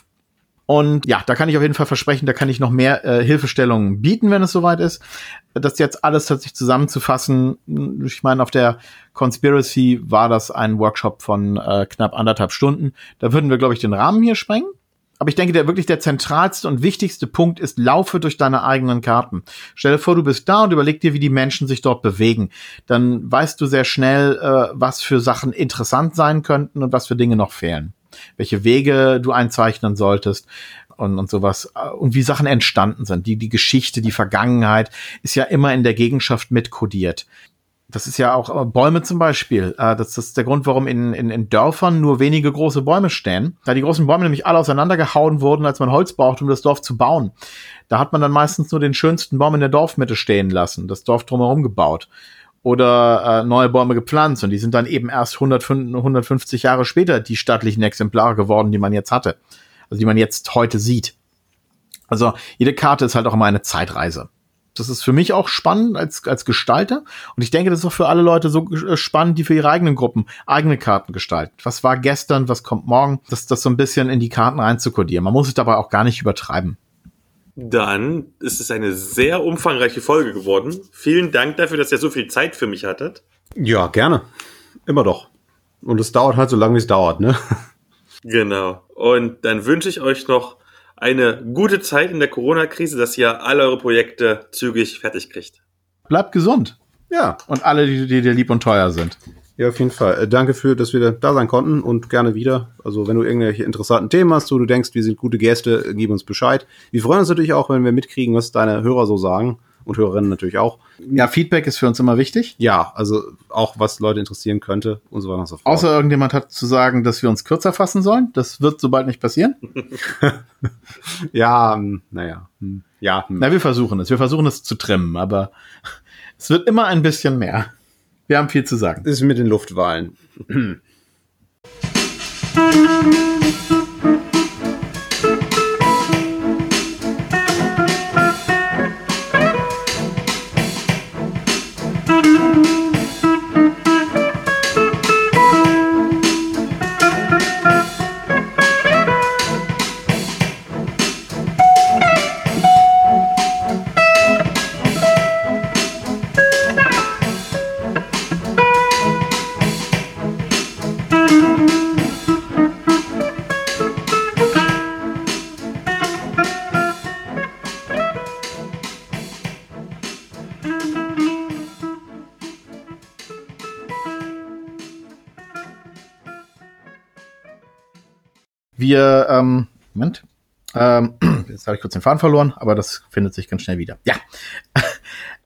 Und ja, da kann ich auf jeden Fall versprechen, da kann ich noch mehr äh, Hilfestellungen bieten, wenn es soweit ist. Das jetzt alles tatsächlich zusammenzufassen, ich meine, auf der Conspiracy war das ein Workshop von äh, knapp anderthalb Stunden. Da würden wir, glaube ich, den Rahmen hier sprengen. Aber ich denke, der wirklich der zentralste und wichtigste Punkt ist, laufe durch deine eigenen Karten. Stell dir vor, du bist da und überleg dir, wie die Menschen sich dort bewegen. Dann weißt du sehr schnell, äh, was für Sachen interessant sein könnten und was für Dinge noch fehlen. Welche Wege du einzeichnen solltest und, und sowas. Und wie Sachen entstanden sind. Die, die Geschichte, die Vergangenheit ist ja immer in der Gegenschaft mit kodiert. Das ist ja auch äh, Bäume zum Beispiel. Äh, das, das ist der Grund, warum in, in, in Dörfern nur wenige große Bäume stehen. Da die großen Bäume nämlich alle auseinandergehauen wurden, als man Holz brauchte, um das Dorf zu bauen. Da hat man dann meistens nur den schönsten Baum in der Dorfmitte stehen lassen, das Dorf drumherum gebaut. Oder äh, neue Bäume gepflanzt. Und die sind dann eben erst hundertfünfzig Jahre später die stattlichen Exemplare geworden, die man jetzt hatte. Also die man jetzt heute sieht. Also jede Karte ist halt auch immer eine Zeitreise. Das ist für mich auch spannend als als Gestalter. Und ich denke, das ist auch für alle Leute so spannend, die für ihre eigenen Gruppen eigene Karten gestalten. Was war gestern, was kommt morgen? Das, das so ein bisschen in die Karten reinzukodieren. Man muss es dabei auch gar nicht übertreiben. Dann ist es eine sehr umfangreiche Folge geworden. Vielen Dank dafür, dass ihr so viel Zeit für mich hattet. Ja, gerne. Immer doch. Und es dauert halt so lange, wie es dauert, ne? Genau. Und dann wünsche ich euch noch eine gute Zeit in der Corona-Krise, dass ihr alle eure Projekte zügig fertig kriegt. Bleibt gesund. Ja. Und alle, die, die dir lieb und teuer sind. Ja, auf jeden Fall. Äh, danke für, dass wir da sein konnten und gerne wieder. Also wenn du irgendwelche interessanten Themen hast, wo du denkst, wir sind gute Gäste, gib uns Bescheid. Wir freuen uns natürlich auch, wenn wir mitkriegen, was deine Hörer so sagen und Hörerinnen natürlich auch. Ja, Feedback ist für uns immer wichtig. Ja, also auch was Leute interessieren könnte und so weiter und so fort. Außer irgendjemand hat zu sagen, dass wir uns kürzer fassen sollen. Das wird so bald nicht passieren. ja, naja. Ja. Na, wir versuchen es. Wir versuchen es zu trimmen, aber es wird immer ein bisschen mehr. Wir haben viel zu sagen. Das ist mit den Luftwahlen. Wir, ähm, Moment, ähm, jetzt habe ich kurz den Faden verloren, aber das findet sich ganz schnell wieder. Ja,